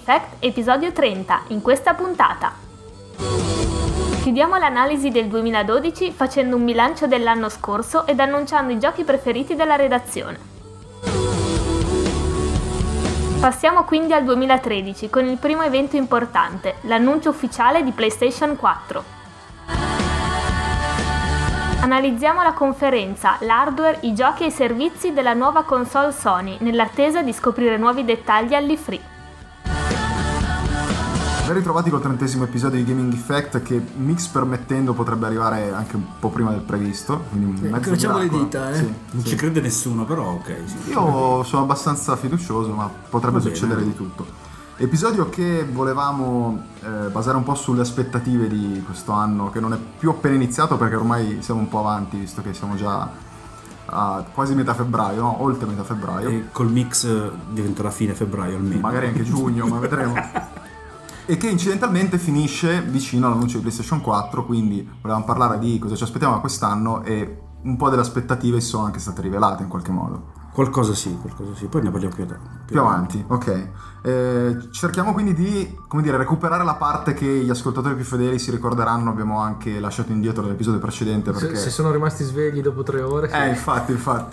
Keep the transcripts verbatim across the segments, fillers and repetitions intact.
Effect, episodio trenta, in questa puntata. Chiudiamo l'analisi del duemiladodici facendo un bilancio dell'anno scorso ed annunciando i giochi preferiti della redazione. Passiamo quindi al duemilatredici con il primo evento importante, l'annuncio ufficiale di PlayStation quattro. Analizziamo la conferenza, l'hardware, i giochi e i servizi della nuova console Sony, nell'attesa di scoprire nuovi dettagli all'E tre. Ben ritrovati col trentesimo episodio di Gaming Effect che, mix permettendo, potrebbe arrivare anche un po' prima del previsto. Sì, incrociamo le dita, eh. Sì, non sì. ci crede nessuno, però ok. Sì. Io sono abbastanza fiducioso, ma potrebbe succedere di tutto. Episodio che volevamo eh, basare un po' sulle aspettative di questo anno, che non è più appena iniziato perché ormai siamo un po' avanti, visto che siamo già a quasi metà febbraio, no? Oltre metà febbraio. E col mix diventerà fine febbraio almeno. Magari anche giugno, ma vedremo. E che incidentalmente finisce vicino all'annuncio di PlayStation quattro, quindi volevamo parlare di cosa ci aspettiamo da quest'anno e un po' delle aspettative sono anche state rivelate in qualche modo. Qualcosa sì, qualcosa sì, poi ne parliamo più, più, più avanti. Ok. Eh, cerchiamo quindi di, come dire, recuperare la parte che gli ascoltatori più fedeli si ricorderanno, abbiamo anche lasciato indietro dall'episodio precedente perché... Se, se sono rimasti svegli dopo tre ore. Sì. Eh, infatti, infatti.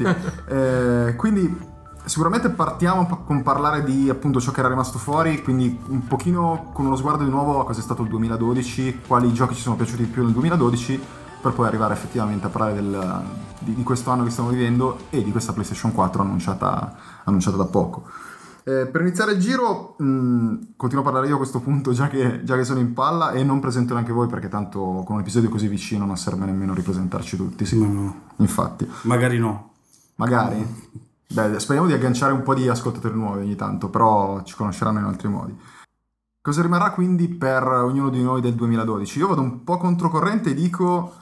eh, quindi sicuramente partiamo con parlare di appunto ciò che era rimasto fuori, quindi un pochino con uno sguardo di nuovo a cosa è stato il duemiladodici, quali giochi ci sono piaciuti di più nel duemiladodici, per poi arrivare effettivamente a parlare del, di, di questo anno che stiamo vivendo e di questa PlayStation quattro annunciata, annunciata da poco. Eh, per iniziare il giro mh, continuo a parlare io a questo punto già che, già che sono in palla e non presento neanche voi perché tanto con un episodio così vicino non serve nemmeno ripresentarci tutti, sì. No, no. Infatti. Magari no. Magari? Beh, speriamo di agganciare un po' di ascoltatori nuovi ogni tanto, però ci conosceranno in altri modi. Cosa rimarrà quindi per ognuno di noi del duemiladodici? Io vado un po' controcorrente e dico...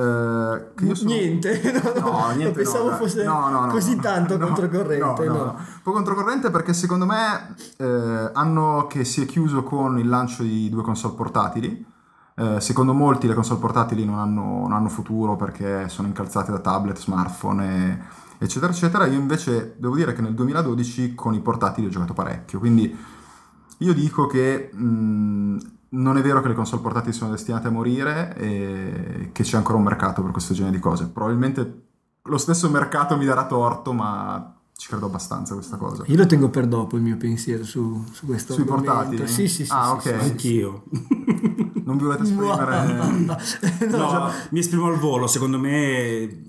Uh, che io sono... niente, no, no, no, niente, pensavo no, fosse no, no, no, così no, tanto no, controcorrente. No, no, no. no. Un po' controcorrente perché secondo me eh, anno che si è chiuso con il lancio di due console portatili. Eh, secondo molti le console portatili non hanno, non hanno futuro perché sono incalzate da tablet, smartphone e, eccetera eccetera. Io invece devo dire che nel duemiladodici con i portatili ho giocato parecchio, quindi io dico che mh, non è vero che le console portatili sono destinate a morire e che c'è ancora un mercato per questo genere di cose. Probabilmente lo stesso mercato mi darà torto, ma ci credo abbastanza a questa cosa. Io lo tengo per dopo il mio pensiero su, su questo Sui argomento. portatili? Sì, sì, sì. Ah, sì, ok. sì, Anch'io. Non vi volete esprimere? no, no, mi esprimo al volo, secondo me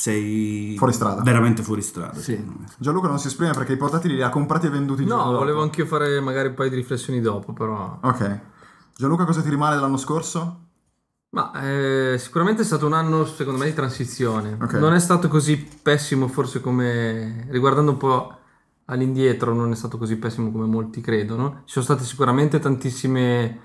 sei fuori strada. Veramente fuori strada. Sì. Gianluca non si esprime perché i portatili li ha comprati e venduti il no, giorno dopo. volevo anch'io fare magari un paio di riflessioni dopo, però... Ok. Gianluca, cosa ti rimane dell'anno scorso? Ma eh, sicuramente è stato un anno secondo me di transizione. Okay. Non è stato così pessimo forse come, riguardando un po' all'indietro, non è stato così pessimo come molti credono. Ci sono state sicuramente tantissime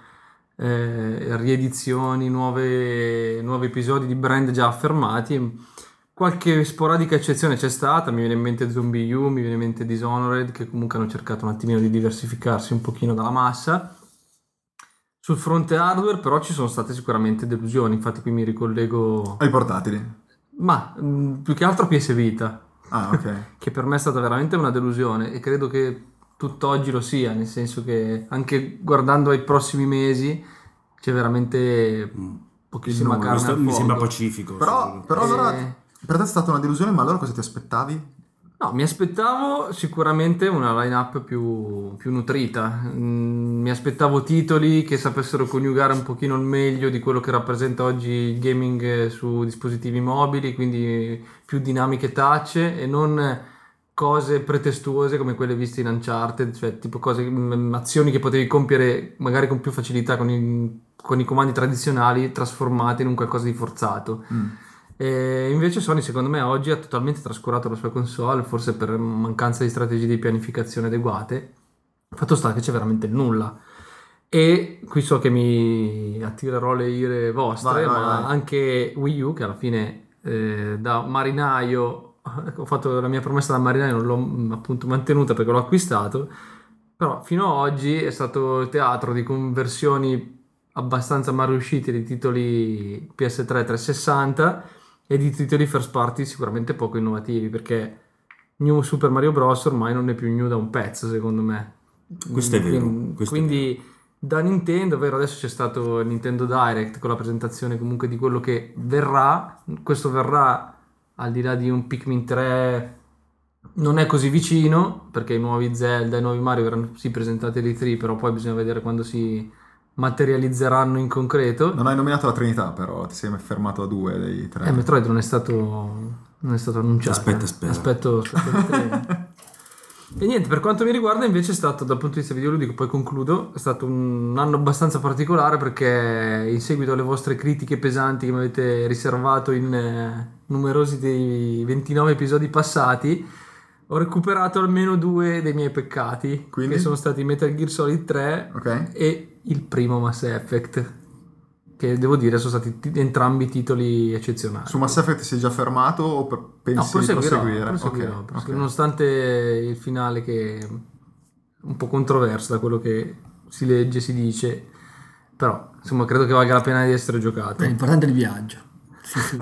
eh, riedizioni, nuove, nuovi episodi di brand già affermati. Qualche sporadica eccezione c'è stata, mi viene in mente Zombie U, mi viene in mente Dishonored, che comunque hanno cercato un attimino di diversificarsi un pochino dalla massa. Sul fronte hardware però ci sono state sicuramente delusioni, infatti qui mi ricollego... Ai portatili? Ma mh, più che altro a P S Vita, ah, ok. che per me è stata veramente una delusione e credo che tutt'oggi lo sia, nel senso che anche guardando ai prossimi mesi c'è veramente pochissima nulla, carne Questo al mi fuoco. sembra pacifico. Però, però Eh, allora per te è stata una delusione, ma allora cosa ti aspettavi? No, mi aspettavo sicuramente una line-up più, più nutrita, mm, mi aspettavo titoli che sapessero coniugare un pochino il meglio di quello che rappresenta oggi il gaming su dispositivi mobili, quindi più dinamiche touch e non cose pretestuose come quelle viste in Uncharted, cioè tipo cose, mm, azioni che potevi compiere magari con più facilità con i, con i comandi tradizionali trasformate in un qualcosa di forzato. Mm. E invece Sony secondo me oggi ha totalmente trascurato la sua console, forse per mancanza di strategie di pianificazione adeguate. Fatto sta che c'è veramente nulla e qui so che mi attirerò le ire vostre, Vai, vai, ma vai. anche Wii U che alla fine eh, da marinaio ho fatto la mia promessa da marinaio, non l'ho appunto mantenuta perché l'ho acquistato, però fino ad oggi è stato teatro di conversioni abbastanza mal riuscite di titoli P S tre trecentosessanta e di titoli first party sicuramente poco innovativi, perché New Super Mario Bros. Ormai non è più new da un pezzo secondo me. Questo è vero. Quindi, questo quindi è vero. da Nintendo, vero, adesso c'è stato il Nintendo Direct con la presentazione comunque di quello che verrà. Questo verrà al di là di un Pikmin tre, non è così vicino, perché i nuovi Zelda e i nuovi Mario verranno sì presentati all'E tre, però poi bisogna vedere quando si materializzeranno in concreto. Non hai nominato la Trinità, però ti sei fermato a due dei tre. Eh, Metroid non è stato, non è stato annunciato. Aspetta, aspetta. Aspetto, aspetto il tre. E niente, per quanto mi riguarda invece è stato, dal punto di vista videoludico, poi concludo, è stato un anno abbastanza particolare perché in seguito alle vostre critiche pesanti che mi avete riservato in eh, numerosi dei ventinove episodi passati, ho recuperato almeno due dei miei peccati, Quindi? che sono stati Metal Gear Solid tre Ok. e il primo Mass Effect, che devo dire sono stati t- entrambi titoli eccezionali. Su Mass Effect ti sei già fermato o per- No, pensi di proseguirò, proseguire? proseguirò, Ok, proseguirò, ok. nonostante il finale che è un po' controverso da quello che si legge, si dice, però insomma credo che valga la pena di essere giocato. È importante il viaggio. Sì, sì.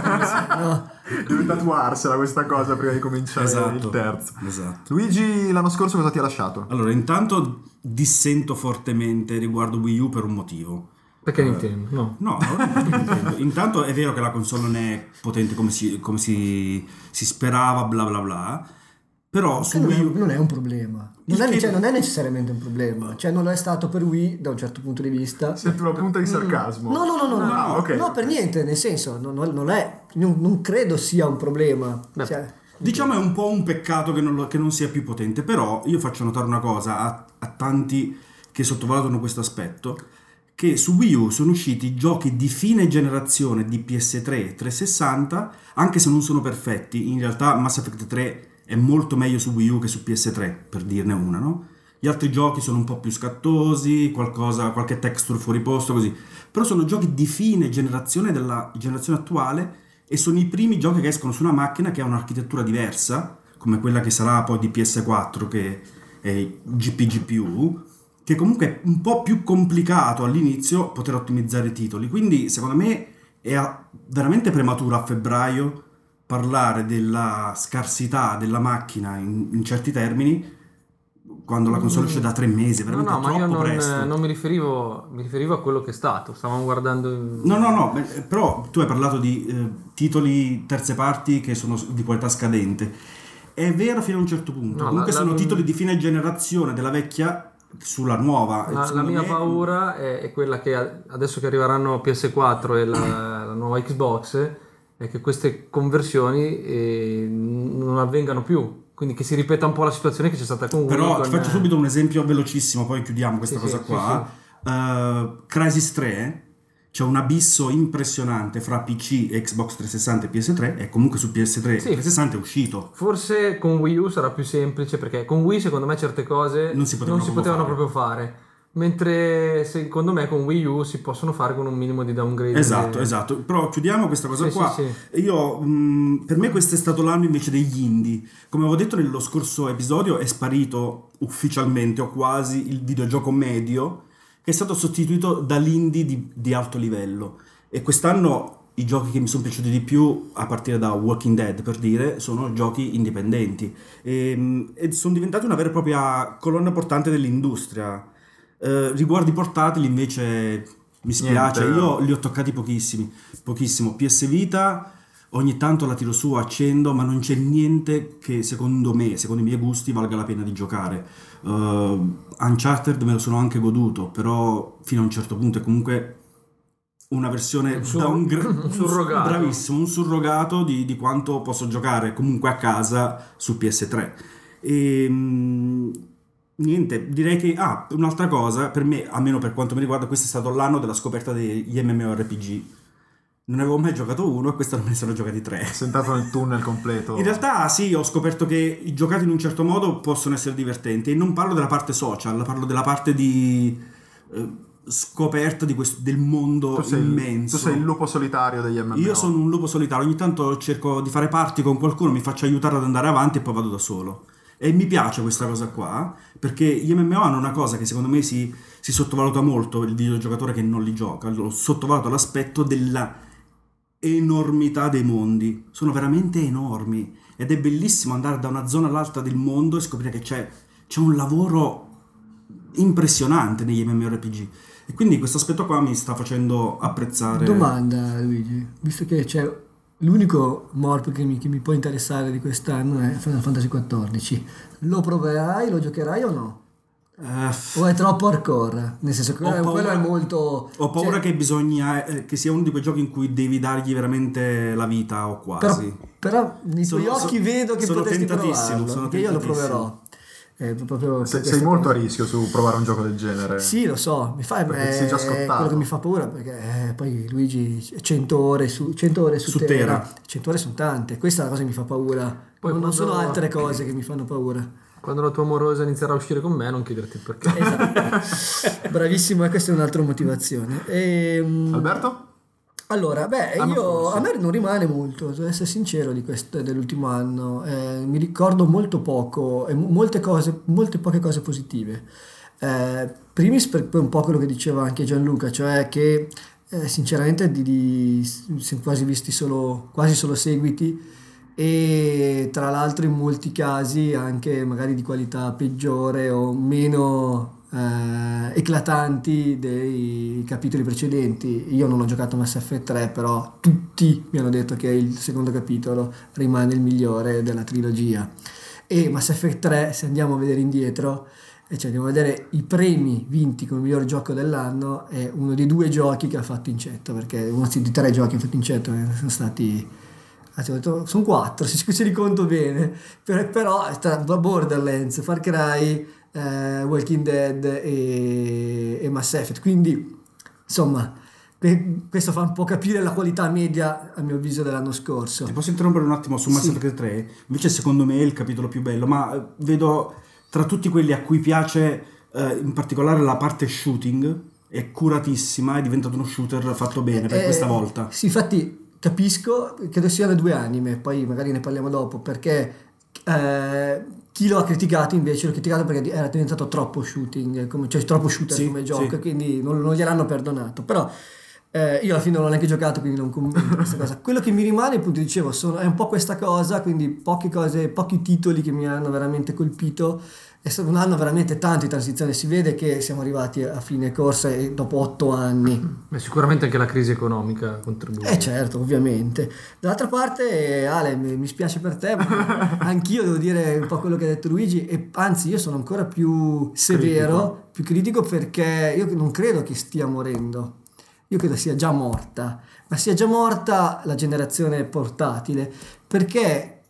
No. Devi tatuarsela questa cosa prima di cominciare Esatto, il terzo. esatto. Luigi, l'anno scorso cosa ti ha lasciato? Allora, intanto dissento fortemente riguardo Wii U per un motivo. Perché Eh, Nintendo? No. No, non perché Nintendo. Intanto è vero che la console non è potente come si, come si, si sperava, bla bla bla, però su non, è, Wii U... non è un problema. Non Il è, che- cioè, non è necessariamente un problema. Cioè, non lo è stato per Wii da un certo punto di vista. Senti una punta di sarcasmo. No, no, no, no, no, Ah, no, ok. no, per niente, nel senso, non, non- non è, non, non credo sia un problema. Beh, Cioè, Diciamo è un po' un peccato che non, lo- che non sia più potente, però io faccio notare una cosa a, a tanti che sottovalutano questo aspetto, che su Wii U sono usciti giochi di fine generazione di P S tre e trecentosessanta, anche se non sono perfetti. In realtà Mass Effect tre è molto meglio su Wii U che su P S tre, per dirne una, no? Gli altri giochi sono un po' più scattosi, qualcosa, qualche texture fuori posto, così. Però sono giochi di fine generazione della generazione attuale e sono i primi giochi che escono su una macchina che ha un'architettura diversa, come quella che sarà poi di P S quattro, che è G P G P U, che comunque è un po' più complicato all'inizio poter ottimizzare i titoli. Quindi secondo me è a- veramente prematuro a febbraio parlare della scarsità della macchina in, in certi termini, quando la console esce da tre mesi, è No, veramente no, ma io troppo non, presto. non mi riferivo, mi riferivo a quello che è stato. Stavamo guardando. No, no, no, beh, però tu hai parlato di eh, titoli terze parti che sono di qualità scadente. È vero fino a un certo punto. No, Comunque la- la- sono titoli di fine generazione della vecchia sulla nuova. La, la Secondo mia me- paura è, è quella che a- adesso che arriveranno P S quattro e la, la nuova Xbox, è che queste conversioni eh, non avvengano più. Quindi che si ripeta un po' la situazione che c'è stata con Wii. Però con- ti faccio subito un esempio velocissimo, poi chiudiamo questa Sì, cosa sì, qua. Uh, Crysis tre, c'è un abisso impressionante fra P C, Xbox trecentosessanta e P S tre, e comunque su P S tre e Sì. trecentosessanta è uscito. Forse con Wii U sarà più semplice perché con Wii secondo me certe cose Non si potevano proprio potevano fare. proprio fare. Mentre secondo me con Wii U si possono fare con un minimo di downgrade. Esatto, esatto. Però chiudiamo questa cosa Sì, qua. sì, Io, mh, per me questo è stato l'anno invece degli indie. Come avevo detto nello scorso episodio, è sparito ufficialmente o quasi il videogioco medio, che è stato sostituito dall'indie di, di alto livello. E quest'anno i giochi che mi sono piaciuti di più, a partire da Walking Dead per dire, sono giochi indipendenti. E, mh, e sono diventati una vera e propria colonna portante dell'industria. Eh, riguardo i portatili invece mi spiace, Niente. io li ho toccati pochissimi, pochissimo. P S Vita ogni tanto la tiro su, accendo, ma non c'è niente che secondo me, secondo i miei gusti, valga la pena di giocare. Uh, Uncharted me lo sono anche goduto, però fino a un certo punto è comunque una versione Un sur- downgra- un surrogato. bravissimo, un surrogato di, di quanto posso giocare comunque a casa su P S tre. E mh, niente, direi che ah, un'altra cosa, per me, almeno per quanto mi riguarda, questo è stato l'anno della scoperta degli MMORPG. Non avevo mai giocato uno e quest'anno me ne sono giocati tre. Sei entrato nel tunnel completo. In realtà sì, ho scoperto che giocati in un certo modo possono essere divertenti, e non parlo della parte social, parlo della parte di eh, scoperta di questo, del mondo tu sei, immenso. tu sei il lupo solitario degli M M O. Io sono un lupo solitario, ogni tanto cerco di fare party con qualcuno, mi faccio aiutare ad andare avanti e poi vado da solo. E mi piace questa cosa qua, perché gli M M O hanno una cosa che secondo me si, si sottovaluta molto, il videogiocatore che non li gioca, lo sottovaluta l'aspetto della enormità dei mondi. Sono veramente enormi ed è bellissimo andare da una zona all'altra del mondo e scoprire che c'è, c'è un lavoro impressionante negli MMORPG, e quindi questo aspetto qua mi sta facendo apprezzare. Domanda, Luigi, visto che c'è l'unico morp che mi, che mi può interessare di quest'anno è Final Fantasy quattordici, lo proverai, lo giocherai o no? Eh, O è troppo hardcore? Nel senso che Ho quello, paura- quello è molto... Ho paura cioè, che bisogna eh, che sia uno di quei giochi in cui devi dargli veramente la vita o però, quasi. però nei tuoi Sono- occhi so- vedo che sono potresti tentatissimo, provarlo, sono perché io lo tentatissimo. proverò. Eh, proprio Se- per sei questa molto cosa. a rischio su provare un gioco del genere. Sì, lo so, mi fa, Perché è, sei già è scottato. quello che mi fa paura, perché eh, poi Luigi cento ore su, cento ore su, Su Terra. Terra. cento ore sono tante, questa è la cosa che mi fa paura. Poi non, non quando- sono altre cose che mi fanno paura. Quando la tua amorosa inizierà a uscire con me, non chiederti perché. Esatto. Bravissimo, e questa è un'altra motivazione. Ehm, Alberto? Allora, beh, L'anno io, scorso. a me non rimane molto, devo essere sincero, di questo, dell'ultimo anno. Eh, mi ricordo molto poco, e mo- molte cose, molte poche cose positive. Eh, primis per per un po' quello che diceva anche Gianluca, cioè che eh, sinceramente di, di- siamo quasi visti solo, quasi solo seguiti, e tra l'altro in molti casi anche magari di qualità peggiore o meno eh, eclatanti dei capitoli precedenti. Io non ho giocato Mass Effect tre, però tutti mi hanno detto che il secondo capitolo rimane il migliore della trilogia. E Mass Effect tre, se andiamo a vedere indietro, e cioè andiamo a vedere i premi vinti come miglior gioco dell'anno, è uno dei due giochi che ha fatto incetto, perché uno di tre giochi che ha fatto incetto eh, sono stati, anzi, ho detto, sono quattro se ci se li conto bene, per- però tra Borderlands, Far Cry, eh, Walking Dead e, e Mass Effect, quindi insomma que- questo fa un po' capire la qualità media a mio avviso dell'anno scorso. Ti posso interrompere un attimo su Mass Sì. Effect tre? Invece secondo me è il capitolo più bello, ma eh, vedo tra tutti quelli a cui piace eh, in particolare la parte shooting, è curatissima, è diventato uno shooter fatto bene per Eh, questa volta. Sì, infatti capisco, credo siano due anime, poi magari ne parliamo dopo, perché eh, chi lo ha criticato invece l'ho criticato perché era diventato troppo shooting, come, cioè troppo shooter Sì, come gioco, sì. e quindi non, non gliel'hanno perdonato. Però eh, io alla fine non l'ho neanche giocato, quindi non commento questa cosa. Quello che mi rimane, appunto dicevo, sono, è un po' questa cosa, quindi poche cose, pochi titoli che mi hanno veramente colpito. È stato un anno veramente tanto di transizione, si vede che siamo arrivati a fine corsa e dopo otto anni. Beh, sicuramente anche la crisi economica contribuisce. Eh certo, ovviamente. Dall'altra parte, Ale, mi, mi spiace per te, ma anch'io devo dire un po' quello che ha detto Luigi, e anzi io sono ancora più severo, Critico. più critico, perché io non credo che stia morendo. Io credo sia già morta, ma sia già morta la generazione portatile, perché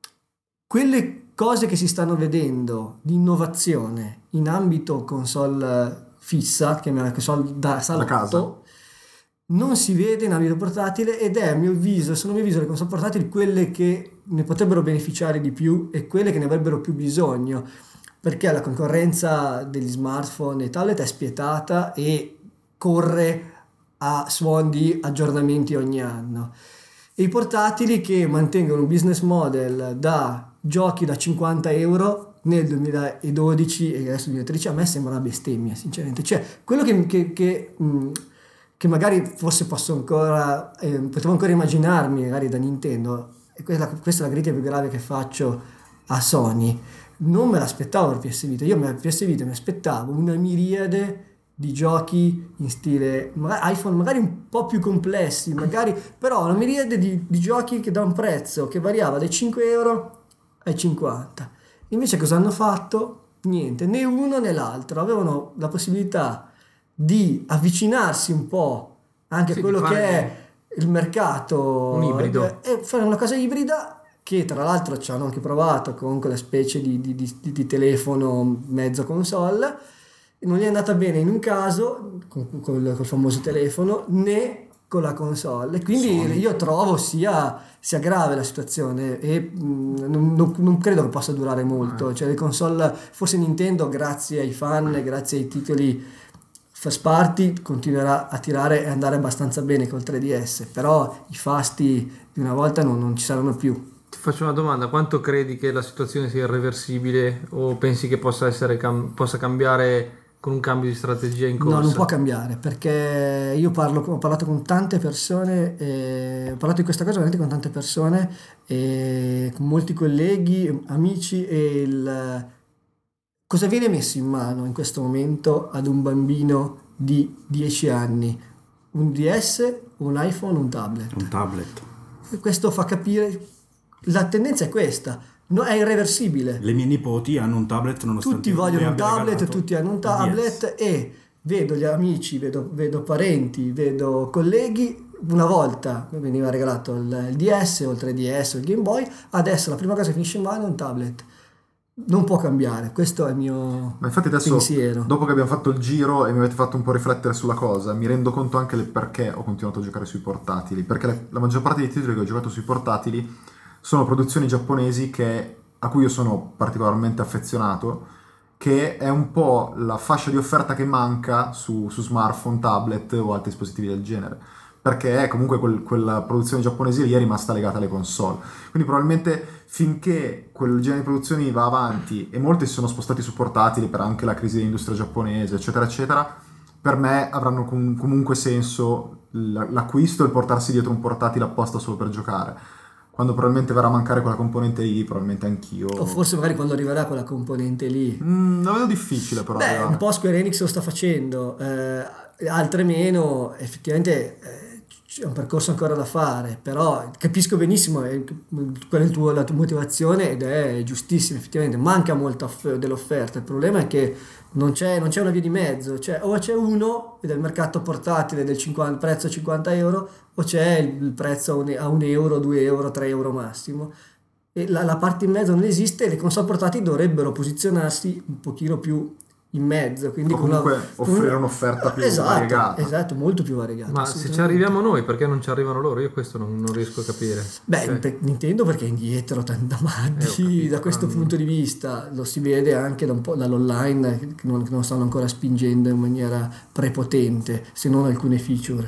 quelle cose che si stanno vedendo di innovazione in ambito console fissa, chiamiamola console da salotto, casa. non si vede in ambito portatile, ed è a mio avviso, sono a mio avviso le console portatili quelle che ne potrebbero beneficiare di più e quelle che ne avrebbero più bisogno, perché la concorrenza degli smartphone e tablet è spietata e corre a suon di aggiornamenti ogni anno. E i portatili che mantengono un business model da giochi da cinquanta euro nel duemiladodici e adesso duemilatredici, a me sembra una bestemmia sinceramente. Cioè quello che, che, che, mh, che magari forse posso ancora eh, potevo ancora immaginarmi magari da Nintendo, e questa, questa è la critica più grave che faccio a Sony, non me l'aspettavo per P S Vita. Io per P S Vita mi aspettavo una miriade di giochi in stile magari iPhone, magari un po' più complessi, magari, però una miriade di, di giochi che da un prezzo che variava dai cinque euro ai cinquanta. Invece cosa hanno fatto? Niente, né uno né l'altro. Avevano la possibilità di avvicinarsi un po' anche Sì, a quello di che fare è il mercato, un ibrido. e fare una cosa ibrida, che tra l'altro ci hanno anche provato con quella specie di, di, di, di telefono mezzo console. Non gli è andata bene in un caso con, col, col famoso telefono, né con la console, e quindi Sony. io trovo sia, sia grave la situazione, e mh, non, non- non credo che possa durare molto. Cioè le console, forse Nintendo grazie ai fan, grazie ai titoli first party, continuerà a tirare e andare abbastanza bene col tre D S, però i fasti di una volta non, non ci saranno più. Ti faccio una domanda: quanto credi che la situazione sia irreversibile, o pensi che possa essere cam- possa cambiare con un cambio di strategia in corsa? No, non può cambiare, perché io parlo, ho parlato con tante persone, eh, ho parlato di questa cosa veramente con tante persone, e con molti colleghi, amici, e il cosa viene messo in mano in questo momento ad un bambino di dieci anni? Un D S, un iPhone, un tablet? Un tablet. Questo fa capire, la tendenza è questa, no, è irreversibile. Le mie nipoti hanno un tablet nonostante Tutti vogliono lei un abbia tablet, regalato tutti hanno un il tablet D S. e vedo gli amici, vedo, vedo parenti, vedo colleghi. Una volta veniva regalato il, il D S, oltre il D S o il Game Boy, adesso la prima cosa che finisce in mano è un tablet. Non può cambiare, questo è il mio Ma infatti adesso, pensiero. dopo che abbiamo fatto il giro e mi avete fatto un po' riflettere sulla cosa, mi rendo conto anche del perché ho continuato a giocare sui portatili, perché la, la maggior parte dei titoli che ho giocato sui portatili sono produzioni giapponesi che, a cui io sono particolarmente affezionato, che è un po' la fascia di offerta che manca su, su smartphone, tablet o altri dispositivi del genere, perché comunque quel, quella produzione giapponese lì è rimasta legata alle console. Quindi probabilmente finché quel genere di produzioni va avanti e molti si sono spostati su portatili per anche la crisi dell'industria giapponese, eccetera, eccetera, per me avranno com- comunque senso l- l'acquisto e il portarsi dietro un portatile apposta solo per giocare. Quando probabilmente verrà a mancare quella componente lì, probabilmente anch'io... O forse magari quando arriverà quella componente lì. Mm, la vedo difficile però. Beh, arrivare. un po' Square Enix lo sta facendo, eh, altre meno, effettivamente eh, c'è un percorso ancora da fare, però capisco benissimo eh, qual è il tuo, la tua motivazione ed è giustissima, effettivamente manca molta off- dell'offerta, il problema è che non c'è, non c'è una via di mezzo, cioè o c'è uno del mercato portatile del cinquanta, prezzo cinquanta euro o c'è il, il prezzo a un, a un euro, due euro, tre euro massimo. E la, la parte in mezzo non esiste e le console portatili dovrebbero posizionarsi un pochino più in mezzo, quindi O con una- comunque con offrire una- un'offerta più esatto, variegata. esatto, molto più variegata. Ma se ci assolutamente. arriviamo noi, perché non ci arrivano loro? Io questo non, non riesco a capire. Beh, Cioè, per Nintendo perché è indietro tanto avanti Eh, ho capito, da questo però non- punto di vista, lo si vede anche da un po' dall'online che non, che non stanno ancora spingendo in maniera prepotente, se non alcune feature.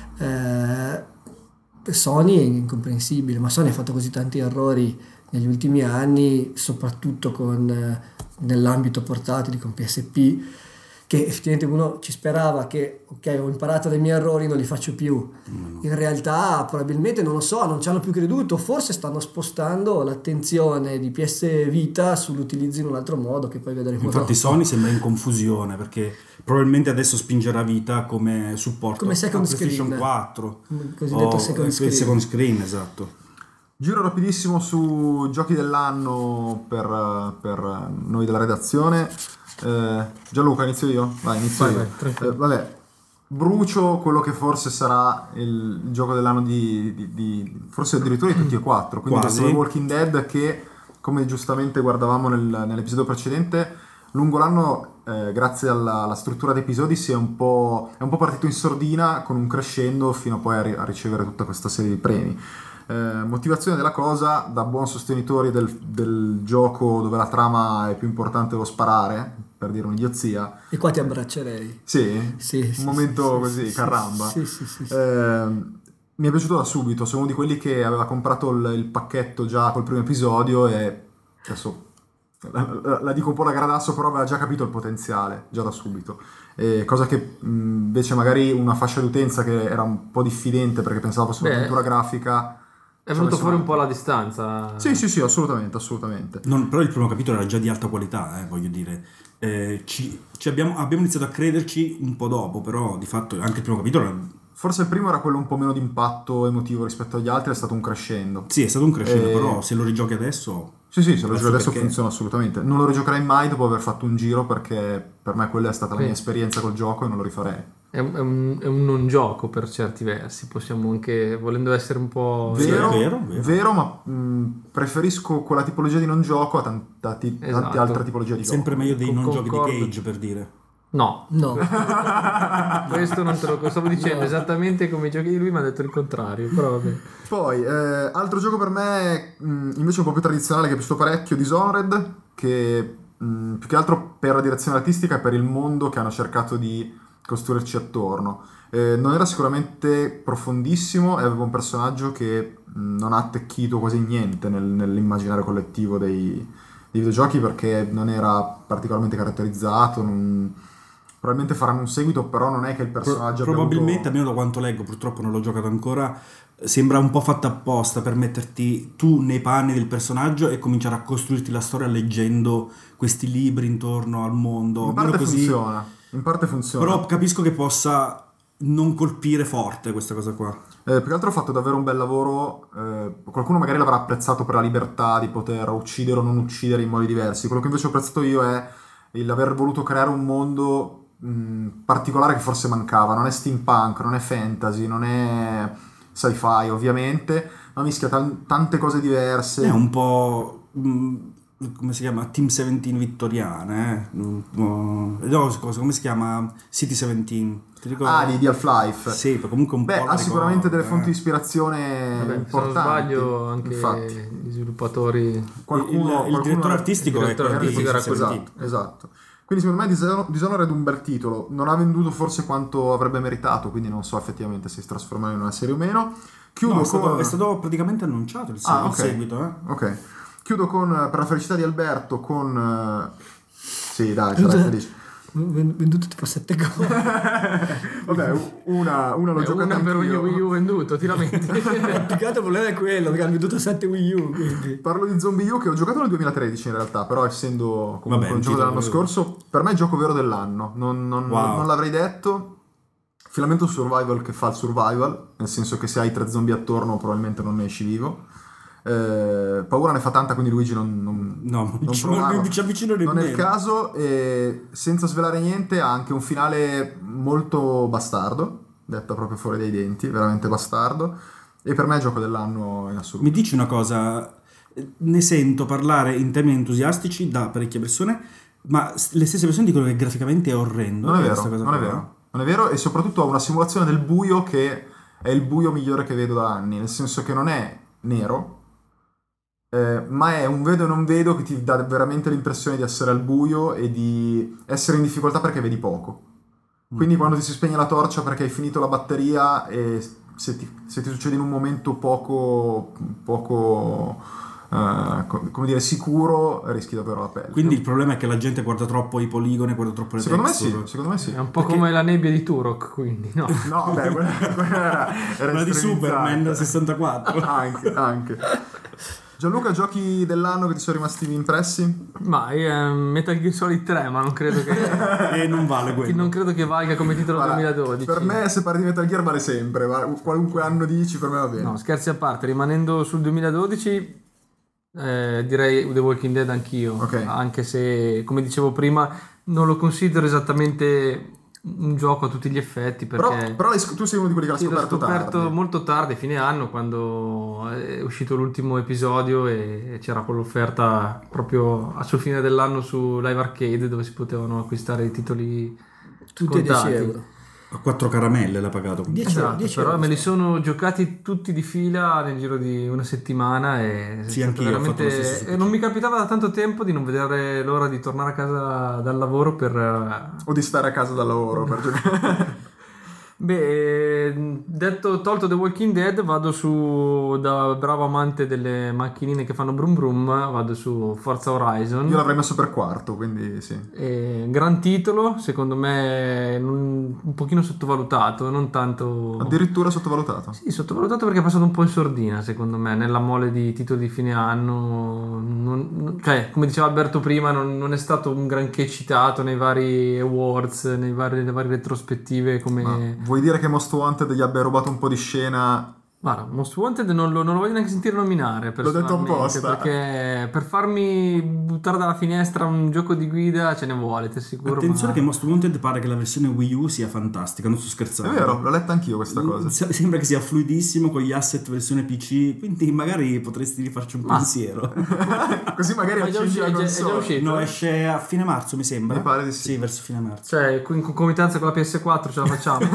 Eh, Sony è incomprensibile, ma Sony ha fatto così tanti errori negli ultimi anni, soprattutto con, eh, nell'ambito portatili con P S P, che effettivamente uno ci sperava che ok, ho imparato dai miei errori, non li faccio più. In realtà probabilmente non lo so, non ci hanno più creduto, forse stanno spostando l'attenzione di P S Vita sull'utilizzo in un altro modo che poi vedremo Infatti dopo. Sony sembra in confusione perché probabilmente adesso spingerà Vita come supporto Come second a PlayStation screen. quattro. Il cosiddetto O- second eh, screen. second screen, esatto. Giro rapidissimo su giochi dell'anno per, per noi della redazione. Eh, Gianluca, inizio io? Vai, inizio Vai, io. vai, tranquillo. Eh, vabbè, brucio quello che forse sarà il, il gioco dell'anno di, di- di- forse addirittura di tutti e quattro, quindi Quasi. questo The Walking Dead che, come giustamente guardavamo nel- nell'episodio precedente, lungo l'anno, eh, grazie alla, alla struttura dei episodi, si è un po', è un po' partito in sordina con un crescendo fino a poi a, ri- a ricevere tutta questa serie di premi. Eh, motivazione della cosa, da buon sostenitore del, del gioco dove la trama è più importante dello sparare, per dire un'idiozia. E qua ti abbraccerei. Sì? Sì, Un sì, momento sì, così, sì, caramba. sì, sì, sì, sì. Eh, mi è piaciuto da subito, sono uno di quelli che aveva comprato il, il pacchetto già col primo episodio e adesso la, la- la dico un po' da gradasso, però aveva già capito il potenziale, già da subito. Eh, cosa che mh, invece magari una fascia d'utenza che era un po' diffidente perché pensava fosse Beh, un'avventura grafica... È ci ha venuto messo fuori un un po' la distanza. Sì, sì, sì, assolutamente, assolutamente. Non- però il primo capitolo era già di alta qualità, eh, voglio dire. Eh, ci, ci abbiamo, abbiamo iniziato a crederci un po' dopo, però di fatto anche il primo capitolo era- Forse il primo era quello un po' meno di impatto emotivo rispetto agli altri, è stato un crescendo. sì, è stato un crescendo, Eh, però se lo rigiochi adesso Sì, sì, se lo Adesso gioco adesso perché? funziona assolutamente. Non lo rigiocherei mai dopo aver fatto un giro perché per me quella è stata la Sì. mia esperienza col gioco e non lo rifarei. È un, è un- è un non gioco per certi versi, possiamo anche, volendo essere un po'... Sì, è Vero, vero, vero. vero, ma mh, preferisco quella tipologia di non gioco a tan- tanti- tante Esatto. altre tipologie di sempre gioco. meglio dei non giochi di Concordo. Cage, per dire. No, No, questo non te lo stavo dicendo No. esattamente come i giochi di lui, mi ha detto il contrario, però vabbè. Poi, eh, altro gioco per me mh, invece un po' più tradizionale che è piaciuto parecchio, Dishonored, che mh, più che altro per la direzione artistica e per il mondo che hanno cercato di costruirci attorno. Eh, non era sicuramente profondissimo e aveva un personaggio che mh, non ha attecchito quasi niente nel- nell'immaginario collettivo dei, dei videogiochi perché non era particolarmente caratterizzato, non, probabilmente faranno un seguito, però non è che il personaggio Pro- abbia probabilmente, avuto... almeno da quanto leggo, purtroppo non l'ho giocato ancora, sembra un po' fatta apposta per metterti tu nei panni del personaggio e cominciare a costruirti la storia leggendo questi libri intorno al mondo. In parte Almeno così, funziona, in parte funziona. però capisco che possa non colpire forte questa cosa qua. Eh, più che altro ho fatto davvero un bel lavoro, eh, qualcuno magari l'avrà apprezzato per la libertà di poter uccidere o non uccidere in modi diversi, quello che invece ho apprezzato io è il aver voluto creare un mondo mh, particolare che forse mancava, non è steampunk, non è fantasy, non è sci-fi ovviamente, ma mischia tan- tante cose diverse. È un po'... mh, come si chiama? Team diciannove vittoriana, eh? No, cosa, come si chiama? City diciannove. Ti ricordi? Ah, di, di Half-Life. Sì, comunque un Beh, po'. ha sicuramente delle fonti di eh. ispirazione Vabbè, se non importanti. sbaglio anche Infatti. gli sviluppatori. Qualcuno, il, il qualcuno- direttore artistico il è direttore quello di artistico Esatto, City esatto, diciannove. esatto. Quindi secondo me Dishonored Dishonored è un bel titolo, non ha venduto forse quanto avrebbe meritato, quindi non so effettivamente se si trasformerà in una serie o meno. Chiudo No, è, stato, con... è stato praticamente annunciato il, Ah, il ok. seguito, eh? Ok. Chiudo con, per la felicità di Alberto, con... eh, Sì, dai, sarai felice. Venduto tipo sette cose. Vabbè, una, una l'ho Eh, giocata una per ogni anch'io. Wii U venduto, ti lamenti. Più che altro il problema è quello, perché hanno venduto sette Wii U, quindi... Parlo di Zombie U che ho giocato nel duemilatredici in realtà, però essendo comunque Vabbè, un un gioco titolo dell'anno vero. scorso, per me è il gioco vero dell'anno, non, non- Wow. non l'avrei detto. Finalmente un survival che fa il survival, nel senso che se hai tre zombie attorno probabilmente non ne esci vivo. Eh, paura ne fa tanta, quindi Luigi non, non, No, non ci- provarlo. non ci avvicino Non è il nemmeno. caso, e senza svelare niente ha anche un finale molto bastardo, detta proprio fuori dai denti, veramente bastardo, e per me è il gioco dell'anno in assoluto. Mi dici una cosa, ne sento parlare in termini entusiastici da parecchie persone, ma le stesse persone dicono che graficamente è orrendo. Non è vero, questa cosa non è qua. vero, non è vero, e soprattutto ha una simulazione del buio che è il buio migliore che vedo da anni, nel senso che non è nero, eh, ma è un vedo e non vedo che ti dà veramente l'impressione di essere al buio e di essere in difficoltà perché vedi poco. Quindi quando ti si spegne la torcia perché hai finito la batteria e se ti, se ti succede in un momento poco, poco eh, co- come dire, sicuro, rischi davvero la pelle. Quindi il problema è che la gente guarda troppo i poligoni, guarda troppo le secondo me sì, texture. secondo me sì. È un po' Perché- come la nebbia di Turok, quindi no. No, beh, quella, quella era, era Quella di estremizzata. Superman sessantaquattro. Anche, anche. Gianluca, giochi dell'anno che ti sono rimasti impressi? Ma eh, Metal Gear Solid tre, ma non credo che, E non vale che quello. non credo che valga come titolo Guarda, duemiladodici. per me se parli di Metal Gear vale sempre, ma qualunque anno dici per me va bene. No, scherzi a parte, rimanendo sul duemiladodici, eh, direi The Walking Dead anch'io, Ok. anche se, come dicevo prima, non lo considero esattamente un gioco a tutti gli effetti, però perché però l'hai sc- tu sei uno di quelli che l'ha sì, l'ho scoperto, scoperto tardi. molto tardi, fine anno, quando è uscito l'ultimo episodio e c'era quell'offerta proprio a sul fine dell'anno su Live Arcade, dove si potevano acquistare i titoli Tutti a dieci scontati. euro. A quattro caramelle l'ha pagato. dieci euro, Esatto, dieci però euro. me li sono giocati tutti di fila nel giro di una settimana e, è Sì, stato anch'io ho fatto lo veramente- stesso. e non mi capitava da tanto tempo di non vedere l'ora di tornare a casa dal lavoro per eh, O di stare a casa dal lavoro per giocare. beh, eh, detto tolto The Walking Dead, vado su, da bravo amante delle macchinine che fanno brum brum, vado su Forza Horizon. Io l'avrei messo per quarto, quindi sì. Eh, gran titolo, secondo me un, un pochino sottovalutato, non tanto... Addirittura sottovalutato. Sì, sottovalutato perché è passato un po' in sordina, secondo me, nella mole di titoli di fine anno. Non- non- cioè, come diceva Alberto prima, non, non è stato un granché citato nei vari awards, nei vari, nelle varie retrospettive come... Ma vuoi dire che Most Wanted gli abbia rubato un po' di scena? Guarda, Most Wanted non lo, non lo voglio neanche sentire nominare L'ho detto personalmente, apposta. perché per farmi buttare dalla finestra un gioco di guida ce ne vuole, ti assicuro. Attenzione ma- che Most Wanted pare che la versione Wii U sia fantastica, non sto È scherzando. vero, l'ho letta anch'io questa cosa. Se- Sembra che sia fluidissimo con gli asset versione P C, quindi magari potresti rifarci un Ma- pensiero. Così magari È già accendi la uscito- è già- è già console. uscito. No, esce a fine marzo, mi sembra. Mi pare di sì. Sì, verso fine marzo. Cioè, in concomitanza con la P S quattro ce la facciamo.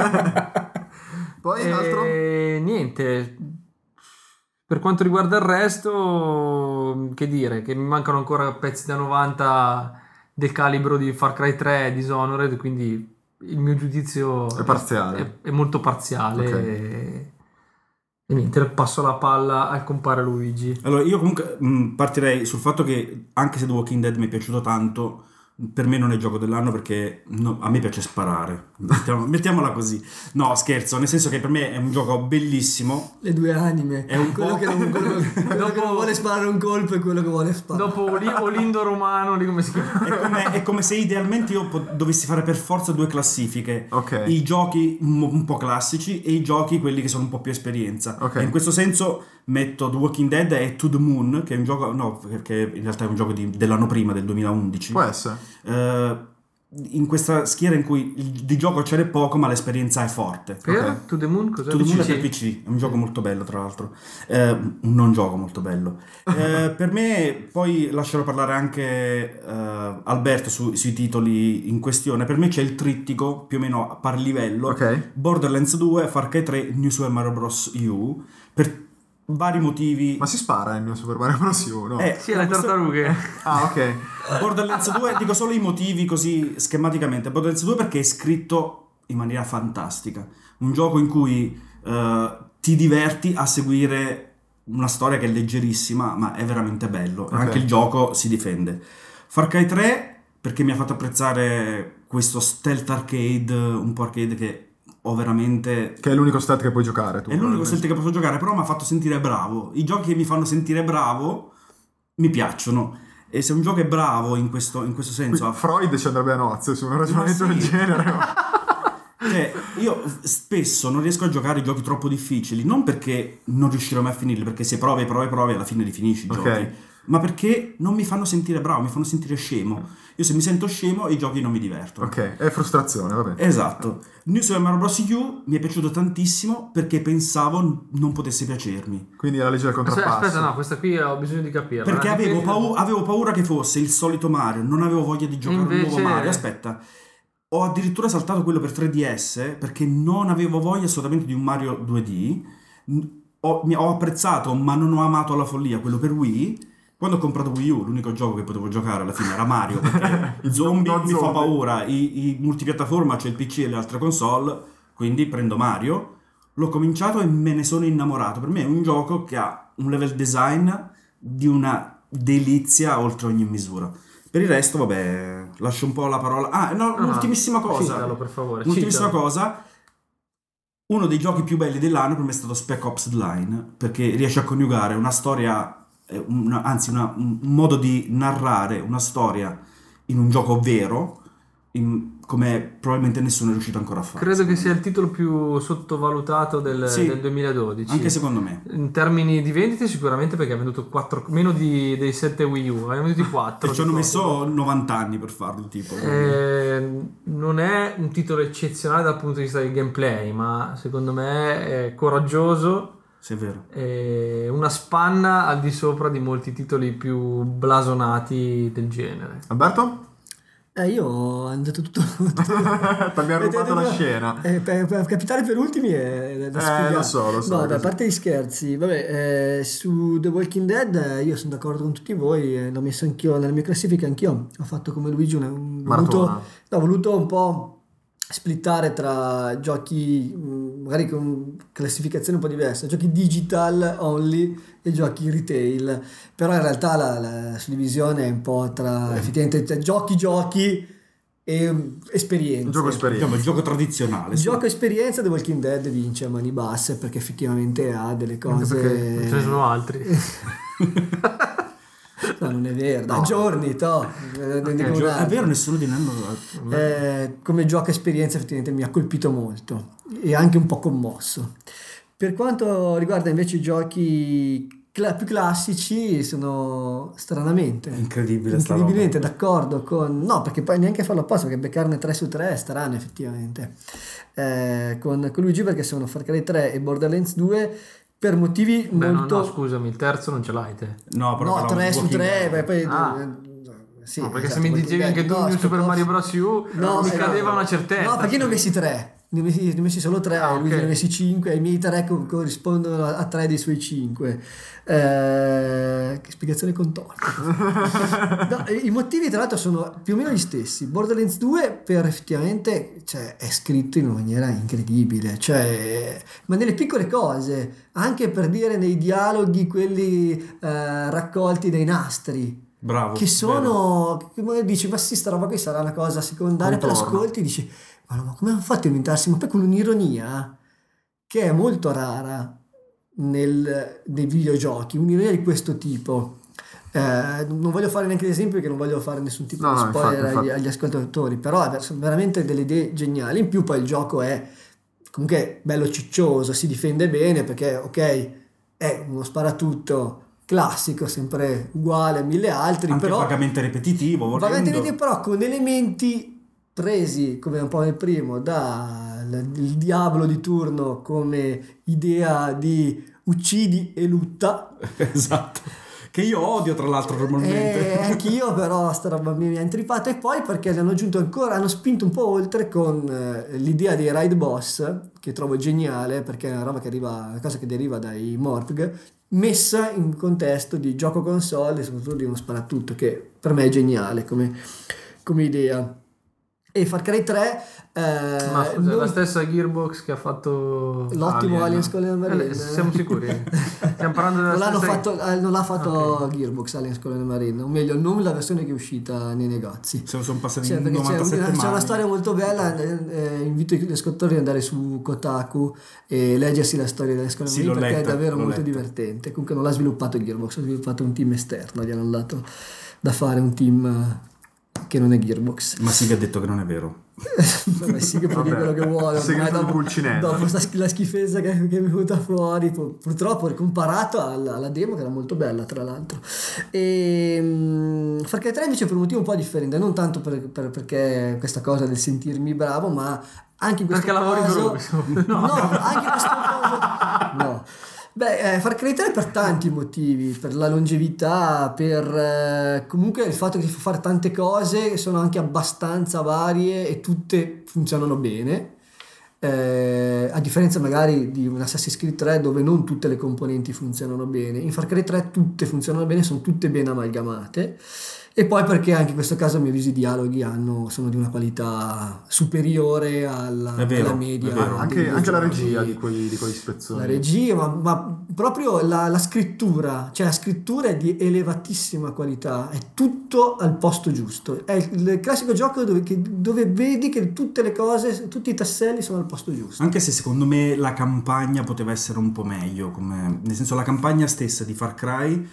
Poi altro? E niente, per quanto riguarda il resto, che dire, che mi mancano ancora pezzi da novanta del calibro di Far Cry tre e Dishonored, quindi il mio giudizio È parziale. è, è molto parziale. Ok. E, e niente, passo la palla al compare Luigi. Allora, io comunque mh, partirei sul fatto che anche se The Walking Dead mi è piaciuto tanto, per me non è gioco dell'anno perché no, a me piace sparare, Mettiamo- mettiamola così. No, scherzo, nel senso che per me è un gioco bellissimo. Le due anime, È un quello, po'- che non, quello, quello che non vuole sparare un colpo e quello che vuole sparare. Dopo Oli- Olindo Romano, lì come si chiama? È come, è come se idealmente io po- dovessi fare per forza due classifiche. Ok. I giochi un, un po' classici e i giochi quelli che sono un po' più esperienza. Ok. E in questo senso metto The Walking Dead e To the Moon, che è un gioco, no, perché in realtà è un gioco di- dell'anno prima, del duemilaundici. Può essere. Eh, in questa schiera in cui il- di gioco ce n'è poco ma l'esperienza è forte. Per Ok. To the Moon cos'è? To the Moon è P C? per P C, è un gioco molto bello tra l'altro, eh, un non gioco molto bello. Eh, per me, poi lascerò parlare anche eh, Alberto su- sui titoli in questione, per me c'è il trittico più o meno a pari livello, Ok. Borderlands due, Far Cry tre, New Super Mario Bros. U, per vari motivi. Ma si spara il mio Super Mario Bros. U, no? Eh, Sì, le questo- tartarughe. Ah, ok. Borderlands due, dico solo i motivi così schematicamente. Borderlands due perché è scritto in maniera fantastica. Un gioco in cui eh, ti diverti a seguire una storia che è leggerissima, ma è veramente bello. E Ok. anche il gioco si difende. Far Cry tre perché mi ha fatto apprezzare questo stealth arcade, un po' arcade che ho veramente... Che è l'unico stat che puoi giocare tu. È l'unico probabilmente. stealth che posso giocare, però mi ha fatto sentire bravo. I giochi che mi fanno sentire bravo mi piacciono. E se un gioco è bravo in questo, in questo senso... Qui Freud ci andrebbe a nozze su un ragionamento Ma del sì. genere. ma- Cioè, io spesso non riesco a giocare i giochi troppo difficili, non perché non riuscirò mai a finirli, perché se provi e provi e provi alla fine li finisci i Ok. giochi, ma perché non mi fanno sentire bravo, mi fanno sentire scemo. Io se mi sento scemo i giochi non mi divertono. Ok, è frustrazione, vabbè. Esatto. New Super Mario Bros. U mi è piaciuto tantissimo perché pensavo non potesse piacermi. Quindi è la legge del Aspetta, contrappasso. aspetta, no, questa qui ho bisogno di capirla. Perché Eh, avevo, perché- pau- avevo paura che fosse il solito Mario, non avevo voglia di giocare un Invece- nuovo Mario. Aspetta, ho addirittura saltato quello per tre D S perché non avevo voglia assolutamente di un Mario due D. N- Ho, mi- ho apprezzato, ma non ho amato alla follia quello per Wii. Quando ho comprato Wii U, l'unico gioco che potevo giocare alla fine era Mario, perché I zombie no mi fa zombie. paura, i, i multipiattaforma c'è il P C e le altre console, quindi prendo Mario. L'ho cominciato e me ne sono innamorato. Per me è un gioco che ha un level design di una delizia oltre ogni misura. Per il resto, vabbè, lascio un po' la parola. Ah, no, Ah, l'ultimissima cosa. citalo, per favore, L'ultimissima citalo. cosa. Uno dei giochi più belli dell'anno per me è stato Spec Ops The Line, perché riesce a coniugare una storia, eh, una- anzi una- un modo di narrare una storia in un gioco vero, in- come probabilmente nessuno è riuscito ancora a fare. Credo che sia il titolo più sottovalutato del, Sì, del duemiladodici. Anche secondo me. In termini di vendite sicuramente perché ha venduto quattro, meno di, dei sette Wii U, ha venduti quattro. E ci hanno messo novanta anni per farlo, tipo. Eh, non è un titolo eccezionale dal punto di vista del gameplay, ma secondo me è coraggioso, Se è vero. è una spanna al di sopra di molti titoli più blasonati del genere. Alberto? Eh, io ho andato tutto. T'abbiamo rubato la scena. Eh, per, per capitare per ultimi è da Eh, sfigare. lo so, lo so, No, è dai, a così. parte gli scherzi, vabbè, eh, su The Walking Dead eh, io sono d'accordo con tutti voi, eh, l'ho messo anch'io nella mia classifica, anch'io ho fatto come Luigi, un, un- voluto, Maratona. no, ho voluto un po' splittare tra giochi mh, magari con classificazioni un po' diverse, giochi digital only e giochi retail, però in realtà la, la suddivisione è un po' tra effettivamente tra giochi giochi e um, esperienze. Un gioco Diciamo esperienza. il gioco tradizionale. Il sì. gioco esperienza The Walking Dead vince a mani basse perché effettivamente ha delle Anche cose. perché ce ne sono altri. No, non è vero, da No. giorni, to. Eh, ne dico È un gio- è altro. vero, nessuno di noi lo- Eh, come gioco esperienza effettivamente mi ha colpito molto e anche un po' commosso. Per quanto riguarda invece i giochi cla- più classici, sono stranamente Incredibile sta incredibilmente d'accordo con no, perché poi neanche farlo apposta, perché beccarne tre su tre è strano effettivamente. Eh, con, con Luigi perché sono Far Cry tre e Borderlands due per motivi Beh, no, molto no, scusami, il terzo non ce l'hai te. No, però no, parlavo tre di su Walking tre, Dead. poi Ah. eh, sì, No, perché esatto, se mi Walking dicevi Dead. anche tu No, New Super Spec Mario Ops- Bros. U, No, mi sì, cadeva no. una certezza. No, perché ne ho messi tre. Ne ho messi, ne ho messi solo tre, Ah, Luigi ok. ne ha messi cinque, e i miei tre co- corrispondono a, a tre dei suoi cinque. Eh, che spiegazione contorta. No, e i motivi tra l'altro sono più o meno gli stessi. Borderlands due per effettivamente, cioè, è scritto in una maniera incredibile, cioè, ma nelle piccole cose, anche per dire nei dialoghi quelli eh, raccolti dai nastri. Bravo, che sono, che dici, ma sì, sta roba qui sarà una cosa secondaria, poi Contorno. ascolti e dici, ma, no, ma come hanno fatto a inventarsi? Ma poi con un'ironia che è molto rara nel, nei videogiochi, un'ironia di questo tipo. Eh, non voglio fare neanche l'esempio perché non voglio fare nessun tipo No, di no, spoiler infatti, infatti. agli, agli ascoltatori, però sono veramente delle idee geniali. In più poi il gioco è comunque bello ciccioso, si difende bene perché ok, è uno sparatutto classico, sempre uguale a mille altri, Anche però vagamente ripetitivo, volendo. vagamente ripetitivo, però con elementi presi come un po' nel primo dal il diavolo di turno come idea di uccidi e lutta. Esatto, che io odio tra l'altro normalmente. E anch'io, però sta roba mi ha intrippato. E poi perché hanno aggiunto ancora, hanno spinto un po' oltre con eh, l'idea dei raid boss, che trovo geniale perché è una roba che arriva, una cosa che deriva dai Morpg, messa in contesto di gioco console e soprattutto di uno sparatutto, che per me è geniale come, come idea. E Far Cry tre eh, Ma scusa, non- la stessa Gearbox che ha fatto l'ottimo Alien. Aliens Colonial Marine. Eh, siamo sicuri? Stiamo parlando della non, l'hanno stessa fatto, eh, non l'ha fatto Ok. Gearbox Aliens Colonial Marine, o meglio non la versione che è uscita nei negozi. Se sono passati Cioè, perché c'è, novantasette una, c'è una mani. storia molto bella, eh, eh, invito gli ascoltatori ad andare su Kotaku e leggersi la storia delle scuole Sì, Marine, l'ho perché letta, è davvero l'ho molto letta. divertente. Comunque non l'ha sviluppato Gearbox, ha sviluppato un team esterno, gli hanno dato da fare un team eh, che non è Gearbox. Ma sì, che ha detto che non è vero. Vabbè, sì, che può dire Vabbè, quello che vuole, ormai segreto di dopo, Pulcinella. dopo sta sch- la schifezza che, che è venuta fuori, pu- purtroppo comparato alla, alla demo che era molto bella tra l'altro. E mm, Far Cry tre invece per un motivo un po' differente, non tanto per, per- perché questa cosa del sentirmi bravo, ma anche in questo Perché lavori caso gru, insomma. no, anche in questo caso no. Beh, eh, Far Cry tre per tanti motivi, per la longevità, per eh, comunque il fatto che si fa fare tante cose che sono anche abbastanza varie e tutte funzionano bene, eh, a differenza magari di un Assassin's Creed tre dove non tutte le componenti funzionano bene. In Far Cry tre tutte funzionano bene, sono tutte ben amalgamate. E poi perché anche in questo caso a mio avviso i dialoghi hanno, sono di una qualità superiore alla, È vero, alla media. è vero. dei Anche, anche la videogiochi. regia di quei, di quei spezzoni. La regia, ma, ma proprio la, la scrittura, cioè la scrittura è di elevatissima qualità, è tutto al posto giusto. È il, il classico gioco dove, che- dove vedi che tutte le cose, tutti i tasselli sono al posto giusto. Anche se secondo me la campagna poteva essere un po' meglio, come, nel senso la campagna stessa di Far Cry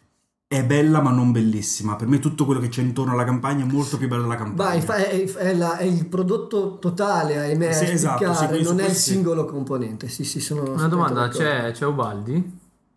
è bella ma non bellissima. Per me tutto quello che c'è intorno alla campagna è molto più bello della campagna. Vai, fa- è, è la- è il prodotto totale, ahimè, Sì, a esatto, spiccare, sì, questo- non è il questo sì. singolo componente. Sì, sì, sono Una domanda, assolutamente c'è, c'è Ubaldi?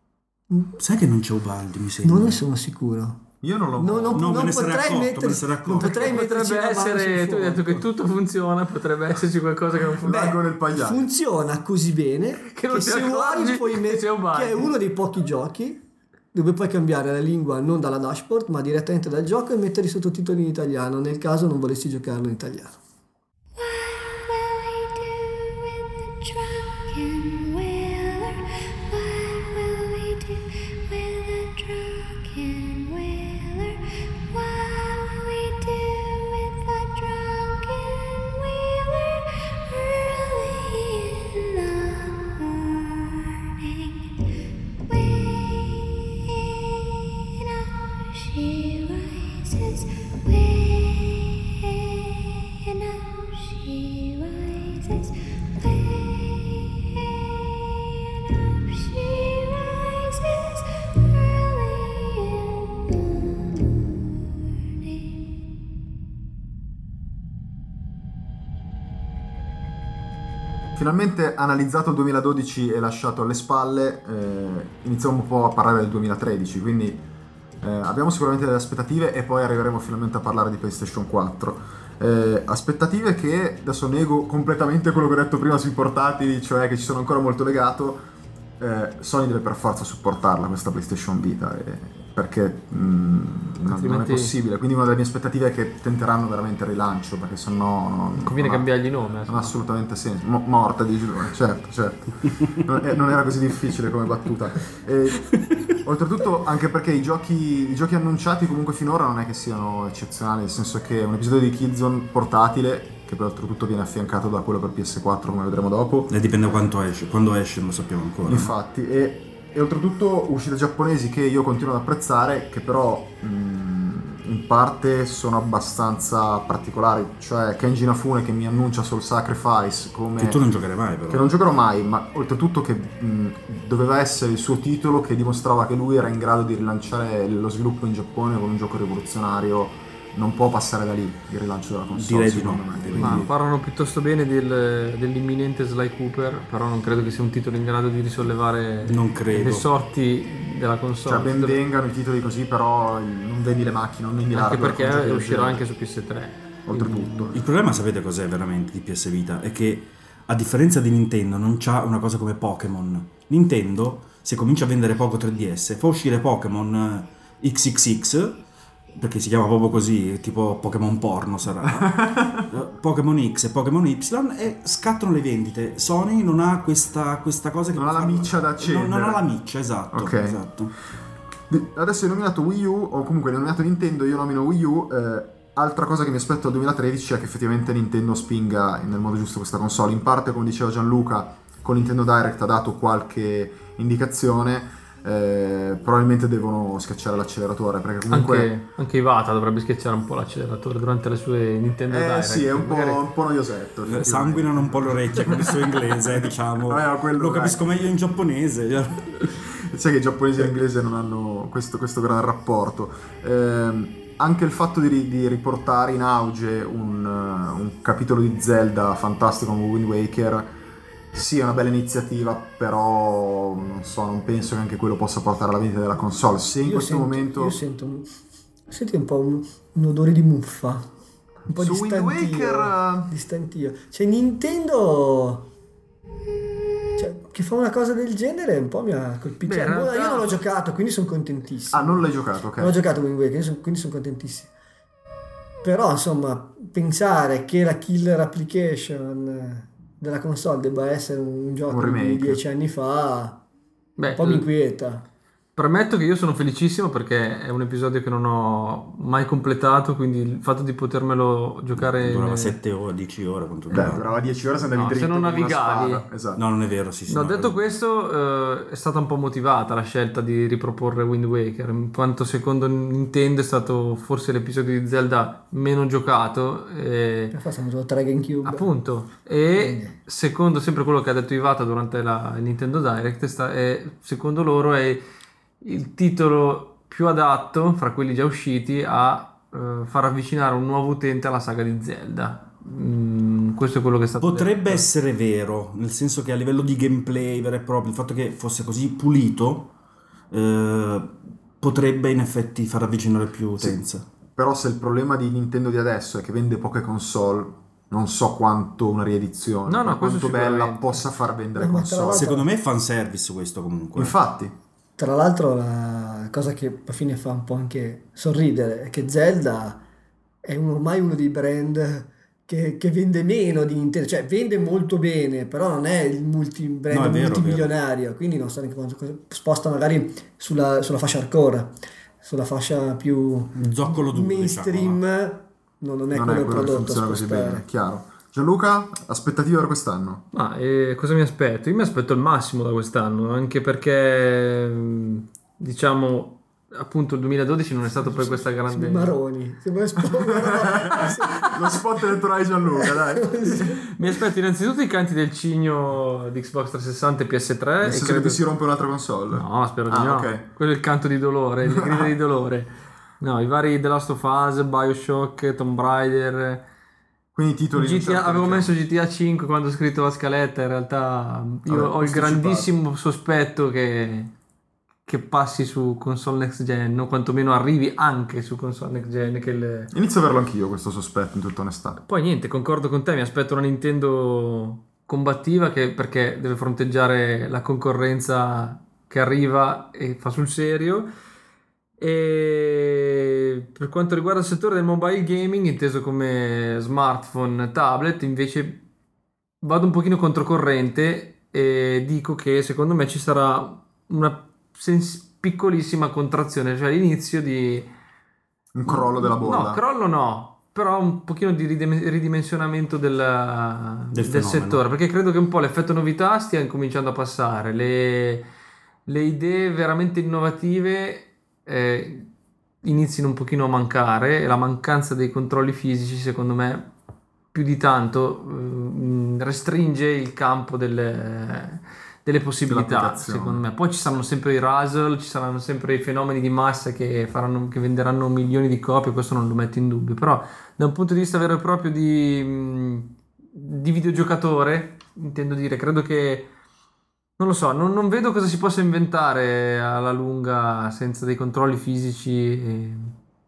Sai che non c'è Ubaldi, mi sembra. Non ne sono sicuro. Io non l'ho No, non, No, me non ne sarei potrei accorto, me ne metterci, sarei accorto. non potrei metterci Potrebbe la mano essere, sul tu hai detto che fuoco. tutto funziona, potrebbe esserci qualcosa che non funziona. L'ago nel pagliaio. Funziona così bene Che che, non ti se accorgi vuoi puoi che met- c'è un bug. che è uno dei pochi giochi dove puoi cambiare la lingua non dalla dashboard ma direttamente dal gioco e mettere i sottotitoli in italiano nel caso non volessi giocarlo in italiano. She rises when she rises when she rises early in the morning. Finalmente analizzato il duemiladodici e lasciato alle spalle, eh, iniziamo un po' a parlare del duemilatredici, quindi eh, abbiamo sicuramente delle aspettative e poi arriveremo finalmente a parlare di PlayStation quattro. Eh, aspettative che adesso nego completamente quello che ho detto prima sui portatili, cioè che ci sono ancora molto legato. eh, Sony deve per forza supportarla questa PlayStation Vita, eh, perché mh, non- non è Altrimenti- possibile. Quindi una delle mie aspettative è che tenteranno veramente il rilancio, perché sennò non, Conviene non ha- cambiargli nome. non ha assolutamente senso. Mo- morta, dici tu, eh, certo, certo. Non, eh, non era così difficile come battuta. E, oltretutto, anche perché i giochi, i giochi annunciati comunque finora non è che siano eccezionali, nel senso che un episodio di Killzone portatile, che poi oltretutto viene affiancato da quello per P S quattro, come vedremo dopo. E dipende quanto esce, quando esce non lo sappiamo ancora. Infatti, e, e oltretutto uscite giapponesi che io continuo ad apprezzare, che però mh, in parte sono abbastanza particolari, cioè Kenji Inafune che mi annuncia Soul Sacrifice come... Che tu non giocherai mai però. Che non giocherò mai, ma oltretutto che mh, doveva essere il suo titolo che dimostrava che lui era in grado di rilanciare lo sviluppo in Giappone con un gioco rivoluzionario. Non può passare da lì il rilancio della console. Direi di secondo no, me. direi Ma Quindi- parlano piuttosto bene del- dell'imminente Sly Cooper, però non credo che sia un titolo in grado di risollevare Non credo. le sorti della console. Cioè ben vengano i titoli così, però il- non vendi le macchine, non vendi Anche l'hardware perché con giochi del uscirà genere. anche su P S tre. Oltretutto. Il problema sapete cos'è veramente di P S Vita? È che a differenza di Nintendo non c'ha una cosa come Pokémon. Nintendo, se comincia a vendere poco tre D S, fa uscire Pokémon X X X, perché si chiama proprio così, tipo Pokémon porno sarà, Pokémon X e Pokémon Y, e scattano le vendite. Sony non ha questa, questa cosa che Non ha la fa- miccia da non, accendere. non ha la miccia, esatto, Ok. esatto. Adesso hai nominato Wii U, o comunque hai nominato Nintendo, io nomino Wii U. eh, altra cosa che mi aspetto dal duemilatredici è che effettivamente Nintendo spinga nel modo giusto questa console. In parte, come diceva Gianluca, con Nintendo Direct ha dato qualche indicazione. eh, probabilmente devono schiacciare l'acceleratore, perché comunque... Anche, anche Iwata dovrebbe schiacciare un po' l'acceleratore durante le sue Nintendo Eh Direct. sì, è un po', Magari- un po' noiosetto. effettivamente. Sanguinano un po' le orecchie con il suo inglese, diciamo. Vabbè, ma quello, Lo dai. capisco meglio in giapponese. Sai che i giapponesi e l'inglese non hanno questo, questo gran rapporto. Ehm, anche il fatto di, ri- di riportare in auge un, uh, un capitolo di Zelda fantastico come Wind Waker, sì, è una bella iniziativa, però non so, non penso che anche quello possa portare alla vendita della console. Se in Io questo sento, momento io sento un, senti un po' un, un odore di muffa, un po' Su di Wind stantio, Waker, di stantio. Cioè Nintendo, cioè, che fa una cosa del genere un po' mi ha colpito. Beh, Cioè, in boh, realtà- Io non l'ho giocato, quindi sono contentissimo. ah, non l'hai giocato, ok. Non ho giocato Wind Waker, quindi sono- quindi sono contentissimo. Però insomma, pensare che la killer application eh, della console debba essere un gioco Un remake. di dieci anni fa, Beh, un po' mi inquieta. Premetto che io sono felicissimo perché è un episodio che non ho mai completato, quindi il fatto di potermelo giocare... Durava in- sette ore, dieci ore. Quanto Beh, durava? durava dieci ore se andavi No, se dritto non con una navigavi. spada. Esatto. No, non è vero, sì, sì. No, no, detto è- questo, eh, è stata un po' motivata la scelta di riproporre Wind Waker, in quanto secondo Nintendo è stato forse l'episodio di Zelda meno giocato. E... Per forza hanno giocato tre GameCube. Appunto, e secondo sempre quello che ha detto Iwata durante la il Nintendo Direct, sta- è- secondo loro è il titolo più adatto fra quelli già usciti a eh, far avvicinare un nuovo utente alla saga di Zelda. Mm, questo è quello che è stato Potrebbe detto. essere vero, nel senso che a livello di gameplay vero e proprio, il fatto che fosse così pulito eh, potrebbe in effetti far avvicinare più utenza. Però se il problema di Nintendo di adesso è che vende poche console, non so quanto una riedizione, No, no, per questo quanto bella sicuramente. possa far vendere Eh, ma tra console. l'altro- Secondo me è fanservice questo comunque. Infatti, Tra l'altro la cosa che alla fine fa un po' anche sorridere è che Zelda è un- ormai uno dei brand che, che vende meno di Nintendo, cioè vende molto bene, però non è il multi, brand No, è vero, multimilionario, quindi non so neanche quanto cosa- sposta magari sulla, sulla fascia hardcore, sulla fascia più Zoccolo duro, mainstream, no, non è non quello è il quello che prodotto funziona a così spostare. bene, chiaro. Gianluca, aspettative per quest'anno? Ma eh, cosa mi aspetto? Io mi aspetto il massimo da quest'anno, anche perché mm, diciamo appunto il duemiladodici non è stato poi questa grande... Maroni, sembra Lo spot elettorale di Gianluca, dai. Mi aspetto innanzitutto i canti del cigno di Xbox trecentosessanta e P S tre. Nel e senso credo- che ti si rompe un'altra console? No, spero di Ah, no. ok. Quello è il canto di dolore, le grida di dolore. No, i vari The Last of Us, Bioshock, Tomb Raider. Quindi i titoli... G T A, certo, avevo diciamo. messo G T A cinque quando ho scritto la scaletta. In realtà io Vabbè, ho il posticipato. grandissimo sospetto che, che passi su console next gen, o quantomeno arrivi anche su console next gen. Che il... Inizio a averlo anch'io questo sospetto, in tutta onestà. Poi niente, concordo con te, mi aspetto una Nintendo combattiva che, perché deve fronteggiare la concorrenza che arriva e fa sul serio. E per quanto riguarda il settore del mobile gaming, inteso come smartphone, tablet, invece vado un pochino controcorrente e dico che secondo me ci sarà una sens- piccolissima contrazione, cioè l'inizio di... Un crollo della bolla. No, crollo no, però un pochino di ridim- ridimensionamento del, del fenomeno. settore, perché credo che un po' l'effetto novità stia incominciando a passare, le, le idee veramente innovative eh, inizino un pochino a mancare, e la mancanza dei controlli fisici secondo me più di tanto eh, restringe il campo delle, delle possibilità, Dell'applicazione. secondo me. Poi ci saranno sempre i Razzle, ci saranno sempre i fenomeni di massa che, faranno, che venderanno milioni di copie, questo non lo metto in dubbio, però da un punto di vista vero e proprio di, mh, di videogiocatore, intendo dire, credo che non lo so, non, non vedo cosa si possa inventare alla lunga senza dei controlli fisici. e-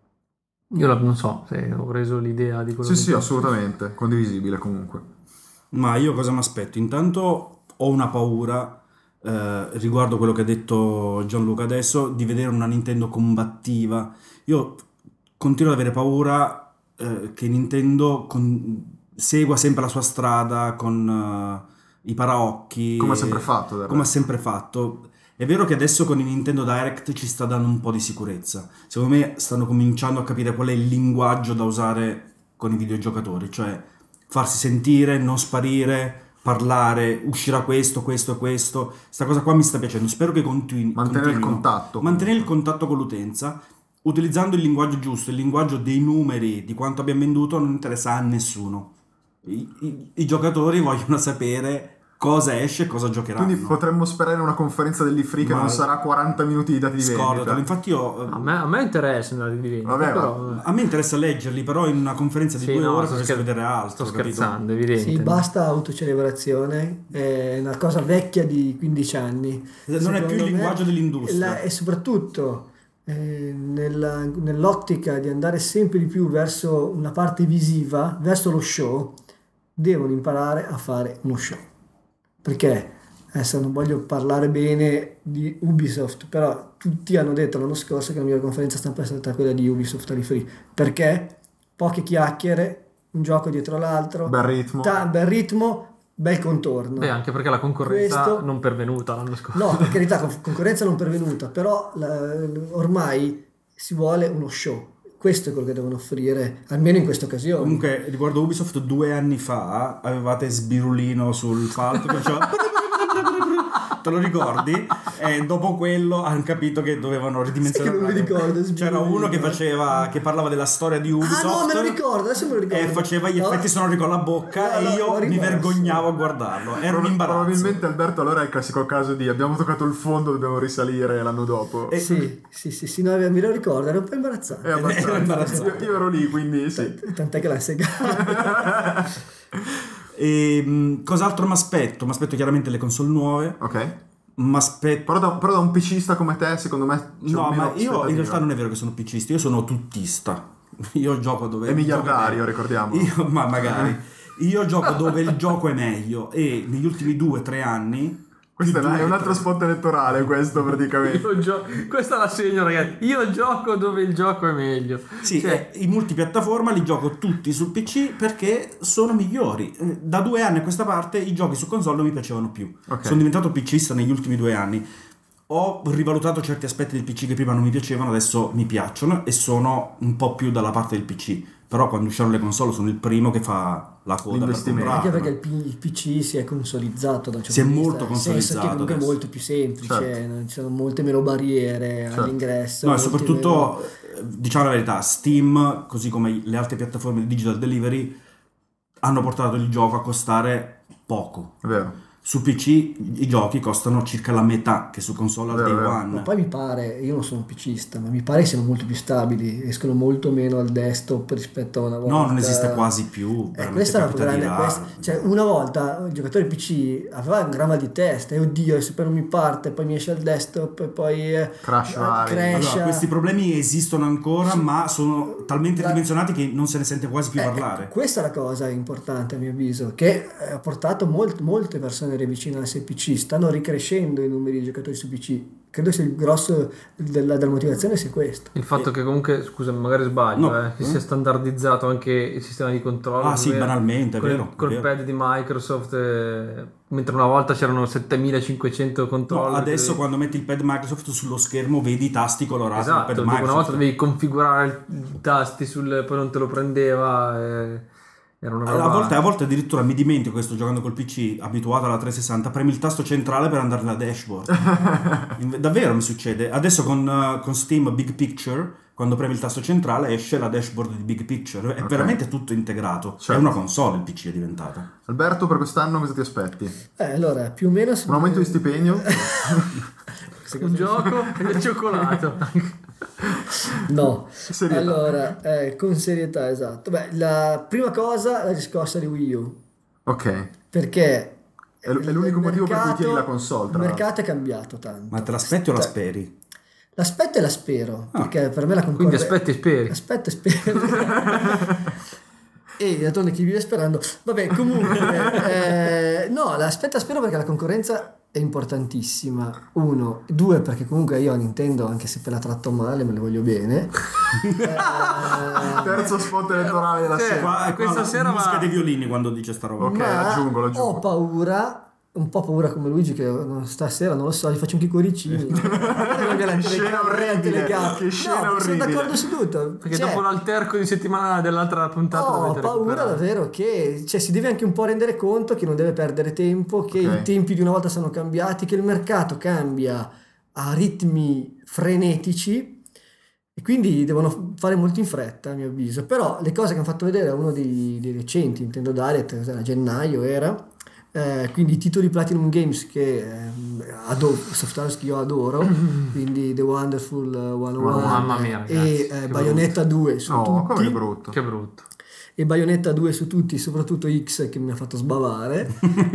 Io la- non so se ho reso l'idea di quello Sì, che sì, penso. assolutamente, condivisibile comunque. Ma io cosa mi aspetto? Intanto ho una paura eh, riguardo quello che ha detto Gianluca adesso, di vedere una Nintendo combattiva. Io continuo ad avere paura eh, che Nintendo con- segua sempre la sua strada con eh, i paraocchi. Come ha e- sempre fatto, del come ha resto. sempre fatto. È vero che adesso con i Nintendo Direct ci sta dando un po' di sicurezza. Secondo me stanno cominciando a capire qual è il linguaggio da usare con i videogiocatori, cioè farsi sentire, non sparire, parlare, uscirà questo, questo e questo. Sta cosa qua mi sta piacendo. Spero che continui. Mantenere il continuino. contatto. Mantenere il comunque. contatto con l'utenza, utilizzando il linguaggio giusto, il linguaggio dei numeri, di quanto abbiamo venduto, non interessa a nessuno. I, i- i giocatori vogliono sapere cosa esce e cosa giocheranno. Quindi potremmo sperare una conferenza dell'E tre che Ma- non sarà quaranta minuti di dati di Scordatelo. vendita. Infatti io... A me, a me interessa andare di vendita, Vabbè, però ma- A me interessa leggerli, però in una conferenza di sì, due no, ore sto, potresti scher- vedere altro. sto capito? scherzando, è evidente. Sì, basta autocelebrazione, è una cosa vecchia di quindici anni. Non è Secondo più il me, linguaggio dell'industria. la- e soprattutto eh, nella- nell'ottica di andare sempre di più verso una parte visiva, verso lo show, devono imparare a fare uno show. Perché, adesso non voglio parlare bene di Ubisoft, però tutti hanno detto l'anno scorso che la mia conferenza stampa è stata quella di Ubisoft alle Free. Perché? Poche chiacchiere, un gioco dietro l'altro, Bel ritmo. ta- bel ritmo, bel contorno. Beh, anche perché la concorrenza Questo- non pervenuta l'anno scorso. No, per carità, con- concorrenza non pervenuta, però la- ormai si vuole uno show. Questo è quello che devono offrire, almeno in questa occasione. Comunque, riguardo Ubisoft, due anni fa avevate Sbirulino sul palco che faceva... Te lo ricordi? E dopo quello hanno capito che dovevano ridimensionare. Sai che non mi ricordo, Sbirulino. C'era uno che faceva, che parlava della storia di Ah Ubisoft. no, me lo ricordo, adesso me lo ricordo. E faceva gli No. effetti sonori con la bocca No, no, e io l'ho mi rimosso. vergognavo a guardarlo. Era un Prob- imbarazzo. Probabilmente Alberto allora è il classico caso di abbiamo toccato il fondo, dobbiamo risalire l'anno dopo. E- Sì, sì, sì, sì, no, me lo ricordo, era un po' imbarazzante. È abbastanza. Era imbarazzante. Io, io ero lì, quindi sì. Tant'è che l'ha segata. E, mh, cos'altro mi aspetto? Mi aspetto chiaramente le console nuove. Ok. Mi aspetto. Però da, però da un PCista come te, secondo me c'è No, meno ma io in aspettativa. realtà non è vero che sono PCista, io sono tuttista. Io gioco dove È miliardario, gioco è ricordiamo. meglio. Io, ma magari. Io gioco dove il gioco è meglio e negli ultimi due o tre anni. Questo è, più è due, un altro tre- spot elettorale, questo praticamente. Io gio- questa la segno, ragazzi. Io gioco dove il gioco è meglio. Sì, Cioè, eh, i multipiattaforma li gioco tutti sul P C perché sono migliori. Eh, Da due anni a questa parte i giochi su console non mi piacevano più. Ok. Sono diventato PCista negli ultimi due anni. Ho rivalutato certi aspetti del P C che prima non mi piacevano, adesso mi piacciono e sono un po' più dalla parte del P C. Però quando usciranno le console sono il primo che fa la coda per L'investimento. Anche comprarlo. perché il, P- il P C si è consoliddato da un certo Si è punto di molto vista, nel senso che consoliddato comunque è adesso. molto più semplice, Certo. non ci sono molte meno barriere Certo. all'ingresso. No, e molti soprattutto, eh, diciamo la verità, Steam, così come le altre piattaforme di digital delivery, hanno portato il gioco a costare poco. È vero. Su P C i giochi costano circa la metà che su console al Vero, day vero. Ma one. poi mi pare, io non sono un PCista, ma mi pare siano molto più stabili, escono molto meno al desktop rispetto a una volta. No, non esiste quasi più. Eh, veramente questa è una capita di grande raro. questa- cioè, una volta il giocatore P C aveva un gran mal di testa e oddio, se poi non mi parte, poi mi esce al desktop e poi eh, Crash eh, vari. crash. Allora, questi problemi esistono ancora, ma sono talmente La- ridimensionati che non se ne sente quasi più Eh, parlare. ecco, questa è la cosa importante a mio avviso, che eh, ha portato molt- molte persone a riavvicinarsi al P C, stanno ricrescendo i numeri di giocatori su P C. Credo sia il grosso della, della motivazione sia questo. il fatto che comunque, scusa, magari sbaglio, No. eh, che sia standardizzato anche il sistema di controllo. Ah, sì, dove- banalmente, è col, vero, è Col vero. pad di Microsoft, eh, mentre una volta c'erano settemilacinquecento No, controlli. adesso quando metti il pad Microsoft sullo schermo vedi i tasti colorati Esatto, del pad tipo una volta Microsoft. dovevi configurare i tasti sul, poi non te lo prendeva. eh, era una A roba... volte, a volte addirittura mi dimentico che sto giocando col P C abituato alla trecentosessanta, premi il tasto centrale per andare nella dashboard. In- Davvero mi succede. Adesso con, uh, con Steam Big Picture quando premi il tasto centrale esce la dashboard di Big Picture, è Ok. veramente tutto integrato, Certo. è una console il P C è diventata. Alberto, per quest'anno cosa ti aspetti? Eh, allora, più o meno... Un aumento di stipendio? Un gioco e del cioccolato. No, Serietà. allora, eh, con serietà, esatto. Beh, la prima cosa, la riscossa di Wii U, Ok. perché... È l- è l'unico il motivo per cui mercato- tieni la console, tra Il mercato è cambiato tanto. Ma te l'aspetti o la Sta- speri? L'aspetto e la spero, Ah. perché per me la Quindi concorrenza... aspetti e speri. Aspetta e spero. E d'altronde chi vive sperando. Vabbè, comunque, eh, no, l'aspetta e spero perché la concorrenza è importantissima. Uno, due, perché comunque io a Nintendo, anche se te la tratto male, me le voglio bene. Eh, Terzo spot elettorale della Sì. sera. Qua, qua questa la sera musica va- dei violini quando dice sta roba. Ok, ma l'aggiungo, l'aggiungo. ho paura. Un po' paura come Luigi che no, stasera non lo so, gli faccio anche i cuoricini. Che scena orribile, che scena no, sono orribile. d'accordo su tutto. Perché Cioè, dopo l'alterco di settimana dell'altra puntata ho dovete paura recuperare. davvero che cioè, si deve anche un po' rendere conto che non deve perdere tempo, che Ok. i tempi di una volta sono cambiati, che il mercato cambia a ritmi frenetici e quindi devono fare molto in fretta a mio avviso. Però le cose che hanno fatto vedere a uno dei, dei recenti Nintendo Direct, cos'era, a gennaio era, eh, quindi i titoli Platinum Games che ehm, adoro, soft house che io adoro, quindi The Wonderful centouno Mamma mia, ragazzi, e che eh, Bayonetta due su No, come tutti è brutto. Che brutto. e Bayonetta due su tutti, soprattutto X che mi ha fatto sbavare,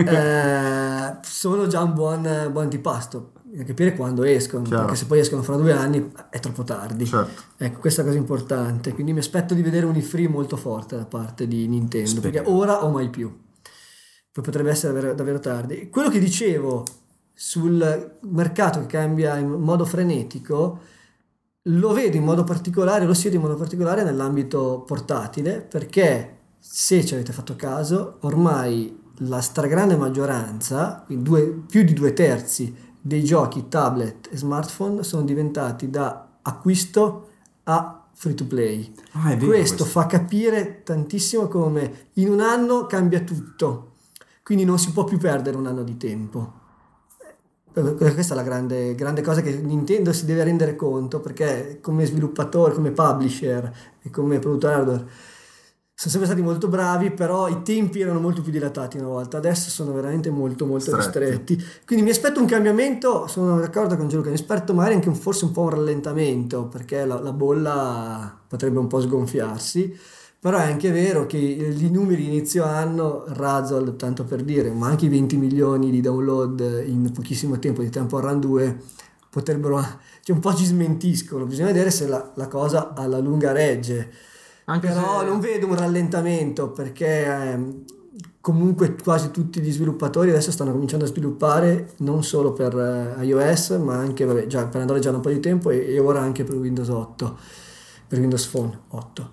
eh, sono già un buon, buon antipasto. Da capire quando escono, Chiaro. perché se poi escono fra due anni è troppo tardi. Certo. Ecco, questa è una cosa importante. Quindi mi aspetto di vedere un e-free molto forte da parte di Nintendo, Speriamo. perché ora o mai più. Poi potrebbe essere davvero, davvero tardi. Quello che dicevo sul mercato che cambia in modo frenetico, lo vedo in modo particolare, lo si vede in modo particolare nell'ambito portatile, perché se ci avete fatto caso, ormai la stragrande maggioranza, quindi due- più di due terzi dei giochi tablet e smartphone sono diventati da acquisto a free to play. Ah, è vero Questo questo. fa capire tantissimo come in un anno cambia tutto, quindi non si può più perdere un anno di tempo. Eh, Questa è la grande, grande cosa che Nintendo si deve rendere conto, perché come sviluppatore, come publisher e come produttore hardware sono sempre stati molto bravi, però i tempi erano molto più dilatati una volta, adesso sono veramente molto molto Stretti. ristretti. Quindi mi aspetto un cambiamento, sono d'accordo con Gianluca, mi aspetto magari anche un- forse un po' un rallentamento, perché la, la bolla potrebbe un po' sgonfiarsi, però è anche vero che i numeri di inizio anno, Razzle tanto per dire, ma anche i venti milioni di download in pochissimo tempo di Temple Run due potrebbero, cioè un po' ci smentiscono, bisogna vedere se la, la cosa alla lunga regge. Anche Però se- non vedo un rallentamento, perché ehm, comunque quasi tutti gli sviluppatori adesso stanno cominciando a sviluppare non solo per eh, iOS, ma anche vabbè, già, per Android già da un po' di tempo e, e ora anche per Windows otto, per Windows Phone otto.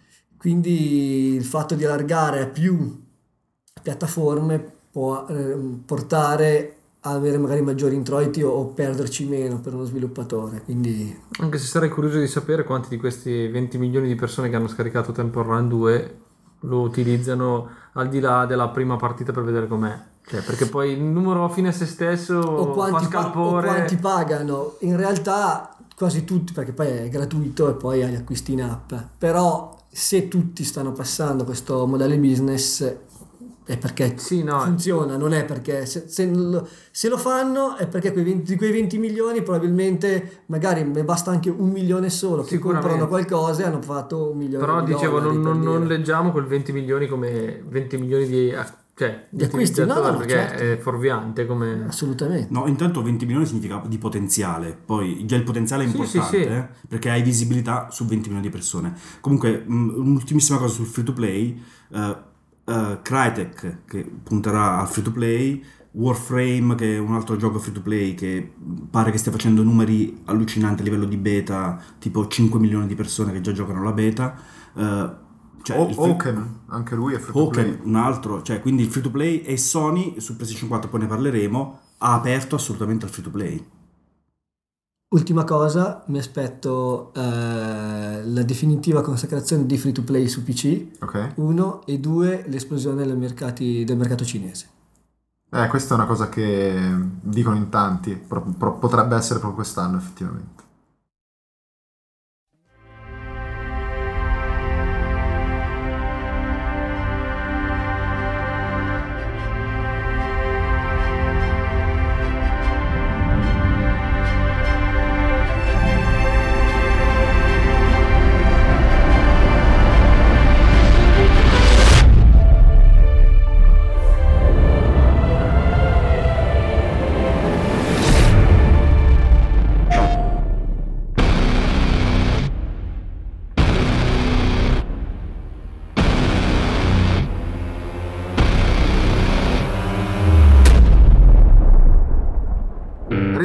Quindi il fatto di allargare a più piattaforme può eh, portare a avere magari maggiori introiti o, o perderci meno per uno sviluppatore. Quindi Anche se sarei curioso di sapere quanti di questi venti milioni di persone che hanno scaricato Temple Run due lo utilizzano al di là della prima partita per vedere com'è. Cioè, perché poi il numero fine a se stesso o quanti, fa pa- o scalpore. quanti pagano. In realtà quasi tutti, perché poi è gratuito e poi hai gli acquisti in app, però se tutti stanno passando questo modello di business è perché Sì, no. funziona, non è perché se, se lo, se lo fanno è perché quei venti, di quei venti milioni probabilmente magari ne basta anche un milione solo che Sicuramente. comprano qualcosa e hanno fatto un milione Però di dicevo, dollari, non, per non- non dire. leggiamo quel venti milioni come venti milioni di, cioè, Di acquisti, no, no, utilizzatori, no, perché certo. è fuorviante come... Assolutamente. No, intanto venti milioni significa di potenziale, poi già il potenziale è Sì, importante, sì, sì. eh, perché hai visibilità su venti milioni di persone. Comunque, mh, un'ultimissima cosa sul free to play, uh, uh, Crytek che punterà al free to play, Warframe che è un altro gioco free to play che pare che stia facendo numeri allucinanti a livello di beta, tipo cinque milioni di persone che già giocano la beta. uh, cioè O- il free- Oaken, anche lui è free to play. Pokémon, un altro, cioè quindi il free to play, e Sony su PlayStation quattro, poi ne parleremo, ha aperto assolutamente al free to play. Ultima cosa, mi aspetto eh, la definitiva consacrazione di free to play su P C, Ok. uno, e due, l'esplosione dei mercati- del mercato cinese. Eh, questa è una cosa che dicono in tanti, pro- pro- potrebbe essere proprio quest'anno effettivamente.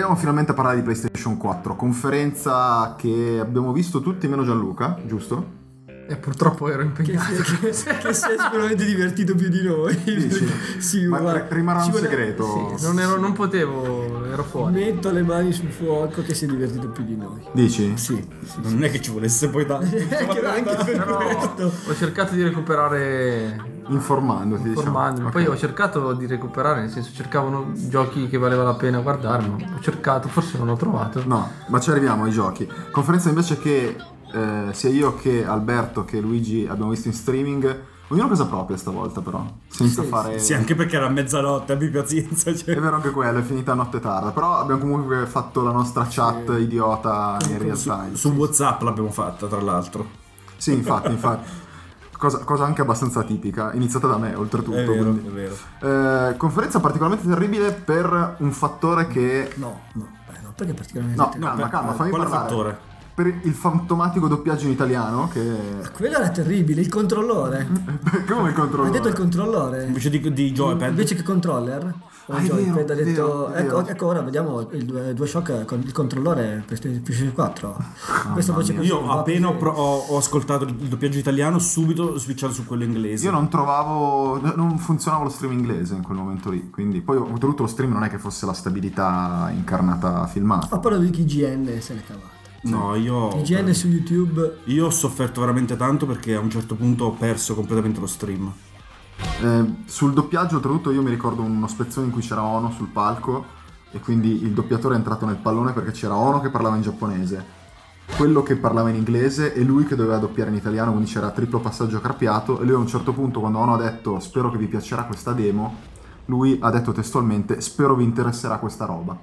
arriviamo finalmente a parlare di PlayStation quattro, conferenza che abbiamo visto tutti meno Gianluca, giusto? E purtroppo ero Che, impegnato. che, che si è sicuramente divertito più di noi. Dici? Sì, Ma guarda, rimarrà ci un vuole- segreto. Sì, non, ero, non potevo, ero fuori. Metto le mani sul fuoco che si è divertito più di noi. Dici? Sì, Non è che ci volesse poi tanto. che era anche per Però questo. ho cercato di recuperare Informandoti, informandomi. diciamo. Poi Ok. ho cercato di recuperare, nel senso cercavano giochi che valeva la pena guardare, ma ho cercato, forse non ho trovato. No, ma ci arriviamo ai giochi. Conferenza invece che eh, sia io che Alberto che Luigi abbiamo visto in streaming, ognuno a casa propria stavolta però, senza Sì, fare... Sì, anche perché era mezzanotte, abbi pazienza. Cioè. È vero anche quello, è finita notte tarda, però abbiamo comunque fatto la nostra chat idiota in real time. Su WhatsApp l'abbiamo fatta, tra l'altro. Sì, infatti, infatti. Cosa, cosa anche abbastanza tipica, iniziata da me oltretutto. È vero, quindi. è vero. Eh, conferenza particolarmente terribile per un fattore che... No, no, beh, no, perché particolarmente. No, No, calma, per- calma, fammi quale parlare. fattore? Per il fantomatico doppiaggio in italiano che... quello era terribile, il controllore. Come il controllo? Ha detto il controllore. Invece di, di joypad. Invece che controller. O Ah, è joypad, vero, ha è detto vero, è ecco, vero. ecco ora vediamo il due- DualShock con il controllore PlayStation quattro. Questa voce così Io un po' appena ho, così. pro- ho- ho ascoltato il il doppiaggio italiano, subito ho switchato su quello inglese. Io non trovavo, non funzionava lo stream inglese in quel momento lì, quindi poi oltretutto lo stream non è che fosse la stabilità incarnata filmata. Ma però di I G N se l'è cavata. No, io. I G N su YouTube. Io ho sofferto veramente tanto perché a un certo punto ho perso completamente lo stream. Eh, sul doppiaggio oltretutto io mi ricordo uno spezzone in cui c'era Ono sul palco e quindi il doppiatore è entrato nel pallone perché c'era Ono che parlava in giapponese, quello che parlava in inglese e lui che doveva doppiare in italiano, quindi c'era triplo passaggio carpiato e lui a un certo punto quando Ono ha detto spero che vi piacerà questa demo, lui ha detto testualmente spero vi interesserà questa roba.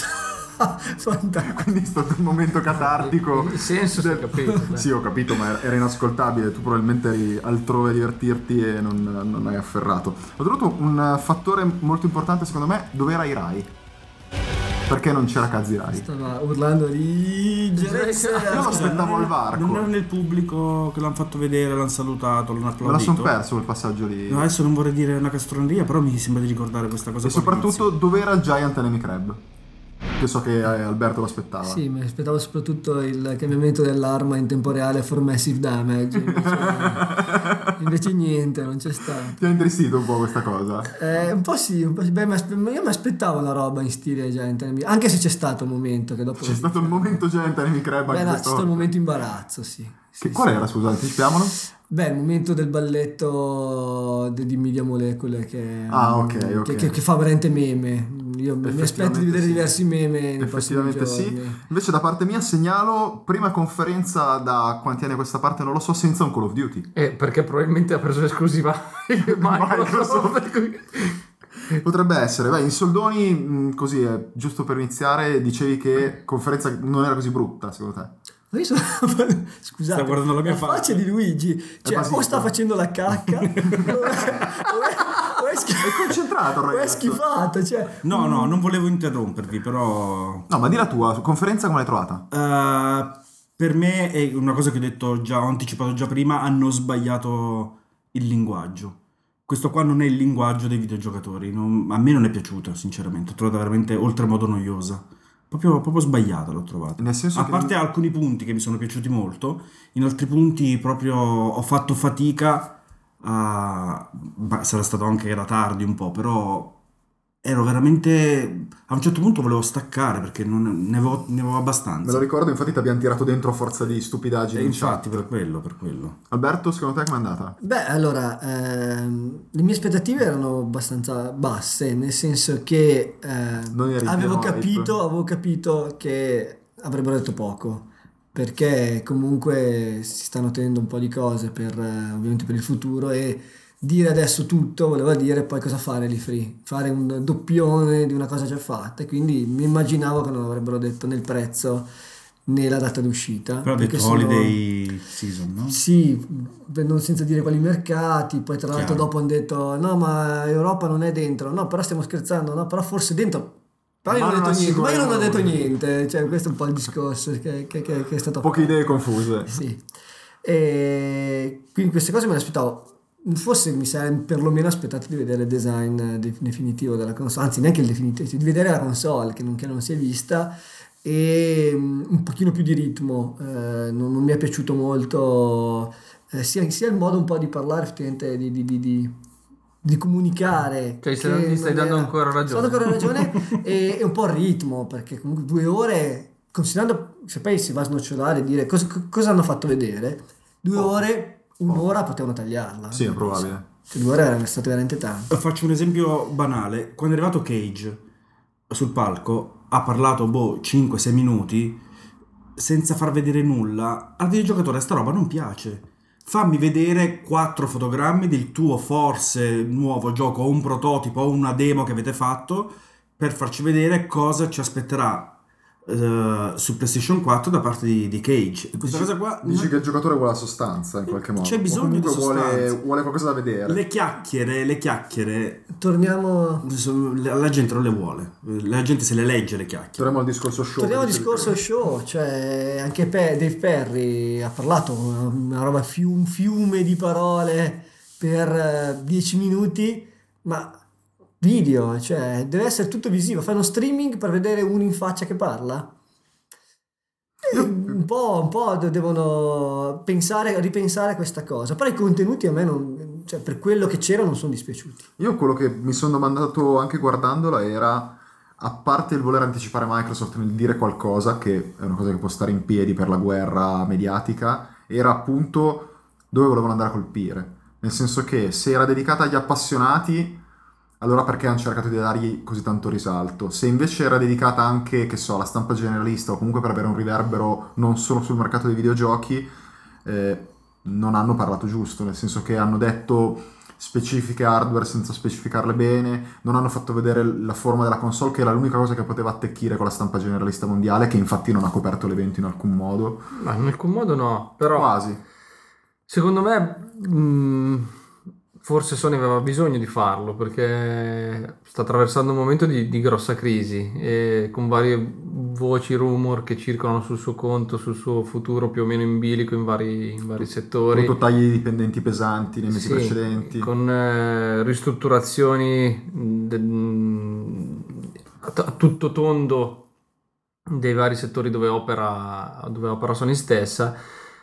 Fantastico. Quindi è stato un momento catartico. Il senso si è capito. dai. Sì, ho capito, ma era inascoltabile. Tu probabilmente eri altrove a divertirti e non, non hai afferrato. Ho trovato un fattore molto importante, secondo me, dove era Irai? Perché non c'era Kazi Rai? Stava urlando di Io lo aspettavo al Non era varco. nel pubblico che l'hanno fatto vedere, l'hanno salutato, l'hanno Me applaudito. la son perso quel passaggio lì. No, adesso non vorrei dire una castroneria, però mi sembra di ricordare questa cosa. E qua soprattutto dove era Giant Enemy Crab? Che so che eh, Alberto lo aspettava. Sì, mi aspettavo soprattutto il cambiamento dell'arma in tempo reale for massive damage. Invece, invece niente, non c'è stato. Ti ha intristito un po' questa cosa? Eh, un po' sì, un po' sì. Beh, ma aspe- ma io mi aspettavo una roba in stile Giant Enemy, anche se c'è stato un momento che dopo. C'è stato il momento Giant Enemy Crab Beh, anche no, c'è questa stato il volta. momento imbarazzo, sì. Che, Sì, qual sì. era, scusa, anticipiamolo? Beh, il momento del balletto de- di Media Molecule che, Ah, ok, che- ok. che, che fa veramente meme. Io mi aspetto di vedere sì. diversi meme nei prossimi Effettivamente sì. giorni. Invece da parte mia segnalo prima conferenza da quanti anni a questa parte non lo so senza un Call of Duty. Eh, perché probabilmente ha preso l'esclusiva Microsoft. per cui- Potrebbe essere. Beh, in soldoni, mh, così, eh, giusto per iniziare, dicevi che conferenza non era così brutta, secondo te? Ma io sono... Scusate, Sta guardando la mia faccia. faccia di Luigi, cioè basito. o sta facendo la cacca o è, o è, o è schi- È concentrato il o è ragazzo. schifato, cioè... No, no, non volevo interrompervi, però. No, ma di la tua, conferenza come l'hai trovata? eh, per me è una cosa che ho detto già, ho anticipato già prima, hanno sbagliato il linguaggio. Questo qua non è il linguaggio dei videogiocatori. non- a me non è piaciuto, sinceramente. L'ho trovata veramente oltremodo noiosa. Proprio, proprio sbagliata l'ho trovata. Nel senso A che- parte alcuni punti che mi sono piaciuti molto, in altri punti proprio ho fatto fatica a... beh, sarà stato anche che era tardi un po', però ero veramente... A un certo punto volevo staccare perché non, ne, avevo, ne avevo Me abbastanza. lo ricordo, infatti ti abbiamo tirato dentro a forza di stupidaggini E in infatti chat. per quello, per quello. Alberto, secondo te com'è andata? Beh, allora, ehm, le mie aspettative erano abbastanza basse, nel senso che ehm, Non eri avevo pieno capito, hype. avevo capito che avrebbero detto poco, perché comunque si stanno tenendo un po' di cose per, eh, ovviamente per il futuro e dire adesso tutto voleva dire poi cosa fare lì free, fare un doppione di una cosa già fatta e quindi mi immaginavo che non avrebbero detto né il prezzo né la data d'uscita. Però ha perché detto sono- holiday season, no? sì, non senza dire quali mercati, poi tra l'altro Chiaro. dopo hanno detto no ma Europa non è dentro, no però stiamo scherzando, no però forse dentro, però io Ma non ho non detto niente, ma io non ho assicurano detto voi. niente, cioè questo è un po' il discorso che, che- che- che è stato Poche idee confuse. sì. E quindi queste cose me le aspettavo. forse mi sarei perlomeno aspettato di vedere il design de- definitivo della console, anzi neanche il definitivo, di vedere la console che non, che non si è vista, e mm, un pochino più di ritmo. Eh, non, non mi è piaciuto molto eh, sia, sia il modo un po' di parlare, effettivamente, di, di, di, di, di comunicare. Cioè, che stai- gli stai non dando era- ancora ragione. sto dando ancora ragione e, e un po' il ritmo, perché comunque due ore, considerando, se poi si va a snocciolare e dire cosa, cosa hanno fatto vedere, due Poco. ore, un'ora potevano tagliarla. Sì, è probabile. Cioè, due ore erano state veramente tante. Faccio un esempio banale. Quando è arrivato Cage sul palco, ha parlato boh cinque sei minuti senza far vedere nulla. Al videogiocatore sta roba non piace. Fammi vedere quattro fotogrammi del tuo forse nuovo gioco o un prototipo o una demo che avete fatto per farci vedere cosa ci aspetterà eh, su PlayStation quattro da parte di, di Cage. E questa Dici, cosa qua dici non- che il giocatore vuole la sostanza in qualche modo. C'è O bisogno di comunque vuole, sostanza. vuole qualcosa da vedere. le chiacchiere, le chiacchiere Torniamo, so- la gente non le vuole. La gente se le legge le chiacchiere. Torniamo al discorso show. torniamo al che dicevi discorso show, cioè anche Pe- Dave Perry ha parlato una roba, fiu- un fiume di parole per eh, dieci minuti, ma video, cioè deve essere tutto visivo. Fai uno streaming per vedere uno in faccia che parla? Eh, Un po', un po' de- devono pensare, ripensare a questa cosa. Però i contenuti a me non, cioè per quello che c'era non sono dispiaciuti. Io quello che mi sono domandato anche guardandola era, a parte il voler anticipare Microsoft nel dire qualcosa, che è una cosa che può stare in piedi per la guerra mediatica, era appunto dove volevano andare a colpire. Nel senso che se era dedicata agli appassionati, allora perché hanno cercato di dargli così tanto risalto? Se invece era dedicata anche, che so, alla stampa generalista o comunque per avere un riverbero non solo sul mercato dei videogiochi, eh, non hanno parlato giusto, nel senso che hanno detto specifiche hardware senza specificarle bene, non hanno fatto vedere la forma della console, che era l'unica cosa che poteva attecchire con la stampa generalista mondiale, che infatti non ha coperto l'evento in alcun modo. Ma in alcun modo no, però Quasi. secondo me mh, forse Sony aveva bisogno di farlo perché sta attraversando un momento di, di grossa crisi e con varie voci, rumor che circolano sul suo conto, sul suo futuro più o meno in bilico in vari, in vari settori. Tutto tagli di dipendenti pesanti nei mesi Sì, precedenti. con eh, ristrutturazioni mh, de- mh, a t- a tutto tondo dei vari settori dove opera, dove opera Sony stessa.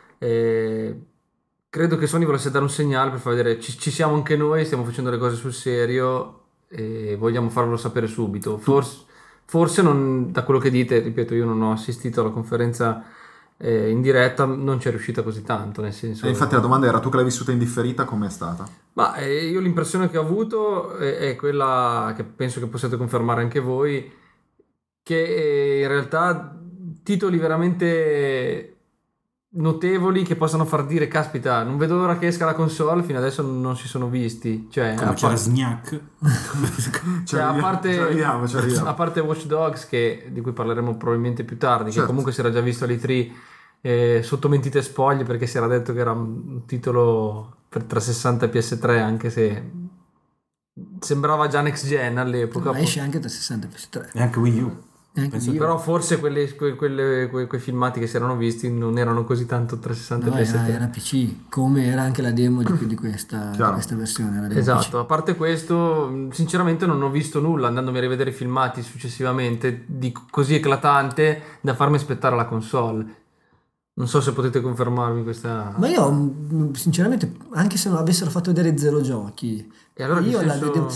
E credo che Sony volesse dare un segnale per far vedere ci, ci siamo anche noi, stiamo facendo le cose sul serio e vogliamo farvelo sapere subito. Forse, forse non, da quello che dite, ripeto, io non ho assistito alla conferenza eh, in diretta, non ci è riuscita così tanto, nel senso... E infatti la domanda era, tu che l'hai vissuta in differita, com'è stata? Ma eh, io l'impressione che ho avuto è, è quella che penso che possiate confermare anche voi, che eh, in realtà titoli veramente notevoli che possano far dire caspita, non vedo l'ora che esca la console, fino adesso non si sono visti. Cioè, Come a c'era par- Sgnac. Ci cioè, a arriviamo, parte, ci arriviamo, ci arriviamo. a parte Watch Dogs, che, di cui parleremo probabilmente più tardi, che Certo. comunque si era già visto all'E tre eh, sotto mentite spoglie, perché si era detto che era un titolo per trecentosessanta e P S tre, anche se sembrava già next gen all'epoca. Ma esce anche da sessanta P S tre. E anche Wii U. E anche Penso- io. Però forse quelle- que- quelle- que- quei filmati che si erano visti non erano così tanto trecentosessanta No, P S tre. era, era P C, come era anche la demo di, di questa, di Chiaro. questa versione. Era demo Esatto, a parte questo, mh, sinceramente non ho visto nulla andandomi a rivedere i filmati successivamente di così eclatante da farmi aspettare la console. Non so se potete confermarmi questa... P C. Ma io, mh, sinceramente, anche se non avessero fatto vedere zero giochi, E allora che io la senso- vedevo.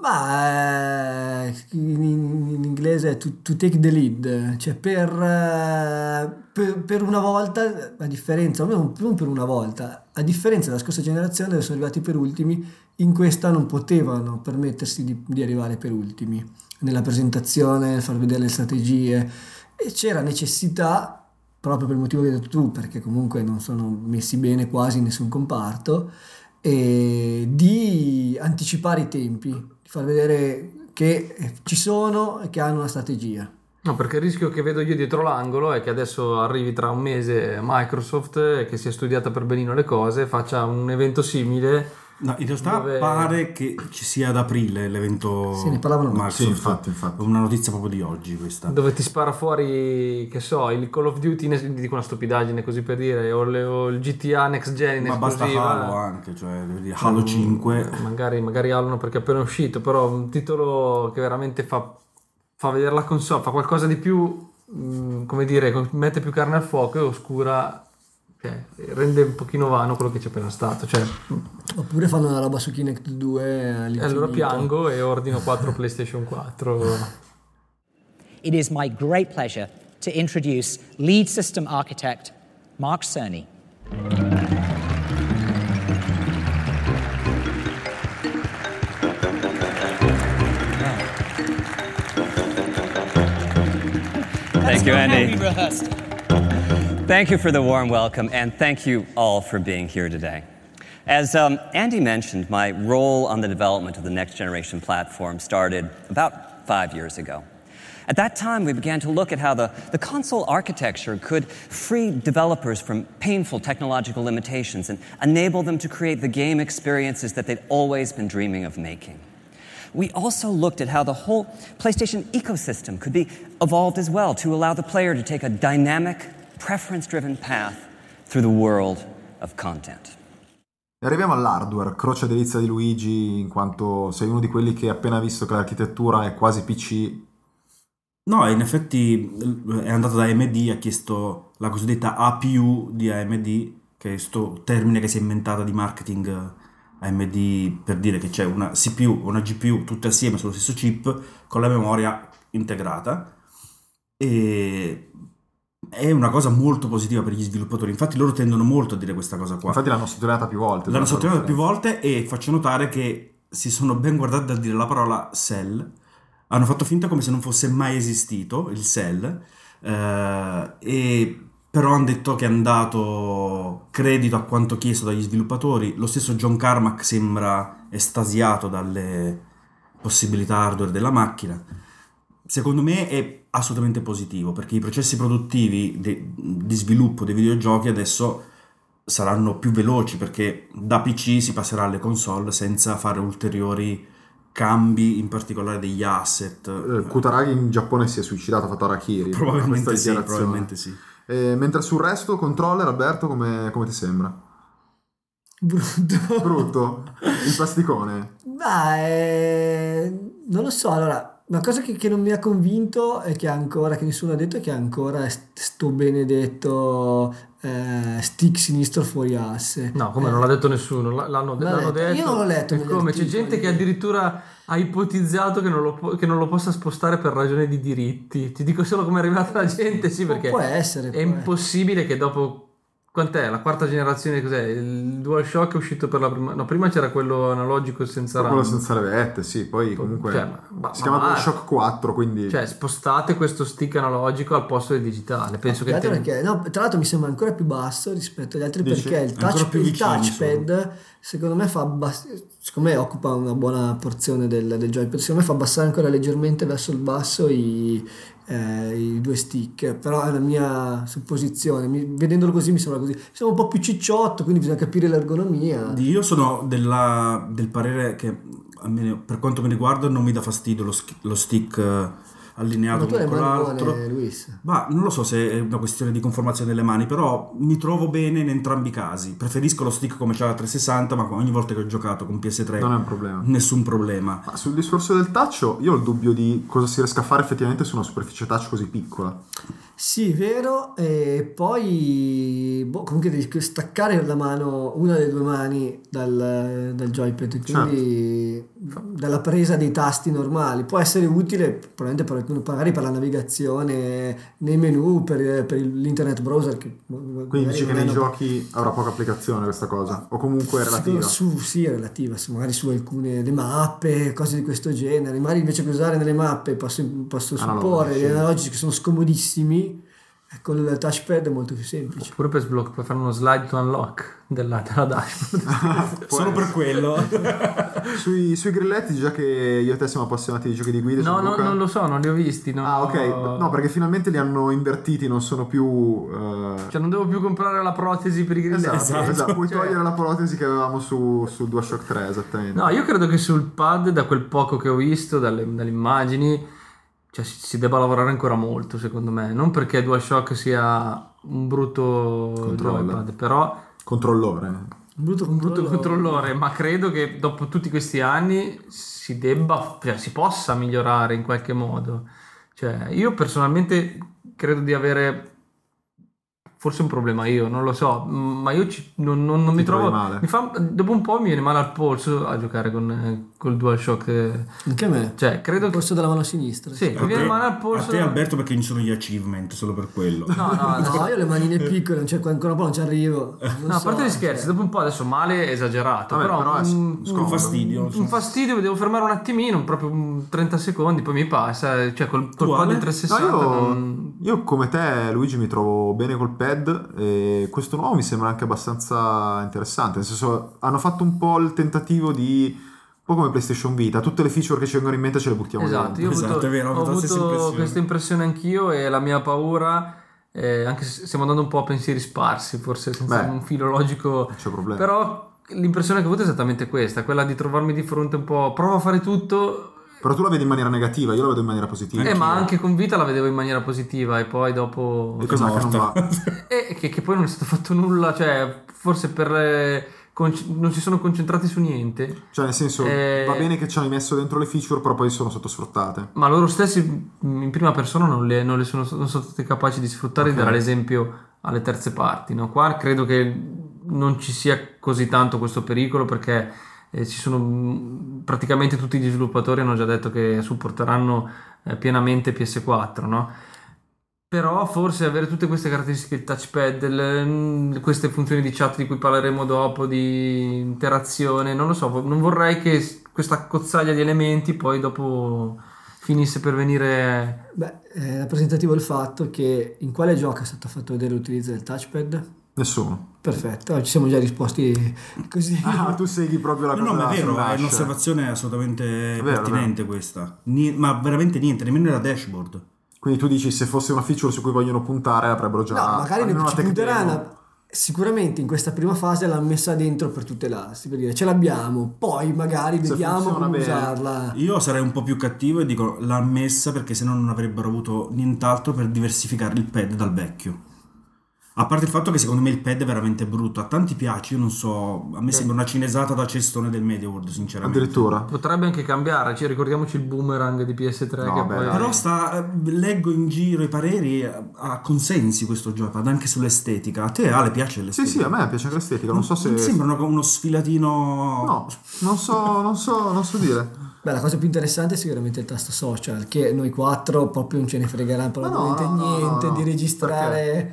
Ma eh, in, in inglese è to, to take the lead, cioè per, eh, per, per una volta, a differenza, non, non per una volta, a differenza della scorsa generazione dove sono arrivati per ultimi, in questa non potevano permettersi di, di arrivare per ultimi nella presentazione, nel far vedere le strategie, e c'era necessità, proprio per il motivo che hai detto tu, perché comunque non sono messi bene quasi in nessun comparto, e di anticipare i tempi, di far vedere che eh, ci sono e che hanno una strategia. No, perché il rischio che vedo io dietro l'angolo è che adesso arrivi tra un mese Microsoft, eh, che si è studiata per benino le cose, faccia un evento simile No, in realtà Dove- pare che ci sia ad aprile l'evento Sì, ne parlavano. Microsoft. Sì, infatti, infatti. Una notizia proprio di oggi questa. dove ti spara fuori, che so, il Call of Duty, ne- ti dico una stupidaggine così per dire, o, le- o il G T A Next Gen in Ma basta esclusiva. Halo anche, cioè devo dire, Halo cinque. Magari, magari Halo perché è appena uscito, però un titolo che veramente fa, fa vedere la console, fa qualcosa di più, mh, come dire, mette più carne al fuoco e oscura, cioè, rende un pochino vano quello che c'è appena stato. Cioè, Oppure fanno una roba su Kinect due e all'infinito. allora piango e ordino quattro PlayStation quattro. It is my great pleasure to introduce lead system architect Mark Cerny. Thank you, How we Andy. rehearsed. Thank you for the warm welcome, and thank you all for being here today. As um, Andy mentioned, my role on the development of the next generation platform started about five years ago. At that time, we began to look at how the, the console architecture could free developers from painful technological limitations and enable them to create the game experiences that they'd always been dreaming of making. We also looked at how the whole PlayStation ecosystem could be evolved as well to allow the player to take a dynamic, preference-driven path through the world of content. E arriviamo all'hardware, croce delizia di Luigi, in quanto sei uno di quelli che appena visto che l'architettura è quasi P C. No, in effetti è andato da A M D, ha chiesto la cosiddetta A P U di A M D, che è questo termine che si è inventata di marketing A M D per dire che c'è una C P U e una G P U tutte assieme sullo stesso chip con la memoria integrata, e è una cosa molto positiva per gli sviluppatori. Infatti loro tendono molto a dire questa cosa qua. Infatti l'hanno sottolineata più volte. L'hanno sottolineato più volte e faccio notare che si sono ben guardati dal dire la parola cell. Hanno fatto finta come se non fosse mai esistito il cell, eh, e però hanno detto che hanno dato credito a quanto chiesto dagli sviluppatori. Lo stesso John Carmack sembra estasiato dalle possibilità hardware della macchina. Secondo me è assolutamente positivo, perché i processi produttivi de- di sviluppo dei videogiochi adesso saranno più veloci, perché da P C si passerà alle console senza fare ulteriori cambi, in particolare degli asset. Eh, Kutaragi in Giappone si è suicidato, ha fatto Arachiri. Probabilmente questa sì, dichiarazione. probabilmente sì. Eh, mentre sul resto, controller, Alberto, come, come ti sembra? Brutto. Brutto? Il plasticone? Ma eh, non lo so, allora, una cosa che, che non mi ha convinto è che ancora, che nessuno ha detto, è che ancora st- sto benedetto eh, stick sinistro fuori asse. No, come Eh, non l'ha detto nessuno, l- l'hanno, L'ha l'hanno detto. detto. Io non l'ho letto E negli come c'è articoli. gente che addirittura ha ipotizzato che non, lo po- che non lo possa spostare per ragioni di diritti. Ti dico solo come è arrivata la gente, sì, perché Può essere, è può impossibile che dopo... Quant'è? La quarta generazione, cos'è? Il DualShock è uscito per la prima... No, prima c'era quello analogico senza RAM. Quello senza le vette, sì. Poi comunque Cioè, ma- ma- si chiama ma- DualShock quattro, quindi... Cioè, spostate questo stick analogico al posto del digitale. Penso che... Tra l'altro, te- perché, no, tra l'altro mi sembra ancora più basso rispetto agli altri, Dici? perché il, Ancora touch, più il vicini touchpad secondo me fa abbass- secondo me occupa una buona porzione del, del joypad, secondo me fa abbassare ancora leggermente verso il basso i, eh, i due stick, però è la mia supposizione. Mi- vedendolo così mi sembra così, mi sembra un po' più cicciotto, quindi bisogna capire l'ergonomia. Io sono della- del parere che, almeno per quanto mi riguarda, non mi dà fastidio lo, sch- lo stick eh, allineato Ma tu hai uno con mani l'altro. buone, Luis. Ma non lo so se è una questione di conformazione delle mani, però mi trovo bene in entrambi i casi. Preferisco lo stick come c'era la trecentosessanta, ma ogni volta che ho giocato con P S tre Non è un problema. nessun problema. Ma sul discorso del touch, io ho il dubbio di cosa si riesca a fare effettivamente su una superficie touch così piccola. Sì, vero, e poi boh, comunque devi staccare la mano, una delle due mani dal, dal joypad, quindi dalla presa dei tasti normali. Può essere utile probabilmente per, magari per la navigazione nei menu, per, per l'internet browser. Che Quindi dici che nei giochi avrà poca applicazione questa cosa, o comunque è relativa. Su, sì, è relativa, su- magari su alcune le mappe, cose di questo genere. Magari invece che usare nelle mappe posso, posso Analogici. supporre gli analogici che sono scomodissimi. Con il touchpad è molto più semplice. Oppure per sbloccare, puoi fare uno slide to unlock della, della dashboard. Solo per quello. Sui, sui grilletti, già che io e te siamo appassionati di giochi di guida, No, su no, Luca- non lo so, non li ho visti. non Ah, ok. ho- No, perché finalmente li hanno invertiti, non sono più. eh, Cioè non devo più comprare la protesi per i grilletti. Esatto, Esatto. esatto. Puoi Cioè- togliere la protesi che avevamo su, su DualShock tre, esattamente. No, io credo che sul pad, da quel poco che ho visto, dalle, dalle immagini, cioè si, si debba lavorare ancora molto, secondo me. Non perché DualShock sia un brutto Controller. joypad, però Controllore. Un brutto un brutto controllo. controllore, ma credo che dopo tutti questi anni si debba, cioè si possa migliorare in qualche modo. Cioè, io personalmente credo di avere forse un problema io, non lo so, m- ma io ci- non, non- non mi Ti trovi trovo male? mi fa, dopo un po' mi viene male al polso a giocare con eh, col DualShock. eh. Anche a me. Cioè, credo Il che polso della mano sinistra. sì, A mi viene te, male al a polso. te, Alberto, perché ci sono gli achievement solo per quello. No, no, no. No, io ho le manine piccole, non c'è, ancora un po' non ci arrivo. Non No, a so, parte gli scherzi, cioè. dopo un po' adesso male è esagerato, Vabbè, però, però è un, scomodo. Un fastidio. un fastidio, mi devo fermare un attimino, proprio un trenta secondi, poi mi passa, cioè col, col Tu, pad Ale? di No, trecentosessanta io, non- io come te, Luigi, mi trovo bene col pad e questo nuovo mi sembra anche abbastanza interessante. Nel senso, hanno fatto un po' il tentativo di. Un po' come PlayStation Vita, tutte le feature che ci vengono in mente ce le buttiamo Esatto, dentro. io ho Esatto, avuto, è vero, ho ho avuto la stessa avuto impressione. questa impressione anch'io e la mia paura, eh, anche se stiamo andando un po' a pensieri sparsi, forse senza Beh, un filo logico, non c'è problema. però l'impressione che ho avuto è esattamente questa, quella di trovarmi di fronte un po', provo a fare tutto. Però tu la vedi in maniera negativa, io la vedo in maniera positiva. Eh, ma anche con Vita la vedevo in maniera positiva e poi dopo... E cos'è che non va? E che, che poi non è stato fatto nulla, cioè forse per... eh, conc- non si sono concentrati su niente, Cioè, nel senso, Eh, va bene che ci hanno messo dentro le feature, però poi sono sottosfruttate. ma loro stessi mh, in prima persona non le, non le sono, non sono stati capaci di sfruttare Ok. e dare l'esempio alle terze parti, no? Qua credo che non ci sia così tanto questo pericolo perché eh, ci sono mh, praticamente tutti gli sviluppatori hanno già detto che supporteranno eh, pienamente P S quattro, no? Però forse avere tutte queste caratteristiche, il touchpad, le- queste funzioni di chat di cui parleremo dopo, di interazione, non lo so, vo- non vorrei che s- questa cozzaglia di elementi poi dopo finisse per venire... Beh, è rappresentativo il fatto che in quale gioco è stato fatto vedere l'utilizzo del touchpad? Nessuno. Perfetto, ci siamo già risposti così. Ah, tu segui proprio la No, cosa no, ma è vero, sul è Nash. un'osservazione assolutamente vero, pertinente questa. Ni- ma veramente niente, nemmeno nella dashboard. Quindi tu dici, se fosse una feature su cui vogliono puntare, avrebbero già... No, magari almeno ne una ci tech punteranno. demo. Sicuramente in questa prima fase l'hanno messa dentro per tutelarsi, per dire ce l'abbiamo, poi magari Se vediamo funziona come bene. usarla. Io sarei un po' più cattivo e dico l'ha messa perché sennò non avrebbero avuto nient'altro per diversificare il pad dal vecchio. A parte il fatto che secondo me il pad è veramente brutto, a tanti piace, io non so, a me sembra una cinesata da cestone del Media World, sinceramente. Addirittura. Potrebbe anche cambiare, cioè, ricordiamoci il boomerang di P S tre No, che beh, poi... dai. Però sta, eh, leggo in giro i pareri, eh, ha consensi questo joypad anche sull'estetica. A te Ale piace Sì, l'estetica? sì, a me piace anche l'estetica, non so se... Mi sembra uno, uno sfilatino... No, non so, non so, non so dire. Beh, la cosa più interessante è sicuramente il tasto social, che noi quattro proprio non ce ne fregherà probabilmente no, no, no, niente no, no. di registrare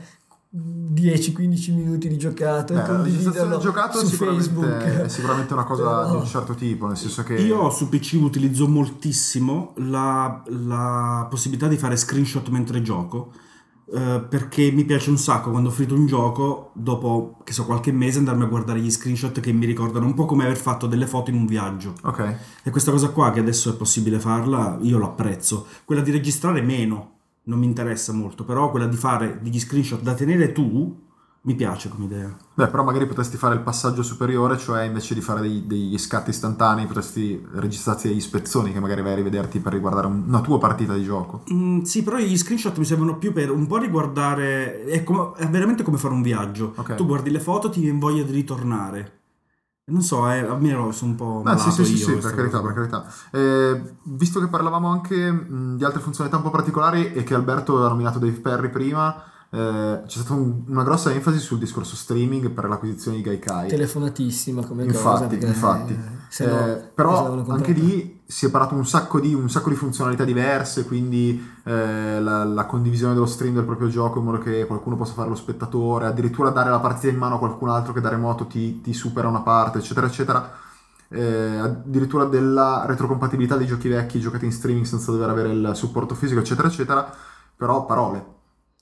dieci quindici minuti di giocato e Beh, la registrazione condividerlo del giocato è su sicuramente, Facebook. è sicuramente una cosa Però- di un certo tipo, nel senso che... Io su P C utilizzo moltissimo la, la possibilità di fare screenshot mentre gioco, eh, perché mi piace un sacco quando ho finito un gioco, dopo che so qualche mese, andarmi a guardare gli screenshot che mi ricordano un po' come aver fatto delle foto in un viaggio. Ok. E questa cosa qua, che adesso è possibile farla, io l'apprezzo. Quella di registrare meno, non mi interessa molto, però quella di fare degli screenshot da tenere tu, mi piace come idea. Beh, però magari potresti fare il passaggio superiore, cioè invece di fare dei- degli scatti istantanei, potresti registrarti degli spezzoni che magari vai a rivederti per riguardare un- una tua partita di gioco. Mm, sì, però gli screenshot mi servono più per un po' riguardare. È, come- è veramente come fare un viaggio. Ok. Tu guardi le foto, ti viene voglia di ritornare. Non so, eh, a me sono un po' Ah, sì, malato sì, sì, io sì, questa per carità, cosa. per carità. Eh, visto che parlavamo anche mh, di altre funzionalità un po' particolari e che Alberto aveva nominato Dave Perry prima, eh, c'è stata un- una grossa enfasi sul discorso streaming per l'acquisizione di Gaikai. Telefonatissima come cosa. Infatti, perché, infatti. eh, se no, Eh, se l'avevano però comprata. anche lì si è parlato un sacco di, un sacco di funzionalità diverse, quindi eh, la, la condivisione dello stream del proprio gioco in modo che qualcuno possa fare lo spettatore, addirittura dare la partita in mano a qualcun altro che da remoto ti, ti supera una parte, eccetera, eccetera. Eh, addirittura della retrocompatibilità dei giochi vecchi giocati in streaming senza dover avere il supporto fisico, eccetera, eccetera. Però parole.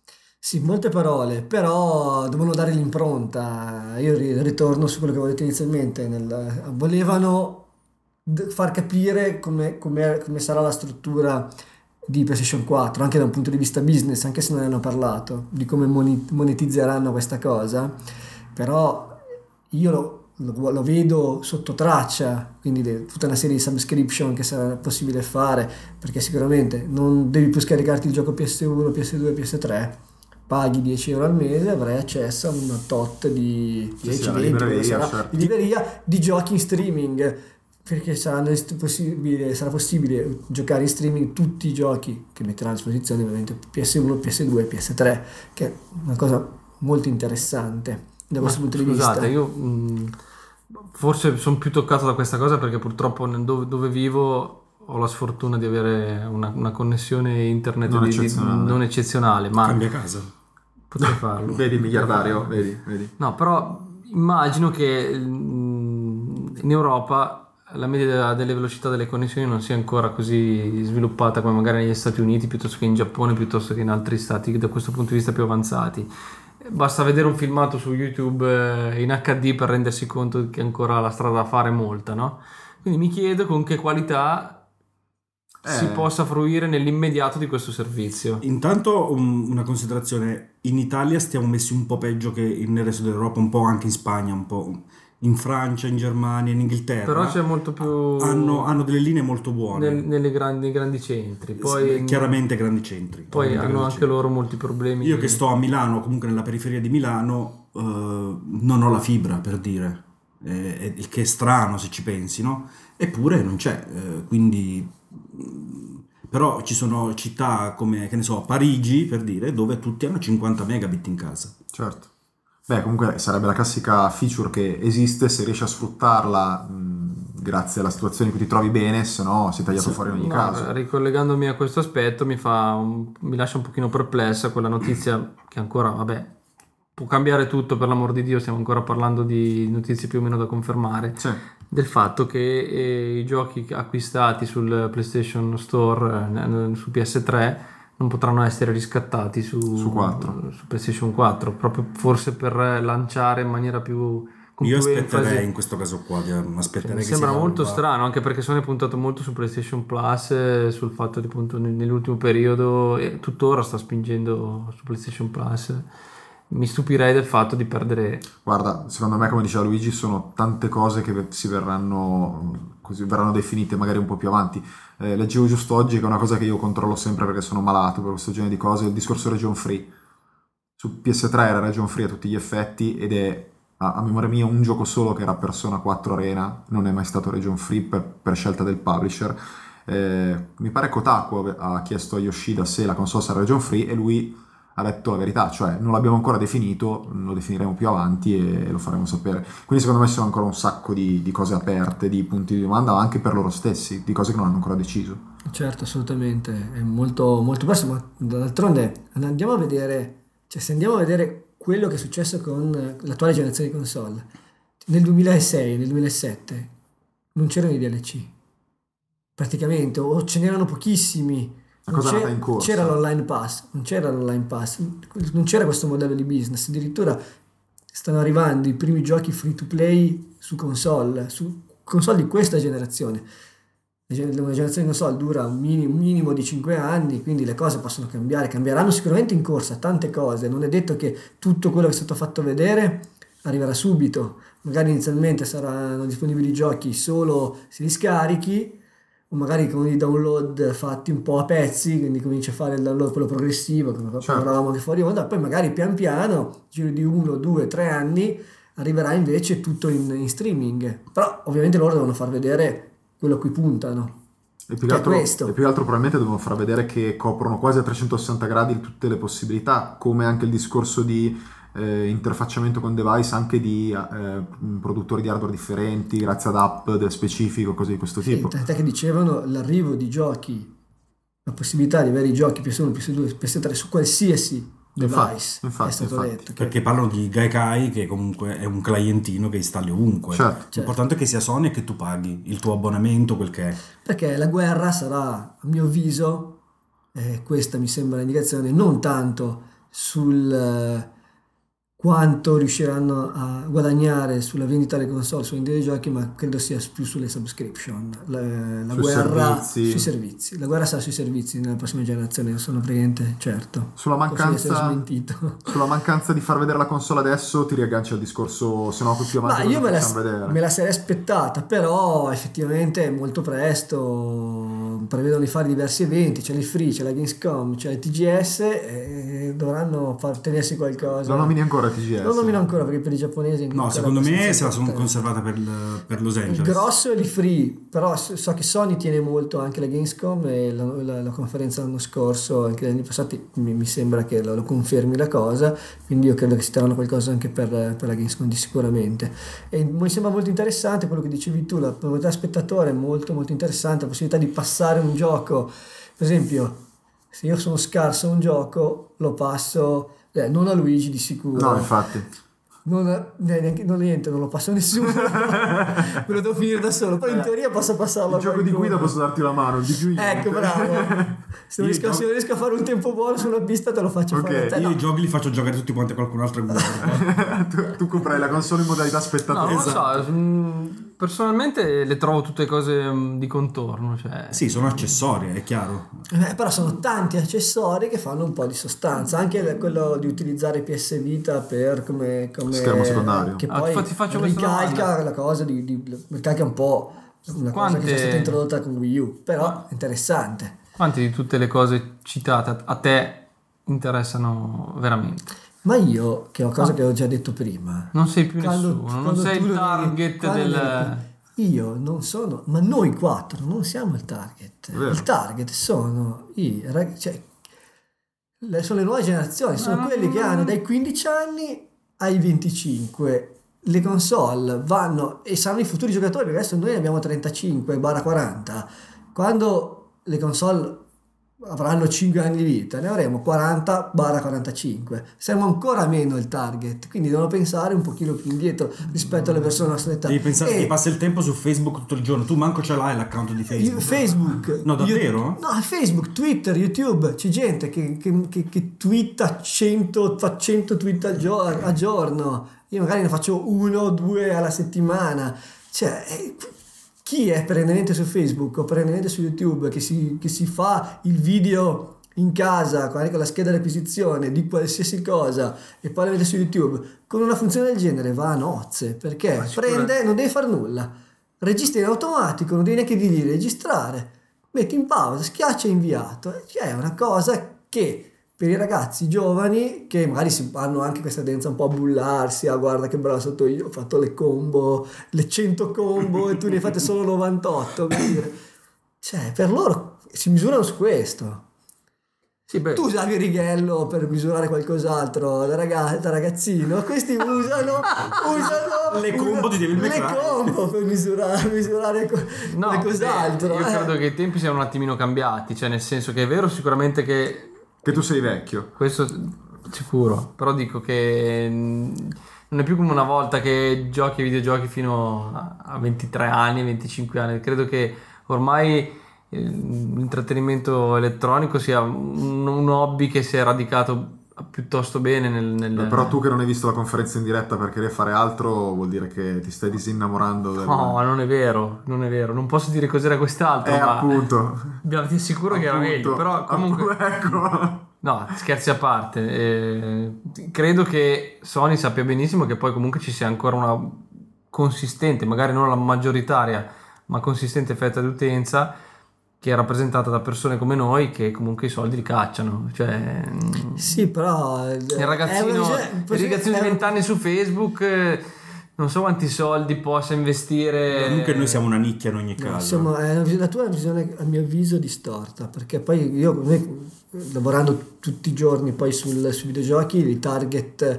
Sì, molte parole, però devono dare l'impronta. Io ri- ritorno su quello che avevo detto inizialmente. nel- volevano d- far capire come, come- come sarà la struttura di PlayStation quattro, anche da un punto di vista business, anche se non ne hanno parlato, di come moni- monetizzeranno questa cosa. Però io lo, lo- lo vedo sotto traccia, quindi de- tutta una serie di subscription che sarà possibile fare, perché sicuramente non devi più scaricarti il gioco P S uno, P S due, P S tre, paghi dieci euro al mese, avrai accesso a una tot di Sì, dieci sì, la venti, quello che libreria, sarà, certo. di libreria di giochi in streaming, perché saranno est- possibile- sarà possibile giocare in streaming tutti i giochi che metteranno a disposizione, ovviamente P S uno, P S due, P S tre, che è una cosa molto interessante da questo Ma punto di vista. scusate, io mh, forse sono più toccato da questa cosa perché purtroppo nel- dove, dove vivo ho la sfortuna di avere una, una connessione internet Non di- di- eccezionale. non eccezionale, ma Cambia casa. potrei farlo. Vedi il miliardario, vedi, vedi. No, però immagino che mh, in Europa la media delle velocità delle connessioni non sia ancora così sviluppata come magari negli Stati Uniti, piuttosto che in Giappone, piuttosto che in altri stati da questo punto di vista più avanzati. Basta vedere un filmato su YouTube eh, in acca di per rendersi conto che ancora la strada da fare è molta, no? Quindi mi chiedo con che qualità si Eh. possa fruire nell'immediato di questo servizio. Intanto un- una considerazione, in Italia stiamo messi un po' peggio che nel resto d'Europa, un po' anche in Spagna, un po' in Francia, in Germania, in Inghilterra. Però c'è molto più hanno, hanno delle linee molto buone. nel- nelle grandi, nei grandi centri. Poi, Chiaramente grandi centri. poi Chiaramente hanno grandi anche centri. loro molti problemi. Io che sto a Milano, comunque nella periferia di Milano, eh, non ho la fibra, per dire. Eh, è- il che è strano se ci pensi, no? Eppure non c'è, eh, quindi... mm, Però ci sono città come, che ne so, Parigi, per dire, dove tutti hanno cinquanta megabit in casa. Certo. Beh, comunque sarebbe la classica feature che esiste se riesci a sfruttarla mh, grazie alla situazione in cui ti trovi bene, se no si è tagliato fuori in ogni No, caso. ricollegandomi a questo aspetto mi fa un- mi lascia un pochino perplessa quella notizia che ancora, vabbè, può cambiare tutto, per l'amor di Dio, stiamo ancora parlando di notizie più o meno da confermare, Sì. del fatto che eh, i giochi acquistati sul PlayStation Store, eh, n- su P S tre, non potranno essere riscattati su, Su quattro. su PlayStation quattro, proprio forse per lanciare in maniera più... con Io più aspetterei enfasi. in questo caso qua, di- aspetterei Mi che sembra si molto evolva. strano, anche perché Sony ha puntato molto su PlayStation Plus, eh, sul fatto che appunto nel- nell'ultimo periodo e tuttora sta spingendo su PlayStation Plus. Mi stupirei del fatto di perdere. Guarda, secondo me, come diceva Luigi, sono tante cose che si verranno, così, verranno definite magari un po' più avanti. Eh, leggevo giusto oggi che è una cosa che io controllo sempre perché sono malato per questo genere di cose, il discorso region free. Su P S tre era region free a tutti gli effetti ed è, a, a memoria mia, un gioco solo che era Persona quattro Arena, non è mai stato region free per, per scelta del publisher. Eh, mi pare Kotaku ave- ha chiesto a Yoshida se la console sarà region free e lui ha detto la verità, cioè non l'abbiamo ancora definito, lo definiremo più avanti e lo faremo sapere. Quindi secondo me ci sono ancora un sacco di, di cose aperte, di punti di domanda, ma anche per loro stessi, di cose che non hanno ancora deciso. Certo, assolutamente, è molto, molto presto, ma d'altronde andiamo a vedere, cioè se andiamo a vedere quello che è successo con l'attuale generazione di console, nel duemilasei, nel duemilasette non c'erano i D L C, praticamente, o ce n'erano pochissimi. La Non cosa è c'è- nata in corsa. c'era l'online pass, non c'era l'online pass, non c'era questo modello di business, addirittura stanno arrivando i primi giochi free to play su console, su console di questa generazione. La gen- Una generazione di console dura un minimo, un minimo di cinque anni, quindi le cose possono cambiare, cambieranno sicuramente in corsa, tante cose, non è detto che tutto quello che è stato fatto vedere arriverà subito, magari inizialmente saranno disponibili giochi solo se li scarichi, o magari con i download fatti un po' a pezzi, quindi cominci a fare il download quello progressivo, come Certo. parlavamo anche fuori onda, poi magari pian piano, giro di uno, due, tre anni, arriverà invece tutto in, in streaming. Però ovviamente loro devono far vedere quello a cui puntano. E più, Che che è altro, questo. e più che altro probabilmente devono far vedere che coprono quasi a trecentosessanta gradi tutte le possibilità, come anche il discorso di eh, interfacciamento con device anche di eh, produttori di hardware differenti, grazie ad app de- specifico, cose di questo Sì, tipo. tant'è che dicevano l'arrivo di giochi, la possibilità di avere i giochi P S uno, P S due, P S tre su qualsiasi Infatti, device, infatti, è stato infatti. detto. che- Perché parlano di Gaikai, che comunque è un clientino che installi ovunque. Certo. L'importante è che sia Sony e che tu paghi il tuo abbonamento, quel che è. Perché la guerra sarà, a mio avviso, eh, questa mi sembra l'indicazione, non tanto sul eh, quanto riusciranno a guadagnare sulla vendita delle console, sulla vendita dei giochi, ma credo sia più sulle subscription. La, la Sui guerra servizi. sui servizi. La guerra sarà sui servizi nella prossima generazione, ne sono praticamente certo. Sulla Posso essere mancanza, smentito. sulla mancanza di far vedere la console adesso ti riagganci al discorso, se no più avanti Ma io cosa me la, facciamo vedere. me la sarei aspettata, però effettivamente è molto presto, prevedono di fare diversi eventi, c'è il Free, c'è la Gamescom, c'è il T G S, e dovranno far tenersi qualcosa. Lo nomini ancora T G S? Non nomino ancora perché per i giapponesi No, ancora secondo me abbastanza se la sono importante. conservata per, il- per Los Il Angeles. grosso è di Free, però so so che Sony tiene molto anche la Gamescom e la, la- la conferenza l'anno scorso, anche negli anni passati, mi, mi sembra che lo, lo confermi la cosa, quindi io credo che si terranno qualcosa anche per, per la Gamescom di sicuramente. E mi sembra molto interessante quello che dicevi tu, la probabilità spettatore è molto molto interessante, la possibilità di passare un gioco, per esempio se io sono scarso a un gioco lo passo, eh, non a Luigi di sicuro. No, infatti. Non, neanche, non niente, non lo passo a nessuno, me lo devo finire da solo. Poi in teoria posso passarlo Il a gioco di qualcuno. guida posso darti la mano, di più niente. Ecco, bravo. Se non, Io riesco, gioco- se non riesco a fare un tempo buono su una pista, te lo faccio Ok, fare a te. Io No. i giochi li faccio giocare tutti quanti a qualcun altro che guarda. tu, tu comprai la console in modalità No, spettatore. non lo so, mm, personalmente le trovo tutte cose mm, di contorno, cioè Sì, sono accessori, è chiaro. Eh, però sono tanti accessori che fanno un po' di sostanza. Anche le- quello di utilizzare P S Vita per come, come Schermo secondario. che Ah, poi ti fa- ti faccio questa ricalca domanda. la cosa di, di ricalca un po' una cosa che Quante- è stata introdotta con Wii U, però è interessante. quante di tutte le cose citate a- a te interessano veramente? Ma io, che è una cosa Ah. che ho già detto prima, Non sei più quando- nessuno, non quando sei tu il non eri- target quando del... non eri- Io non sono, ma noi quattro non siamo il target. Vero. Il target sono i rag- cioè, le, sono le nuove generazioni, sono Ma- quelli che hanno dai quindici anni ai venticinque. Le console vanno e saranno i futuri giocatori, perché adesso noi ne abbiamo trentacinque quaranta. Quando le console avranno cinque anni di vita, ne avremo quaranta quarantacinque. Siamo ancora meno il target, quindi devono pensare un pochino più indietro rispetto alle persone della nostra età. Devi pensare E che passa il tempo su Facebook tutto il giorno. Tu manco ce l'hai l'account di io- Facebook. Facebook, No, davvero? Io- no, Facebook, Twitter, YouTube, c'è gente che, che, che, che twitta cento, fa cento tweet al gio- a giorno. Io magari ne faccio uno o due alla settimana. Cioè, eh, chi è perennemente su Facebook o perennemente su YouTube che si, che si fa il video in casa con con la scheda di acquisizione di qualsiasi cosa e poi la vede su YouTube con una funzione del genere va a nozze, perché Ma sicura- prende, non deve fare nulla, registra in automatico, non devi neanche dirgli di registrare, metti in pausa, schiaccia inviato. Cioè, è una cosa che per i ragazzi giovani che magari si hanno anche questa tendenza un po' a bullarsi, ah guarda che bravo sotto io, ho fatto le combo, le cento combo e tu ne hai fatte solo novantotto, per dire. Cioè, per loro si misurano su questo. Sì, beh, Tu usavi il righello per misurare qualcos'altro da, raga- da ragazzino, questi usano, usano Le combo di Devil May le Cry. combo per misurare, misurare co- no, qualcos'altro. beh, io eh. credo che i tempi siano un attimino cambiati, cioè nel senso che è vero sicuramente che Che tu sei vecchio. questo sicuro, però dico che mm, non è più come una volta che giochi ai videogiochi fino a- a ventitré anni, venticinque anni. Credo che ormai eh, l'intrattenimento elettronico sia un, un hobby che si è radicato piuttosto bene nel, nel... Però tu che non hai visto la conferenza in diretta per querer fare altro vuol dire che ti stai disinnamorando del... No, non è vero, non è vero, non posso dire cos'era quest'altro, Eh, ma appunto. abbiamo- ti assicuro che era Appunto. meglio, però comunque... Appunto, ecco. No, scherzi a parte, eh, credo che Sony sappia benissimo che poi comunque ci sia ancora una consistente, magari non la maggioritaria, ma consistente fetta di utenza che è rappresentata da persone come noi che comunque i soldi li cacciano. Cioè, mm, Sì, però eh, il è ragazzino, una- il ragazzino è di un- venti anni su Facebook, eh, non so quanti soldi possa investire. Comunque noi siamo una nicchia in ogni No, caso. insomma, è una vis- la tua è una visione a mio avviso distorta, perché poi io noi, lavorando tutti i giorni poi sul, sui videogiochi, i target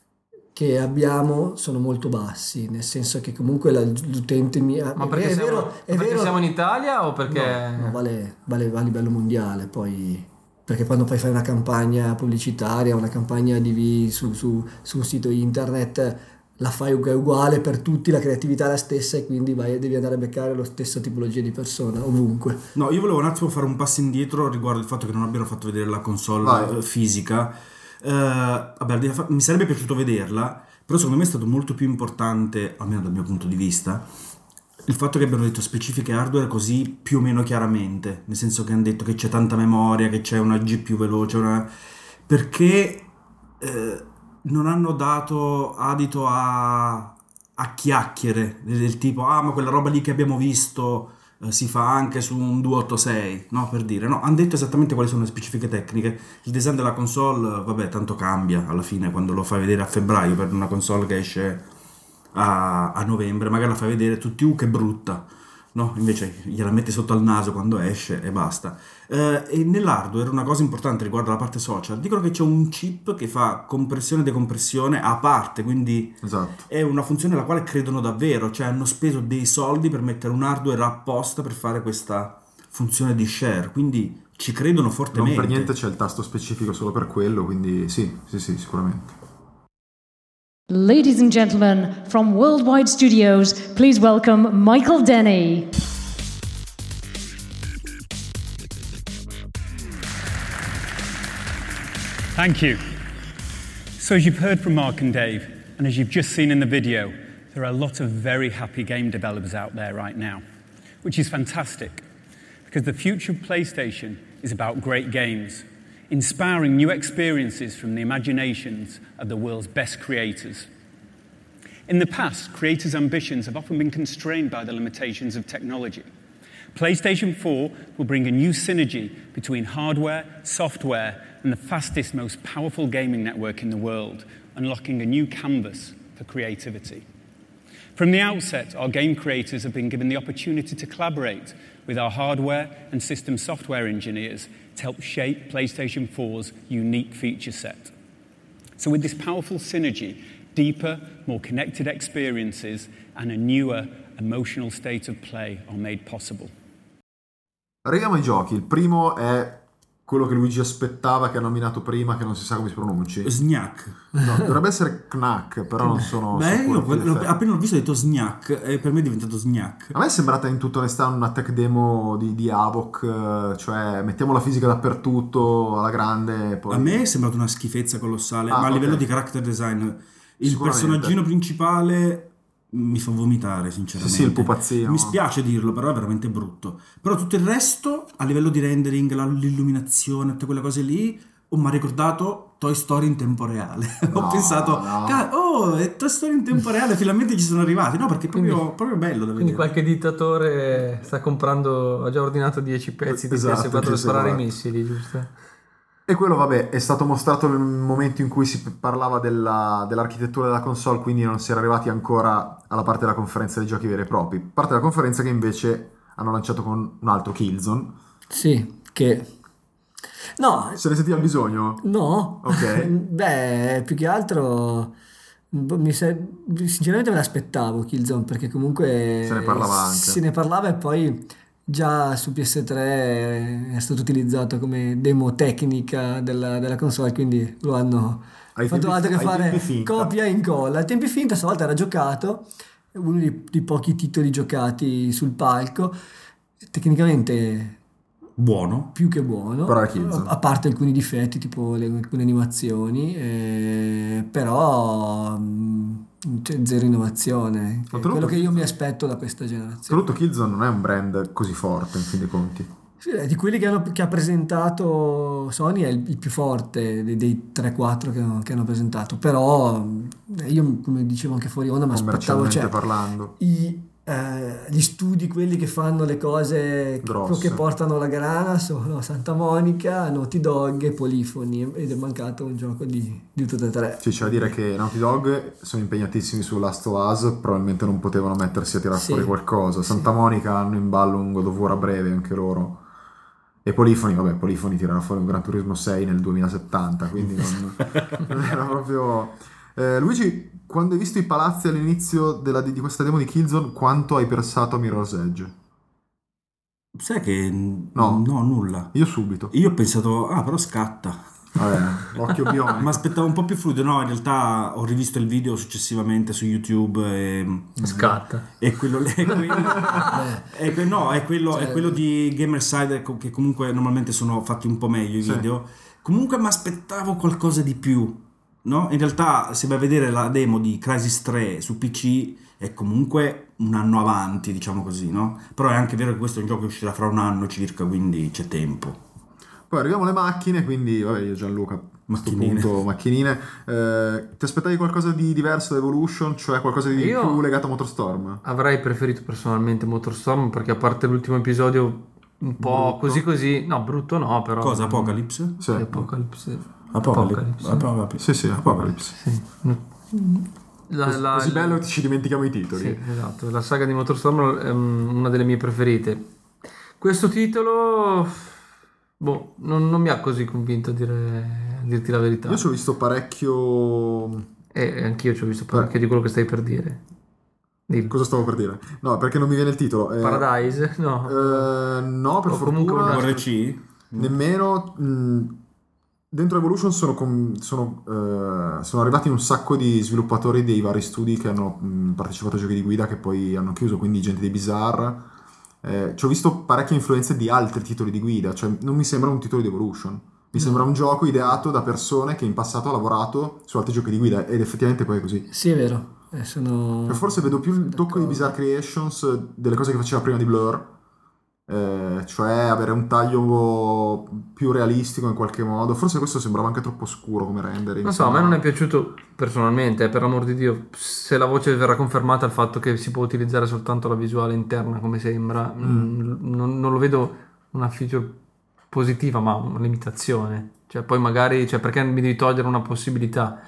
che abbiamo sono molto bassi, nel senso che comunque la- l'utente mia Ma perché, è siamo, vero, è perché vero, siamo in Italia o perché... no, no, vale, vale, vale a livello mondiale, poi perché quando poi fai una campagna pubblicitaria, una campagna di V su, su, su un sito internet, la fai ugu- uguale per tutti, la creatività è la stessa e quindi vai, devi andare a beccare lo stesso tipologia di persona ovunque. No, io volevo un attimo fare un passo indietro riguardo il fatto che non abbiano fatto vedere la console Vai. eh, fisica. Eh, vabbè, al di là fa- mi sarebbe piaciuto vederla, però secondo me è stato molto più importante, almeno dal mio punto di vista, il fatto che abbiano detto specifiche hardware così più o meno chiaramente, nel senso che hanno detto che c'è tanta memoria, che c'è una G P U veloce, una... perché eh, non hanno dato adito a, a chiacchiere del tipo ah ma quella roba lì che abbiamo visto eh, si fa anche su un duecentoottantasei, no, per dire, no, hanno detto esattamente quali sono le specifiche tecniche. Il design della console, vabbè, tanto cambia alla fine quando lo fai vedere a febbraio per una console che esce a, a novembre, magari la fai vedere tutti uh che brutta, no, invece gliela metti sotto al naso quando esce e basta. Eh, e nell'hardware una cosa importante riguardo alla parte social, dicono che c'è un chip che fa compressione e decompressione a parte, quindi Esatto. è una funzione alla quale credono davvero, cioè hanno speso dei soldi per mettere un hardware apposta per fare questa funzione di share, quindi ci credono Non fortemente. per niente c'è il tasto specifico solo per quello, quindi sì, sì, sì, sicuramente. Ladies and gentlemen, from Worldwide Studios, please welcome Michael Denny. Thank you. So as you've heard from Mark and Dave, and as you've just seen in the video, there are a lot of very happy game developers out there right now, which is fantastic, because the future of PlayStation is about great games, inspiring new experiences from the imaginations of the world's best creators. In the past, creators' ambitions have often been constrained by the limitations of technology. PlayStation four will bring a new synergy between hardware, software, and the fastest, most powerful gaming network in the world, unlocking a new canvas for creativity. From the outset, our game creators have been given the opportunity to collaborate with our hardware and system software engineers to help shape PlayStation four's unique feature set. So with this powerful synergy, deeper, more connected experiences and a newer emotional state of play are made possible. Arriviamo ai giochi. Il primo è quello che Luigi aspettava, che ha nominato prima, che non si sa come si pronunci. Sgnac. No, dovrebbe essere Knack, però non sono Beh, sicuro. io quello- appena l'ho visto ho detto Sgnac e per me è diventato Sgnac. A me è sembrata in tutta onestà una tech demo di, di Havok, eh, cioè mettiamo la fisica dappertutto, alla grande. Poi... A me è sembrato una schifezza colossale, Ah, ma a ok. livello di character design il Sicuramente. personaggino principale mi fa vomitare, sinceramente. Sì, sì, il pupazzino. Mi spiace dirlo, però è veramente brutto. Però tutto il resto, a livello di rendering, la- l'illuminazione, tutte quelle cose lì, oh, mi ha ricordato Toy Story in tempo reale. Ho No, pensato, no. "Ca- oh, è Toy Story in tempo reale, finalmente ci sono arrivati. No, perché è proprio, Quindi- proprio bello da Quindi vedere. qualche dittatore sta comprando, ha già ordinato dieci pezzi di Esatto, P S quattro per sì, sparare i esatto. missili, giusto? E quello, vabbè, è stato mostrato nel momento in cui si parlava della- dell'architettura della console, quindi non si era arrivati ancora alla parte della conferenza dei giochi veri e propri. Parte della conferenza che invece hanno lanciato con un altro Killzone. Sì, che... No, Se ne sentiva il bisogno? no. Ok. Beh, più che altro... boh, Mi sa- sinceramente me l'aspettavo Killzone, perché comunque Se ne parlava anche. se ne parlava e poi già su P S tre è stato utilizzato come demo tecnica della, della console, quindi lo hanno Ai fatto tempi- altro che ai fare tempi finta. copia e incolla. Ai tempi finta stavolta era giocato, è uno dei, dei pochi titoli giocati sul palco, tecnicamente Buono. più che buono, Però era Killzone. a parte alcuni difetti tipo le, alcune animazioni, eh, però mh, c'è zero innovazione, che è Oltretutto quello che io mi Killzone- aspetto da questa generazione. Soprattutto Killzone non è un brand così forte, in fin dei conti. Sì, eh, di quelli che, hanno- che ha presentato Sony è il, il più forte dei, dei tre quattro che, hanno- che hanno presentato, però mh, io come dicevo anche fuori onda mi aspettavo, Commercialmente cioè, parlando. i, eh, gli studi, quelli che fanno le cose che, Grosse. che portano la grana, sono Santa Monica, Naughty Dog e Polifoni, ed è mancato un gioco di, di tutte e tre. Sì, c'è da dire che Naughty Dog sono impegnatissimi su Last of Us, probabilmente non potevano mettersi a tirare Sì. fuori qualcosa. Santa Monica hanno in ballo un God of War a breve anche loro. E Polifoni, vabbè, Polifoni tirerà fuori un Gran Turismo sei nel duemilasettanta, quindi non, non era proprio... Eh, Luigi, quando hai visto i palazzi all'inizio della- di, di questa demo di Killzone, quanto hai pensato a Mirror's Edge? Sai che No. no, nulla. Io subito. Io ho pensato, ah, però scatta. Vabbè, occhio bionico. Ma aspettavo un po' più fluido. No, in realtà ho rivisto il video successivamente su YouTube e, Scatta. e quello lì è quello, è que- no, è quello, Cioè- è quello di Gamerside, ecco, che comunque normalmente sono fatti un po' meglio i Sì. video. comunque mi aspettavo qualcosa di più, no? In realtà se vai a vedere la demo di Crysis tre su P C è comunque un anno avanti, diciamo così, no? Però è anche vero che questo è un gioco che uscirà fra un anno circa, quindi c'è tempo. Poi arriviamo alle macchine, quindi vabbè, io Gianluca, a questo Macchinine. punto macchinine. Eh, ti aspettavi qualcosa di diverso da Evolution, cioè qualcosa di Io- più legato a Motorstorm? Avrei preferito personalmente Motorstorm perché a parte l'ultimo episodio un po' Brutto. così così, no brutto no però. Cosa, Apocalypse? Sì, Apocalypse. Apocalypse. Apocalypse. sì, sì, Apocalypse. Sì. La, la- Così bello che ci dimentichiamo i titoli. Sì, esatto, la saga di Motorstorm è um, una delle mie preferite. Questo titolo, boh, non, non mi ha così convinto a, dire, a dirti la verità. Io ci ho visto parecchio... E anch'io ci ho visto parecchio di quello che stai per dire. Dimmi. Cosa stavo per dire? No, perché non mi viene il titolo. Eh, Paradise? No. eh, no, per O comunque fortuna. una- R C? Nemmeno. mh, dentro Evolution sono, com- sono, eh, sono arrivati un sacco di sviluppatori dei vari studi che hanno mh, partecipato a giochi di guida che poi hanno chiuso, quindi gente dei Bizarre. Eh, ci ho visto parecchie influenze di altri titoli di guida, cioè non mi sembra un titolo di Evolution. Mi sembra un gioco ideato da persone che in passato hanno lavorato su altri giochi di guida ed effettivamente poi è così. Sì, è vero. Eh, sono... Cioè, forse vedo più il tocco di Bizarre Creations delle cose che faceva prima di Blur, eh, cioè avere un taglio più realistico in qualche modo. Forse questo sembrava anche troppo scuro come rendering. Non so, a me non è piaciuto personalmente, eh, per amor di Dio, se la voce verrà confermata il fatto che si può utilizzare soltanto la visuale interna come sembra, mm, non, non lo vedo una feature positiva, ma una limitazione. Cioè poi magari, cioè perché mi devi togliere una possibilità?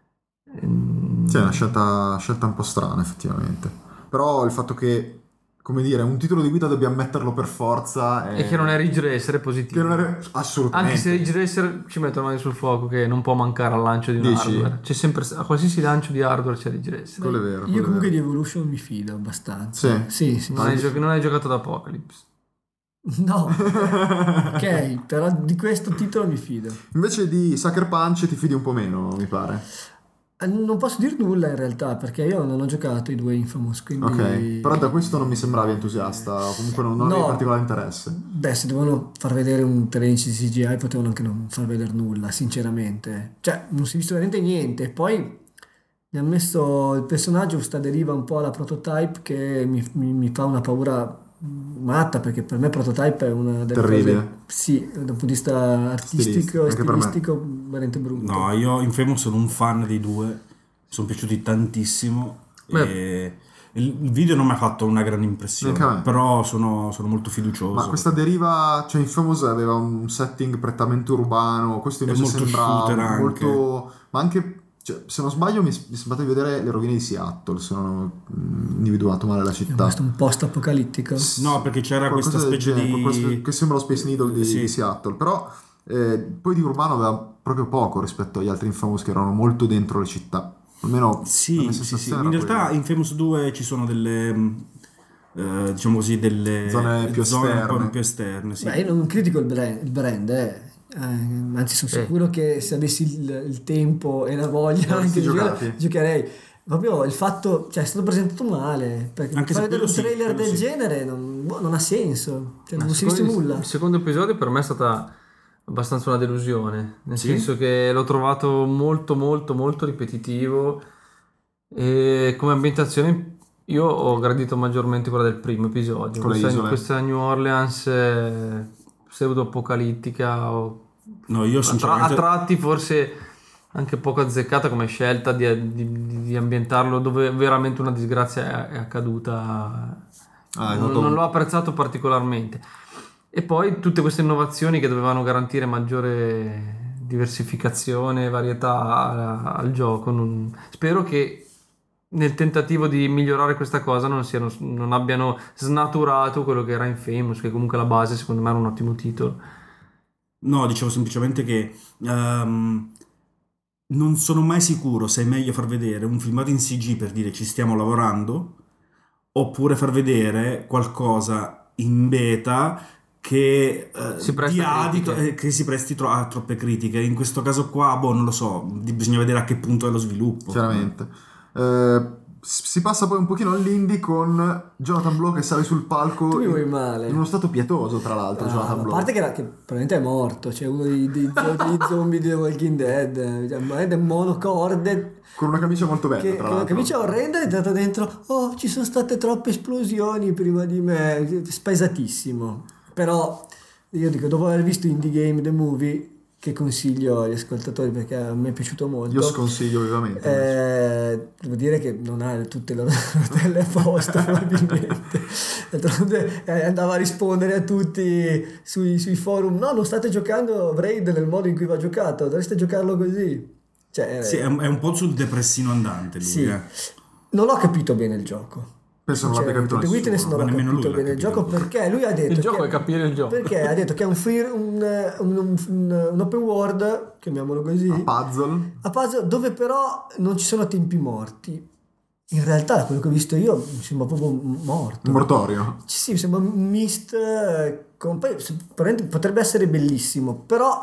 Ehm, Sì, è una scelta, scelta un po' strana effettivamente. Però il fatto che, come dire, un titolo di guida dobbiamo metterlo per forza E che non è Ridge Racer è positivo. che non è- assolutamente. Anche se Ridge Racer ci metto la mano sul fuoco che non può mancare al lancio di un Dici? hardware. C'è sempre, a qualsiasi lancio di hardware c'è Ridge Racer. Quello è vero. quello Io è comunque vero. di Evolution mi fido abbastanza. Sì? Sì, sì. Non sì. hai, gio- non hai giocato ad Apocalypse. No, ok, però di questo titolo mi fido. Invece di Sucker Punch ti fidi un po' meno, mi pare. Eh, Non posso dire nulla in realtà perché io non ho giocato i due Infamous, quindi... Ok, però da questo non mi sembravi entusiasta, o comunque non, non No. avevi particolare interesse. Beh, se dovevano far vedere un trailer di C G I potevano anche non far vedere nulla, sinceramente. Cioè, non si è visto veramente niente. Poi mi ha messo il personaggio questa deriva un po' alla Prototype che mi, mi- mi fa una paura matta, perché per me Prototype è una delle Terribile. cose... Sì, dal punto di vista artistico e Stilistico, anche per me. stilistico, veramente brutto. No, io Infamous sono un fan dei due, mi sono piaciuti tantissimo. E il il video non mi ha fatto una grande impressione, Neanche a me. però sono, sono molto fiducioso. Ma questa deriva, cioè Infamous aveva un setting prettamente urbano, questo invece molto sembrava shooter anche. molto... Ma anche, cioè, se non sbaglio, mi, mi è sembrato di vedere le rovine di Seattle, se non ho mm, individuato male la È città. questo un post-apocalittico. No, perché c'era Qualcosa questa del specie genere, di... qualcosa che sembra lo Space Needle di, Sì. di Seattle, però eh, poi di urbano aveva proprio poco rispetto agli altri Infamous che erano molto dentro le città. Almeno la Sì, mia sì, sì. sensazione In era realtà quella. in Famous due ci sono delle, mh, eh, diciamo così, delle Zone più zone un esterne. po' più esterne. Sì. Beh, io non critico il brand, il brand eh. Eh, anzi sono Eh. sicuro che se avessi il, il tempo e la voglia Avresti anche di giocare, giocati. giocherei. Proprio il fatto, cioè è stato presentato male, perché Anche se fare vedere un quello sì, trailer quello del sì. genere non, boh, non ha senso, cioè, Ma non si è visto secondo- nulla. Il secondo episodio per me è stata abbastanza una delusione, nel Sì? senso che l'ho trovato molto molto molto ripetitivo e come ambientazione io ho gradito maggiormente quella del primo episodio, Con le questa, isole. questa New Orleans eh, pseudo-apocalittica o No, io a, tra- a sinceramente... tratti forse anche poco azzeccata come scelta di, di- di ambientarlo dove veramente una disgrazia è, è accaduta. Ah, è non, stato- non l'ho apprezzato particolarmente. E poi tutte queste innovazioni che dovevano garantire maggiore diversificazione e varietà a- al gioco. non- Spero che nel tentativo di migliorare questa cosa non, siano, non abbiano snaturato quello che era Infamous, che comunque la base secondo me era un ottimo titolo. No, dicevo semplicemente che ehm, non sono mai sicuro se è meglio far vedere un filmato in C G per dire ci stiamo lavorando oppure far vedere qualcosa in beta che, eh, Si presta dia a adito- critiche. eh, che si presti tro- a troppe critiche. In questo caso qua, boh, non lo so, di- bisogna vedere a che punto è lo sviluppo. Chiaramente. Eh, si passa poi un pochino all'indie con Jonathan Blow che sale sul palco Tu mi vuoi in, male. in uno stato pietoso, tra l'altro. Ah, Jonathan a Blow. parte che, era, che probabilmente è morto, cioè uno dei, dei, dei zombie di The Walking Dead, cioè, è monocorde. Con una camicia molto bella, Che, tra con una l'altro. camicia orrenda è entrato dentro. Oh, ci sono state troppe esplosioni prima di me. Spesatissimo. Però io dico, dopo aver visto Indie Game The Movie, che consiglio agli ascoltatori perché a me è piaciuto molto. Io sconsiglio vivamente. Eh, devo dire che non ha tutte le rotelle a posto, probabilmente. D'altronde eh, andava a rispondere a tutti sui, sui forum: no, non state giocando Braid nel modo in cui va giocato, dovreste giocarlo così. Cioè, Sì, è un, è un po' sul depressino andante lui, sì. eh. Non ho capito bene il gioco. Penso non l'abbia capito The Witness nessuno. non ma ho nemmeno capito lui l'ha bene il capito. gioco perché lui ha detto Il gioco che, è capire il gioco. perché ha detto che è un, free, un, un, un, un open world, chiamiamolo così, A puzzle. a puzzle, dove però non ci sono tempi morti. In realtà, da quello che ho visto io, mi sembra proprio morto. Un mortorio. Sì, mi sembra un mist. eh, Con, poi, probabilmente potrebbe essere bellissimo, però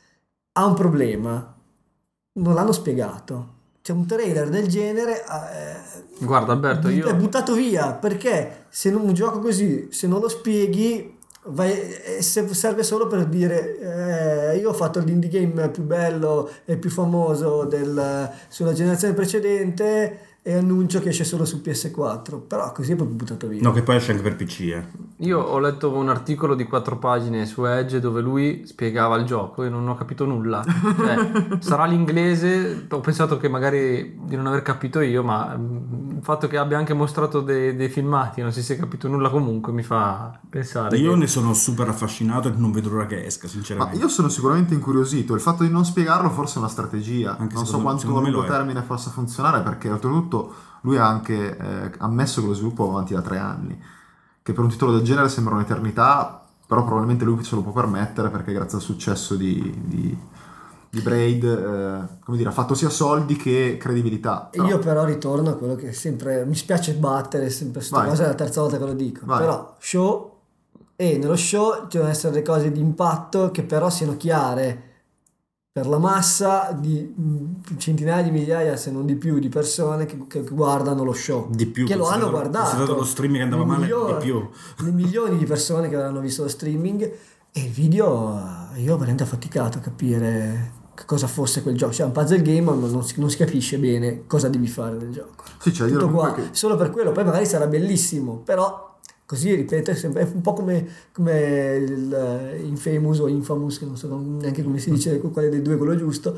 ha un problema. Non l'hanno spiegato. C'è un trailer del genere. eh, Guarda Alberto, io... è buttato via perché se non un gioco così, se non lo spieghi, vai, eh, se- serve solo per dire eh, io ho fatto l'indie game più bello e più famoso del, sulla generazione precedente e annuncio che esce solo su P S quattro, però così è proprio buttato via. No, che poi esce anche per P C, eh. Io ho letto un articolo di quattro pagine su Edge dove lui spiegava il gioco e non ho capito nulla. Cioè, sarà l'inglese, ho pensato che magari di non aver capito io, ma mm, il fatto che abbia anche mostrato dei, dei filmati e non si sia capito nulla comunque mi fa pensare Io che... ne sono super affascinato e non vedo l'ora che esca, Ma sinceramente. io sono sicuramente incuriosito. Il fatto di non spiegarlo forse è una strategia. Anche non so secondo- quanto a secondo me lungo lo è. termine possa funzionare, perché oltretutto lui ha anche eh, ammesso che lo sviluppo va avanti da tre anni, che per un titolo del genere sembra un'eternità, però probabilmente lui se lo può permettere perché grazie al successo di, di, di Braid eh, come dire, ha fatto sia soldi che credibilità. E Però- io però ritorno a quello che sempre mi spiace battere, sempre questa Vai. cosa è la terza volta che lo dico. Vai. Però show, e nello show ci devono essere delle cose di impatto che però siano chiare per la massa di mh, centinaia di migliaia, se non di più, di persone che, che guardano lo show. Di più, che lo hanno considerato- guardato. considerato lo streaming che andava Le male, milioni- di più. Le milioni di persone che avranno visto lo streaming e il video, eh, io ho veramente faticato a capire che cosa fosse quel gioco. Cioè, è un puzzle game, ma non si, non si capisce bene cosa devi fare nel gioco. Sì, c'è da dire Tutto qua, comunque che- solo per quello, poi magari sarà bellissimo, però così, ripeto, è sempre- è un po' come, come il eh, Infamous o Infamous, che non so neanche come si dice, quale dei due è quello giusto.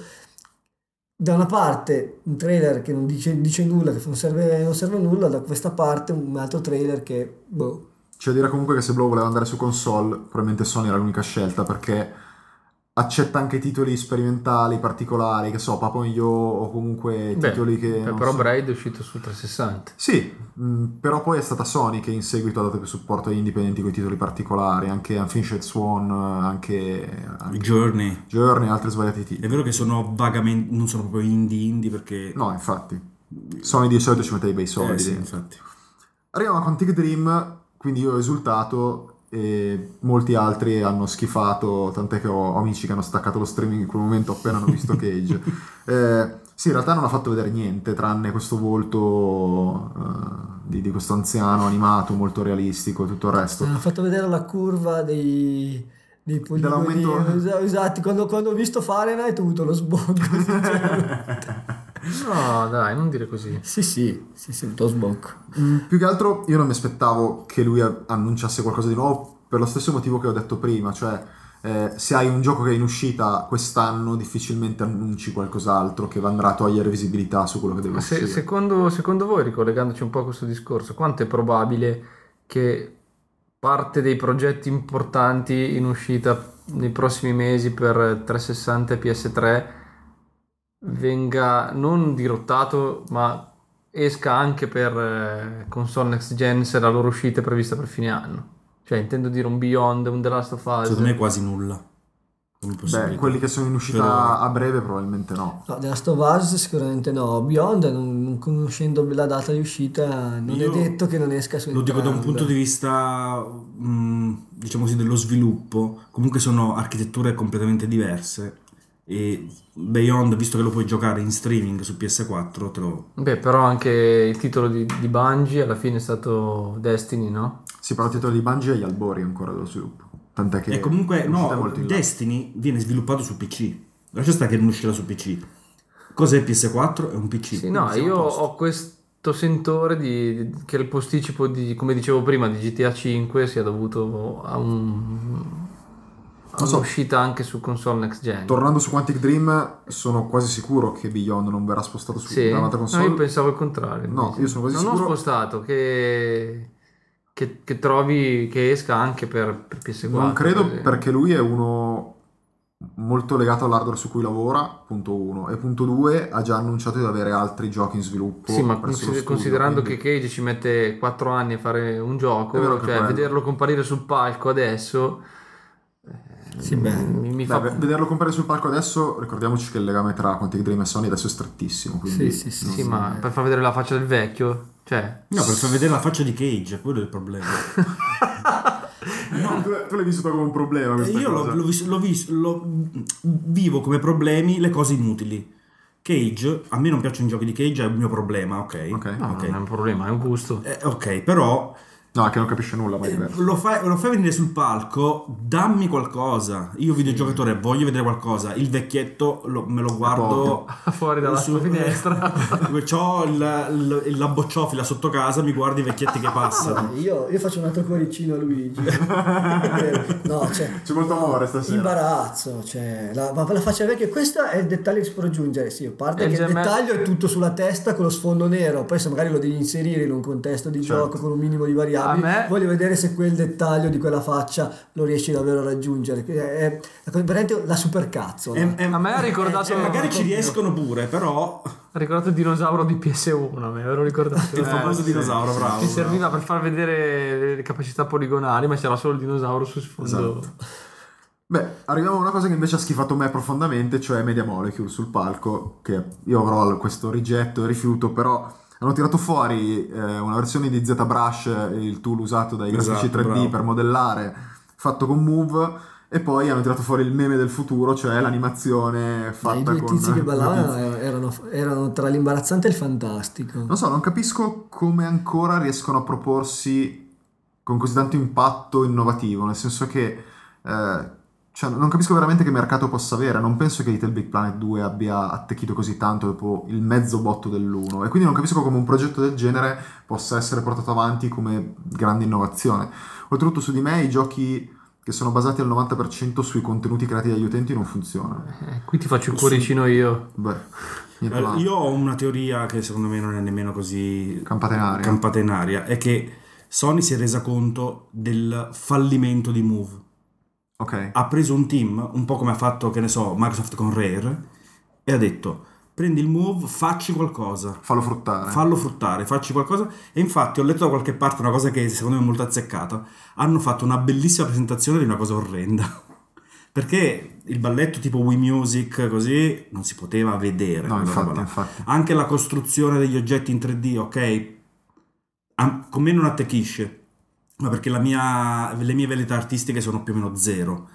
Da una parte un trailer che non dice, dice nulla, che non serve, non serve a nulla, da questa parte un altro trailer che, boh, C'è da dire comunque che se Blow voleva andare su console, probabilmente Sony era l'unica scelta, perché accetta anche titoli sperimentali, particolari, che so, Papo-Yo o comunque Beh, titoli che... eh, non però so. Braid è uscito su trecentosessanta. Sì, mh, però poi è stata Sony che in seguito ha dato più supporto agli indipendenti con i titoli particolari, anche Unfinished Swan, anche, anche Journey. Journey e altri svariati È titoli. vero che sono vagamente, non sono proprio indie indie perché... No, infatti. Sony di solito ci mette dei bei soldi Eh, sì, dentro. infatti. Arriviamo a Quantic Dream, quindi io ho esultato e molti altri hanno schifato, tant'è che ho amici che hanno staccato lo streaming in quel momento appena hanno visto Cage. Eh, sì, in realtà non ha fatto vedere niente, tranne questo volto eh, di, di questo anziano animato molto realistico e tutto il resto. hanno fatto vedere la curva dei, dei poligoni Dell'aumento- es- esatti. Quando, quando ho visto Fahrenheit ho avuto lo sbocco. sinceramente. No, dai, non dire così. sì, sì, sì, sì, ho avuto lo sbocco. Mm, più che altro io non mi aspettavo che lui a- annunciasse qualcosa di nuovo per lo stesso motivo che ho detto prima, cioè eh, se hai un gioco che è in uscita quest'anno difficilmente annunci qualcos'altro che andrà a togliere visibilità su quello che deve Ma se- uscire. secondo, secondo voi, ricollegandoci un po' a questo discorso, quanto è probabile che parte dei progetti importanti in uscita nei prossimi mesi per trecentosessanta e P S tre venga non dirottato, ma esca anche per eh, console next gen se la loro uscita è prevista per fine anno? Cioè, intendo dire un Beyond, un The Last of Us. Secondo me quasi nulla. Come Beh, possibilità. quelli che sono in uscita Per ora. a breve probabilmente no. No, The Last of Us sicuramente no. Beyond, non, non conoscendo la data di uscita, non Io è detto che non esca su Lo dico da un entrambe. punto di vista, mh, diciamo così, dello sviluppo. Comunque sono architetture completamente diverse. e Beyond, visto che lo puoi giocare in streaming su P S quattro, te lo... Beh, però anche il titolo di, di Bungie alla fine è stato Destiny, no? Sì, però il titolo di Bungie è agli albori ancora dello sviluppo. Tant'è che E comunque è uscita no, molto in là. Destiny viene sviluppato su P C. Lascia stare che non uscirà su P C. Cos'è P S quattro? È un P C. Sì, no, Quindi siamo io a posto. ho questo sentore di, che il posticipo di, come dicevo prima, di G T A cinque sia dovuto a un... Non so. un'uscita anche su console next gen. Tornando su Quantic Dream, sono quasi sicuro che Beyond non verrà spostato su Sì, da un'altra no, console. io pensavo il contrario. No, invece. io sono quasi non sicuro- ho spostato, che, che, che trovi che esca anche per, per P S quattro. Non credo, per esempio. perché lui è uno molto legato all'hardware su cui lavora, punto uno, e punto due ha già annunciato di avere altri giochi in sviluppo. Sì, ma presso lo consider- studio, considerando quindi- che Cage ci mette quattro anni a fare un gioco, È vero che cioè quello. vederlo comparire sul palco adesso Sì, beh. mi, mi Beh, fa... ve- vederlo comparire sul palco adesso, ricordiamoci che il legame tra Quantic Dream e Sony adesso è strettissimo, quindi Sì, sì, sì. Sì, ma per far vedere la faccia del vecchio, cioè... No, per far vedere la faccia di Cage, quello è il problema. No, tu, tu l'hai vissuto come un problema E questa io l'ho, cosa. l'ho vis- l'ho vis- l'ho- vivo come problemi le cose inutili. Cage, a me non piacciono i giochi di Cage, è il mio problema, ok? Ok. No, Ok. non è un problema, è un gusto. Eh, ok, però No, che non capisce nulla, ma è eh, diverso. lo fai, lo fai venire sul palco, dammi qualcosa. Io videogiocatore voglio vedere qualcosa. Il vecchietto lo- me lo guardo Fuori dalla su- finestra. C'ho il, il, la bocciofila sotto casa, mi guardi i vecchietti che passano. Io, io faccio un altro cuoricino a Luigi. No, cioè, C'è molto amore stasera. imbarazzo, cioè, la, ma la faccia vecchia, questo è il dettaglio che si può raggiungere. Sì, a parte E che il il gemme- dettaglio è tutto sulla testa con lo sfondo nero, poi se magari lo devi inserire in un contesto di Certo. gioco con un minimo di variabili, A me- voglio vedere se quel dettaglio di quella faccia lo riesci davvero a raggiungere. Che È, è veramente la supercazzola. E- e- A me ha ricordato- cioè, magari ci riescono pure, però Ha ricordato il dinosauro di P S uno, me l'ero ricordato. il famoso sì. dinosauro, bravo. Ti serviva per far vedere le capacità poligonali, ma c'era solo il dinosauro su sfondo. Esatto. Beh, arriviamo a una cosa che invece ha schifato me profondamente, cioè Media Molecule sul palco, che io avrò questo rigetto e rifiuto, però hanno tirato fuori eh, una versione di ZBrush, il tool usato dai grafici Esatto, tre D bravo. per modellare, fatto con Move, e poi hanno tirato fuori il meme del futuro, cioè l'animazione I fatta due con... tizi che due ballavano tizi. erano, erano tra l'imbarazzante e il fantastico. Non so, non capisco come ancora riescono a proporsi con così tanto impatto innovativo, nel senso che eh, cioè, non capisco veramente che mercato possa avere. Non penso che Little Big Planet due abbia attecchito così tanto dopo il mezzo botto dell'uno, e quindi non capisco come un progetto del genere possa essere portato avanti come grande innovazione. Oltretutto su di me i giochi che sono basati al novanta per cento sui contenuti creati dagli utenti non funzionano. Eh, qui ti faccio il cuoricino io. Beh, niente Allora, male. io ho una teoria che secondo me non è nemmeno così Campata in aria. campata in aria, è che Sony si è resa conto del fallimento di Move. Ok. Ha preso un team, un po' come ha fatto, che ne so, Microsoft con Rare, e ha detto: prendi il Move, facci qualcosa, Fallo fruttare. fallo fruttare, facci qualcosa. E infatti ho letto da qualche parte una cosa che secondo me è molto azzeccata: hanno fatto una bellissima presentazione di una cosa orrenda. Perché il balletto tipo Wii Music così non si poteva vedere. No, quella infatti, roba là. infatti. Anche la costruzione degli oggetti in tre D, ok, am- con me non attecchisce, ma perché la mia, le mie velleità artistiche sono più o meno zero.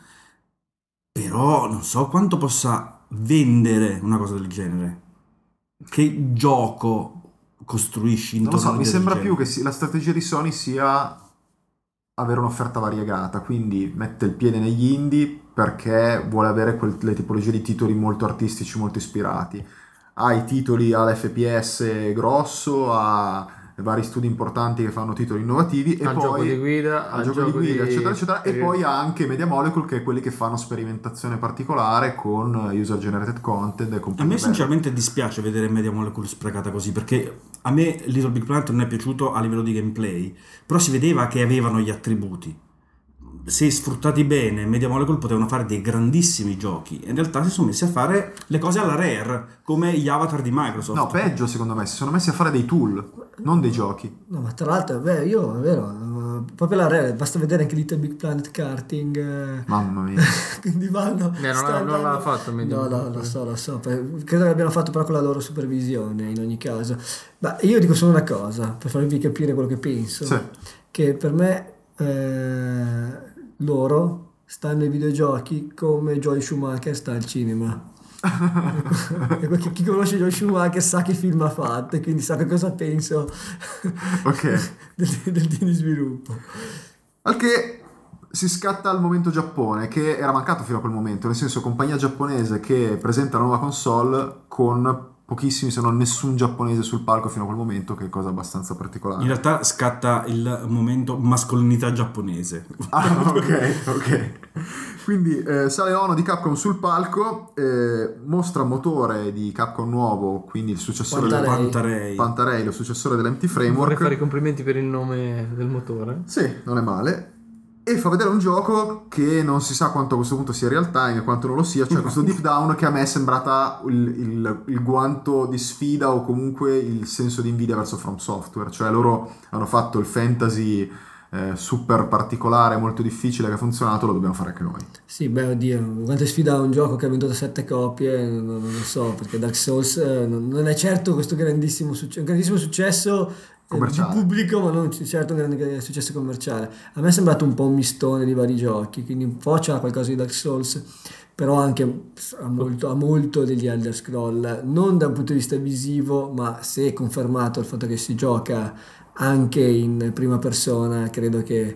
Però non so quanto possa vendere una cosa del genere. Che gioco costruisci Non lo intorno so, a mi del sembra genere? più che si- la strategia di Sony sia avere un'offerta variegata, quindi mette il piede negli indie perché vuole avere quelle tipologie di titoli molto artistici, molto ispirati. Ha i titoli all'F P S grosso, ha vari studi importanti che fanno titoli innovativi, e Al poi gioco di guida, al al gioco di gioco guida, di- eccetera, eccetera, e poi ha anche Media Molecule, che è quelli che fanno sperimentazione particolare con user generated content e A compagnia me bella. sinceramente dispiace vedere Media Molecule sprecata così, perché a me Little Big Planet non è piaciuto a livello di gameplay, però si vedeva che avevano gli attributi. Se sfruttati bene, Media Molecule potevano fare dei grandissimi giochi, e in realtà si sono messi a fare le cose alla Rare, come gli avatar di Microsoft. No, peggio secondo me, si sono messi a fare dei tool, non dei giochi. No, ma tra l'altro, beh, io, è vero, eh, proprio la Rare, basta vedere anche Little Big Planet Karting. eh, Mamma mia. Quindi vanno. Eh, non sta l'ha- non andando- l'ha fatto Media No, no, Molecule. lo so, lo so. per- Credo che l'abbiano fatto però con la loro supervisione in ogni caso. Ma io dico solo una cosa, per farvi capire quello che penso. Sì. Che per me eh, loro stanno ai videogiochi come Joy Schumacher sta al cinema. chi, chi conosce Joel Schumacher sa che film ha fatto e quindi sa che cosa penso Ok. del, del team di sviluppo. Al che si scatta il momento Giappone, che era mancato fino a quel momento, nel senso compagnia giapponese che presenta la nuova console con pochissimi, se non nessun giapponese sul palco fino a quel momento, che è cosa abbastanza particolare. In realtà scatta il momento mascolinità giapponese. Ah, ok, ok. Quindi eh, sale Ono di Capcom sul palco, eh, mostra motore di Capcom nuovo, quindi il successore del Pantarei. Pantarei. Pantarei, lo successore dell'M T Vorrei Framework. fare i complimenti per il nome del motore. Sì, non è male. E fa vedere un gioco che non si sa quanto a questo punto sia real time e quanto non lo sia, cioè questo Deep Down che a me è sembrata il, il, il guanto di sfida o comunque il senso di invidia verso From Software, cioè loro hanno fatto il fantasy eh, super particolare, molto difficile, che ha funzionato, lo dobbiamo fare anche noi. Sì, beh, oddio, quante sfida a un gioco che ha venduto sette copie, non, non lo so, perché Dark Souls eh, non, non è certo questo grandissimo, succe- un grandissimo successo eh, di Commerciale. pubblico, ma non c- certo un grande successo commerciale. A me è sembrato un po' un mistone di vari giochi, quindi un po' c'ha qualcosa di Dark Souls, però anche ha molto, ha molto degli Elder Scroll, non da un punto di vista visivo, ma se è confermato il fatto che si gioca anche in prima persona, credo che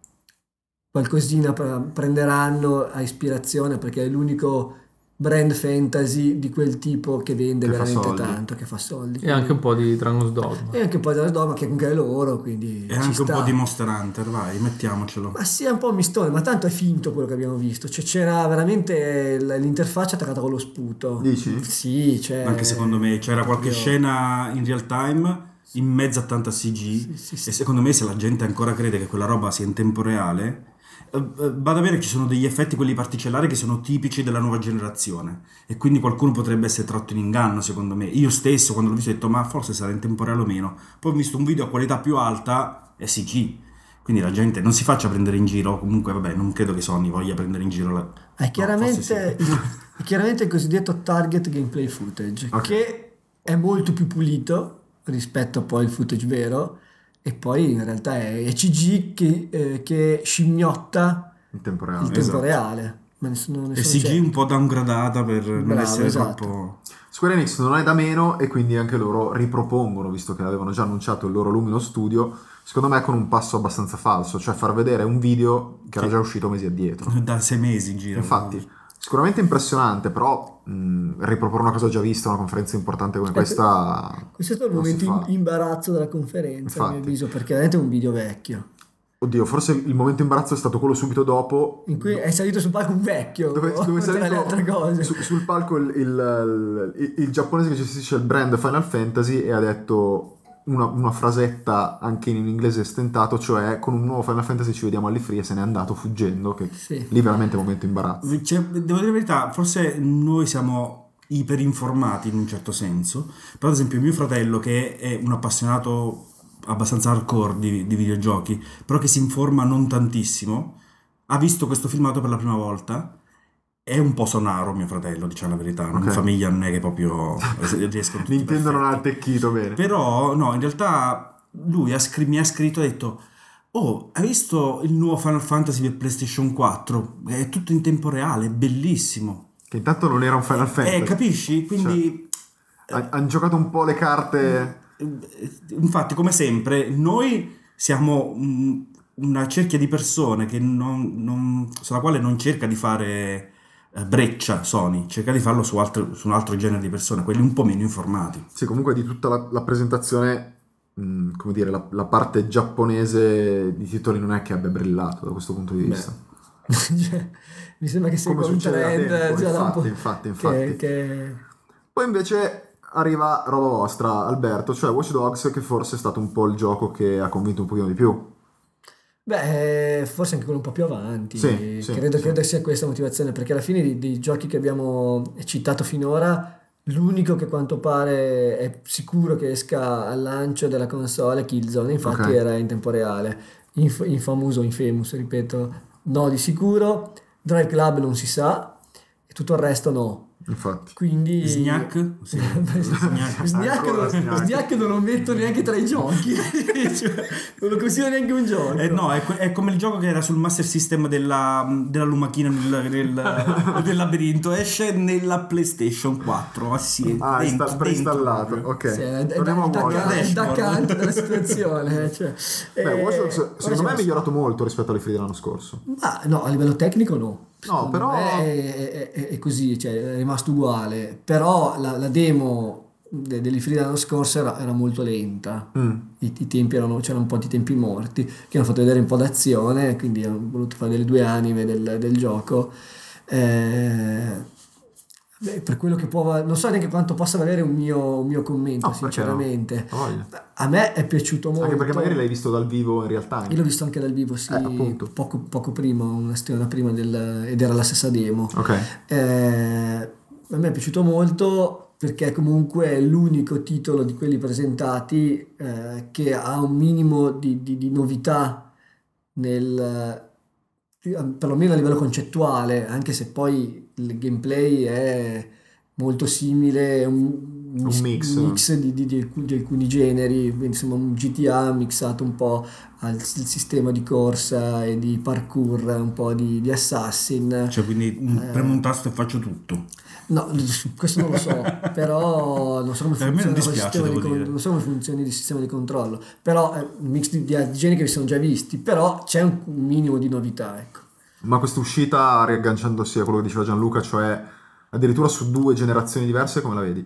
qualcosina pre- prenderanno a ispirazione, perché è l'unico brand fantasy di quel tipo che vende Che fa veramente soldi. tanto, che fa soldi. E anche un po' di Dragon's Dogma. E anche un po' della Doma, che comunque è loro, quindi E ci anche un sta. po' di Monster Hunter, vai, mettiamocelo. Ma sì, è un po' un mistone, ma tanto è finto quello che abbiamo visto. Cioè, c'era veramente l- l'interfaccia attaccata con lo sputo. Dici? Sì, cioè... Anche secondo me c'era qualche proprio- scena in real time in mezzo a tanta C G, Sì, sì, sì. e secondo me se la gente ancora crede che quella roba sia in tempo reale, eh, eh, bada bene che ci sono degli effetti, quelli particellari, che sono tipici della nuova generazione, e quindi qualcuno potrebbe essere tratto in inganno, secondo me. Io stesso quando l'ho visto ho detto ma forse sarà in tempo reale o meno, poi ho visto un video a qualità più alta e C G, quindi la gente non si faccia prendere in giro. Comunque vabbè, non credo che Sony voglia prendere in giro la... È no, chiaramente, forse sì. è chiaramente il cosiddetto target gameplay footage, Ok. che è molto più pulito rispetto poi al footage vero, e poi in realtà è, è C G che, eh, che scimmiotta In tempo reale. il tempo esatto. reale. Ma nessuno, E nessuno C G c'è. un po' downgradata per non Bravo, essere esatto. troppo... Square Enix non è da meno e quindi anche loro ripropongono, visto che avevano già annunciato il loro Lumino Studio, secondo me con un passo abbastanza falso, cioè far vedere un video che era già uscito mesi addietro. da sei mesi in giro. Infatti, sicuramente impressionante, però mh, riproporre una cosa già vista, una conferenza importante come Ecco, questa... Questo è stato il non si momento fa. in- imbarazzo della conferenza, a mio Infatti. avviso, perché veramente è un video vecchio, Oddio, forse il momento imbarazzo è stato quello subito dopo, in cui è salito sul palco un vecchio, dove, dove è tra le salito altre cose. su- sul palco il, il- il- il giapponese che gestisce il brand Final Fantasy e ha detto una, una frasetta anche in inglese stentato, cioè con un nuovo Final Fantasy ci vediamo all'E3, e se n'è andato fuggendo, che Sì. lì veramente è un momento imbarazzo. Cioè, devo dire la verità, forse noi siamo iperinformati in un certo senso, però ad esempio mio fratello, che è un appassionato abbastanza hardcore di, di videogiochi, però che si informa non tantissimo, ha visto questo filmato per la prima volta. È un po' sonaro mio fratello, diciamo la verità, in Ok. famiglia non è che proprio riescono tutti Nintendo non ha perfetti. attecchito bene. Però no, in realtà lui ha scri- mi ha scritto, ha detto: oh, hai visto il nuovo Final Fantasy per PlayStation quattro? È tutto in tempo reale, è bellissimo. Che intanto non era un Final Fantasy. Eh, capisci? Quindi Hanno giocato un po' le carte... eh, infatti, come sempre, noi siamo mm, una cerchia di persone che non, non- sulla quale non cerca di fare eh, breccia Sony, cerca di farlo su, altro, su un altro genere di persone, quelli un po' meno informati. Sì, comunque di tutta la, la presentazione, mh, come dire, la, la parte giapponese di titoli non è che abbia brillato da questo punto di Beh. vista. Cioè, mi sembra che sia Come un succede da trend tempo, già da un po', infatti, infatti, che- infatti. che- Poi invece arriva roba vostra, Alberto, cioè Watch Dogs, che forse è stato un po' il gioco che ha convinto un pochino di più. Beh, forse anche quello un po' più avanti. Sì, sì, credo, sì. credo sia questa motivazione, perché alla fine dei, dei giochi che abbiamo citato finora, l'unico che a quanto pare è sicuro che esca al lancio della console è Killzone, infatti Ok. era in tempo reale. Inf- Infamous o Infamous, ripeto, no di sicuro. Drive Club non si sa, e tutto il resto no. Infatti. Quindi Snack? Sì. Snack, Snack, Ancora non, Snack. Snack non lo metto neanche tra i giochi. Cioè, non lo considero neanche un gioco. Eh no, è, que- è come il gioco che era sul Master System della, della lumachina nel, nel, del labirinto. Esce nella PlayStation quattro. Ah, sì, Ah, è dentro- sta- preinstallato. dentro. Ok. Sì, è, è, Torniamo a da, Watch da, Dogs. è da Dashboard. canto della situazione. Cioè, Beh, eh, Watch Dogs, secondo poi me è c'è- migliorato molto rispetto alle free dell'anno scorso. Ma no, a livello tecnico no. Secondo però- me è, è- è così, cioè è rimasto uguale. Però la, la demo de- delle free dell'anno scorso era, era molto lenta. Mm. I, i tempi erano, c'erano un po' di tempi morti che hanno fatto vedere un po' d'azione, quindi hanno voluto fare delle due anime del, del gioco. Eh, beh, per quello che può, non so neanche quanto possa valere un mio, un mio commento, No, perché sinceramente. no? Ha voglia. A me è piaciuto molto. Anche perché magari l'hai visto dal vivo in real time. Io l'ho visto anche dal vivo, sì, Eh, appunto. poco, poco prima, una settimana prima del, ed era la stessa demo. Ok. Eh, a me è piaciuto molto perché comunque è l'unico titolo di quelli presentati eh, che ha un minimo di, di- di novità nel, perlomeno a livello concettuale, anche se poi il gameplay è molto simile, è un, Un mix. un mix di, di- di alcuni, di alcuni generi, insomma un G T A mixato un po' al al sistema di corsa e di parkour, un po' di, di Assassin. Cioè, quindi mm, premo un tasto e faccio tutto. No, questo non lo so, però non so come Per me non funziona il dispiace, sistema di devo con- dire. non so come funzioni il sistema di controllo, però è un mix di, di generi che vi sono già visti, però c'è un minimo di novità, ecco. Ma questa uscita, riagganciandosi a quello che diceva Gianluca, cioè addirittura su due generazioni diverse, come la vedi?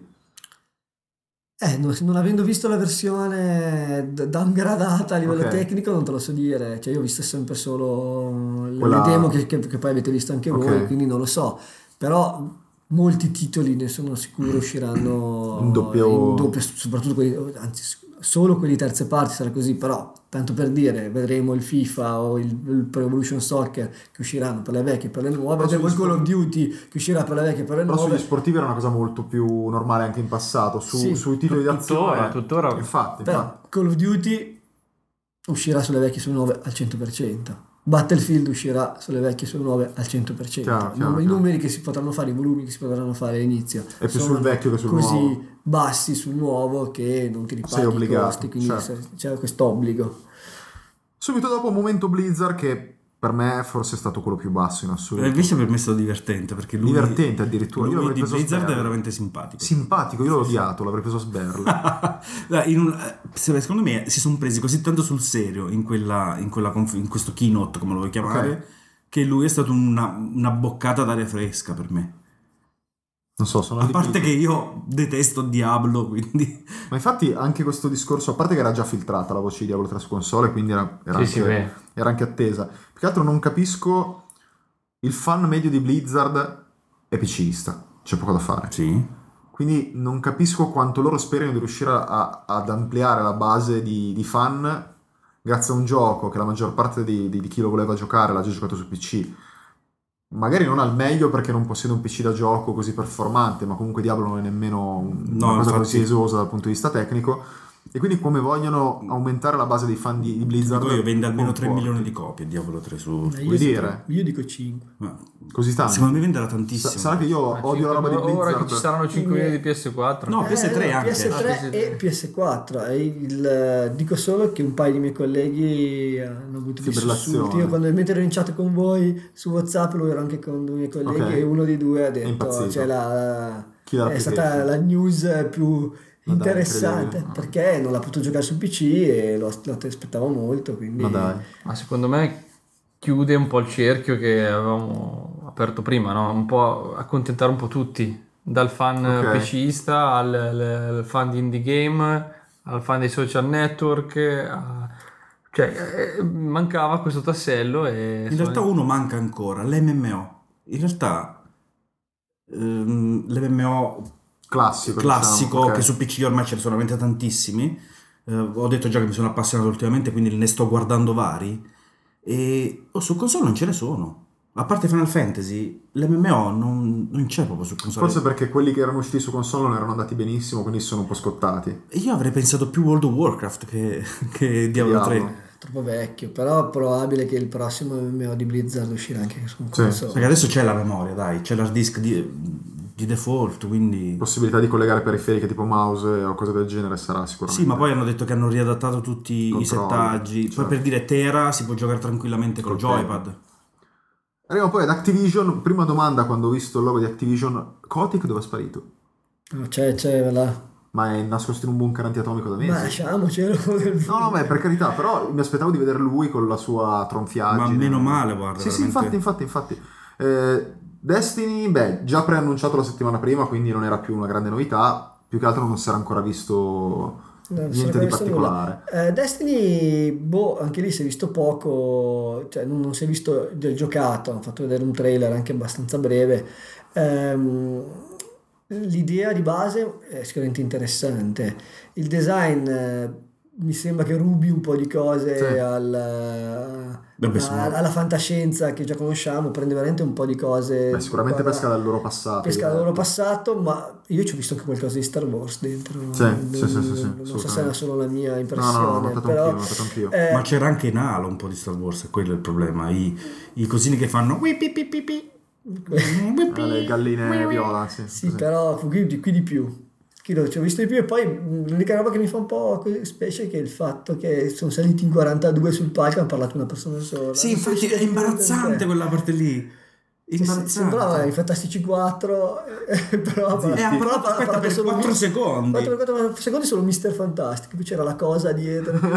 Eh, non, non avendo visto la versione d- downgradata a livello Ok. tecnico non te lo so dire, cioè io ho visto sempre solo le, Quella- le demo che, che- che poi avete visto anche Ok. voi, quindi non lo so, però molti titoli ne sono sicuro usciranno In doppio- in doppio, soprattutto quelli, anzi solo quelli terze parti sarà così, però tanto per dire vedremo il FIFA o il, il Pro Evolution Soccer che usciranno per le vecchie e per le nuove, Però vedremo il sugli Call of sport- Duty che uscirà per le vecchie e per le Però nuove. sugli sportivi era una cosa molto più normale anche in passato, su, Sì, sui titoli di azione. tuttora, tuttora. Infatti, infatti. Però Call of Duty uscirà sulle vecchie e sulle nuove al cento per cento. Battlefield uscirà sulle vecchie e sulle nuove al cento per cento. Chiaro, chiaro, I chiaro. numeri che si potranno fare, i volumi che si potranno fare all'inizio È più sono sul vecchio che sul così nuovo. bassi sul nuovo che non ti Sei ripaghi i obbligato, costi, quindi certo. c'è questo obbligo. Subito dopo un momento Blizzard che per me forse è stato quello più basso in assoluto. Eh, Invece per me è stato divertente perché lui, Divertente addirittura, io lui l'avrei di preso a Blizzard è sberla. veramente simpatico. Simpatico, io l'ho odiato, l'avrei preso a sberla. Dai, in un- eh, secondo me si sono presi così tanto sul serio in, quella, in, quella conf- in questo keynote, come lo vuoi chiamare, Ok. che lui è stato una, una boccata d'aria fresca per me. Non so, sono A parte allibito. che io detesto Diablo, quindi Ma infatti anche questo discorso, a parte che era già filtrata la voce di Diablo tre su console, quindi era, era, Sì, sì, anche, beh. era anche attesa. Più che altro non capisco, il fan medio di Blizzard è PCista, c'è poco da fare. sì. Quindi non capisco quanto loro sperino di riuscire a- ad ampliare la base di, di fan grazie a un gioco che la maggior parte di, di- di chi lo voleva giocare l'ha già giocato su P C. Magari non al meglio perché non possiede un P C da gioco così performante, ma comunque Diablo non è nemmeno un- No, una cosa infatti. così esosa dal punto di vista tecnico. E quindi come vogliono aumentare la base dei fan di, di Blizzard? Dico io, vende almeno tre Conforti. milioni di copie Diablo tre su... Eh, Vuoi io, dire? dico, io dico cinque. Ma Così tanto? secondo me venderà Sa- tantissimo. sarà che io odio la roba di Blizzard. Ora che ci saranno cinque milioni di P S quattro. No, P S tre Eh, no, anche. P S tre Ah, P S tre. e P S quattro. E il- dico solo che un paio di miei colleghi hanno avuto dei Fibrillazione. sussulti. Io quando mentre ero in chat con voi su WhatsApp, lui ero anche con due miei colleghi Ok. e uno dei due ha detto impazzito. cioè, la, Chi l'ha è più stata detto? la news più Ma dai, interessante incredibile. perché non l'ha potuto giocare su P C e lo, lo aspettavo molto, quindi Ma dai. Ma secondo me chiude un po' il cerchio che avevamo aperto prima, no? Un po' accontentare un po' tutti, dal fan Ok. PCista al, al- al fan di indie game, al fan dei social network, a- cioè eh, mancava questo tassello e In realtà uno manca ancora, l'M M O. In realtà ehm, l'M M O Classico, classico, diciamo, ok. che su P C ormai ce ne sono veramente tantissimi. Eh, ho detto già che mi sono appassionato ultimamente, quindi ne sto guardando vari. E oh, su console non ce ne sono. A parte Final Fantasy, l'M M O non, non c'è proprio su console. Forse perché quelli che erano usciti su console non erano andati benissimo, quindi sono un po' scottati. Io avrei pensato più World of Warcraft che, che Diablo Diablo. tre. troppo vecchio, però è probabile che il prossimo M M O di Blizzard uscirà anche su un Sì, console. Perché adesso c'è la memoria, dai, c'è l'hard disk di- di default, quindi... Possibilità di collegare periferiche tipo mouse o cose del genere sarà sicuramente. Sì, ma poi hanno detto che hanno riadattato tutti Controlli, i settaggi. certo. Poi per dire Tera si può giocare tranquillamente col Col joypad. Arriviamo poi ad Activision. Prima domanda, quando ho visto il logo di Activision, Kotick dove è sparito? No, c'è, c'è là. Ma è nascosto in un bunker antiatomico da Ma mesi? lasciamocelo. No, no, beh, per carità, però mi aspettavo di vedere lui con la sua tronfiaggine. Ma meno male, guarda. Sì, sì, veramente. infatti, infatti, infatti. Eh, Destiny, beh, già preannunciato la settimana prima, quindi non era più una grande novità. Più che altro non si era ancora visto No, non niente sarebbe di visto particolare. nulla. Eh, Destiny, boh, anche lì si è visto poco, cioè non, non si è visto del giocato, hanno fatto vedere un trailer anche abbastanza breve. Ehm, l'idea di base è sicuramente interessante. Il design eh, mi sembra che rubi un po' di cose Sì. al, Vabbè, a- sono- alla fantascienza che già conosciamo, prende veramente un po' di cose. Beh, sicuramente guarda, pesca dal loro passato. pesca dal direi. loro passato, ma io ci ho visto anche qualcosa di Star Wars dentro. Sì, Non- sì, sì, sì, sì, non so se assolutamente. era solo la mia No, impressione, no, ho notato però anch'io, ho notato anch'io. eh, Ma c'era anche in Halo un po' di Star Wars, quello è il problema. I, i cosini che fanno... ui, pi, pi, pi, pi. Ah, le galline viola, sì. sì, sì. però qui di, qui di più. Qui lo- ci ho visto di più e poi mh, l'unica roba che mi fa un po' così specie è che il fatto che sono saliti in quarantadue sul palco e hanno parlato una persona sola. Sì, Non so infatti se- è imbarazzante quella parte lì. Sì, sì, Imbarazzante. sembrava i Fantastici quattro, eh, però, Sì, però ha parlato- ha aspetta, parlato per solo quattro Mis- secondi. quattro- quattro secondi solo mister Fantastico, poi c'era la cosa dietro. così,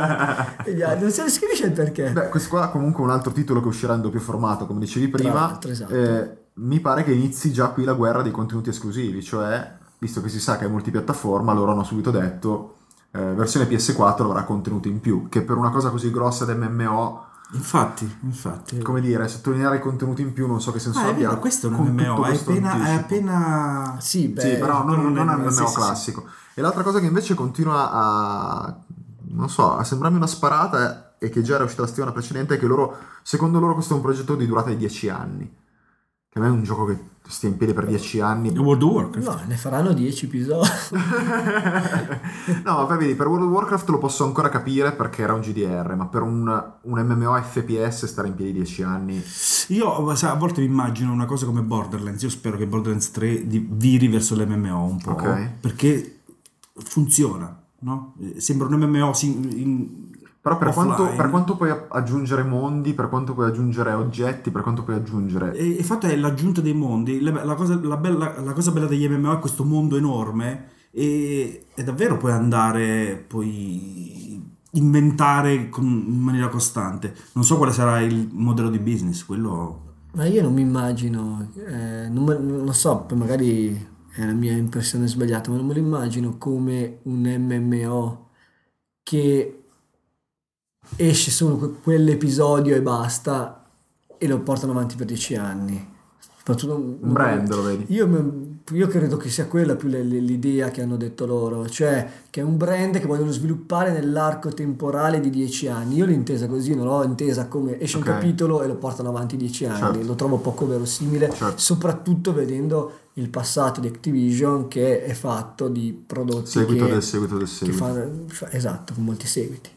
e gli altri. Non si non si capisce il perché. Beh, questo qua comunque è un altro titolo che uscirà in doppio formato, come dicevi prima. l'altro, esatto. Eh, mi pare che inizi già qui la guerra dei contenuti esclusivi, cioè, visto che si sa che è multipiattaforma, loro hanno subito detto eh, versione P S quattro avrà contenuti in più, che per una cosa così grossa da M M O, Infatti, infatti. come dire, sottolineare i contenuti in più non so che senso Ah, è abbia. vero, questo è un con M M O, tutto è questo appena, è anticipo. appena... Sì, beh, Sì, però non, non non è- è un M M O sì, sì, sì. classico. E l'altra cosa che invece continua a, non so, a sembrarmi una sparata e che già era uscita la settimana precedente è che loro, secondo loro questo è un progetto di durata di dieci anni. Che a me è un gioco che stia in piedi per dieci anni. World of Warcraft. no, ne faranno dieci episodi. No, ma per, vedi, per World of Warcraft lo posso ancora capire perché era un G D R, ma per un, un M M O F P S stare in piedi dieci anni... Io sai, a volte mi immagino una cosa come Borderlands. Io spero che Borderlands tre di- viri verso l'M M O un po', Ok. perché funziona, no? Eh, Sembra un M M O sin- in- Però per quanto, offline. per quanto puoi aggiungere mondi, per quanto puoi aggiungere oggetti, per quanto puoi aggiungere... E il fatto è l'aggiunta dei mondi. La, la cosa, la bella, la cosa bella degli M M O è questo mondo enorme e, e davvero puoi andare, puoi inventare con- in maniera costante. Non so quale sarà il modello di business, quello... Ma io non mi immagino, eh, non, me- non so, poi magari è la mia impressione sbagliata, ma non me lo immagino come un M M O che esce solo que- quell'episodio e basta e lo portano avanti per dieci anni. Soprattutto un Un brand, lo vedi? Io, io credo che sia quella più le- le- l'idea che hanno detto loro, cioè che è un brand che vogliono sviluppare nell'arco temporale di dieci anni. Io l'ho intesa così, non l'ho intesa come esce Ok. un capitolo e lo portano avanti dieci anni. Certo. Lo trovo poco verosimile, Certo. soprattutto vedendo il passato di Activision che è fatto di prodotti Seguito che, del seguito del che seguito. fanno, esatto, con molti seguiti.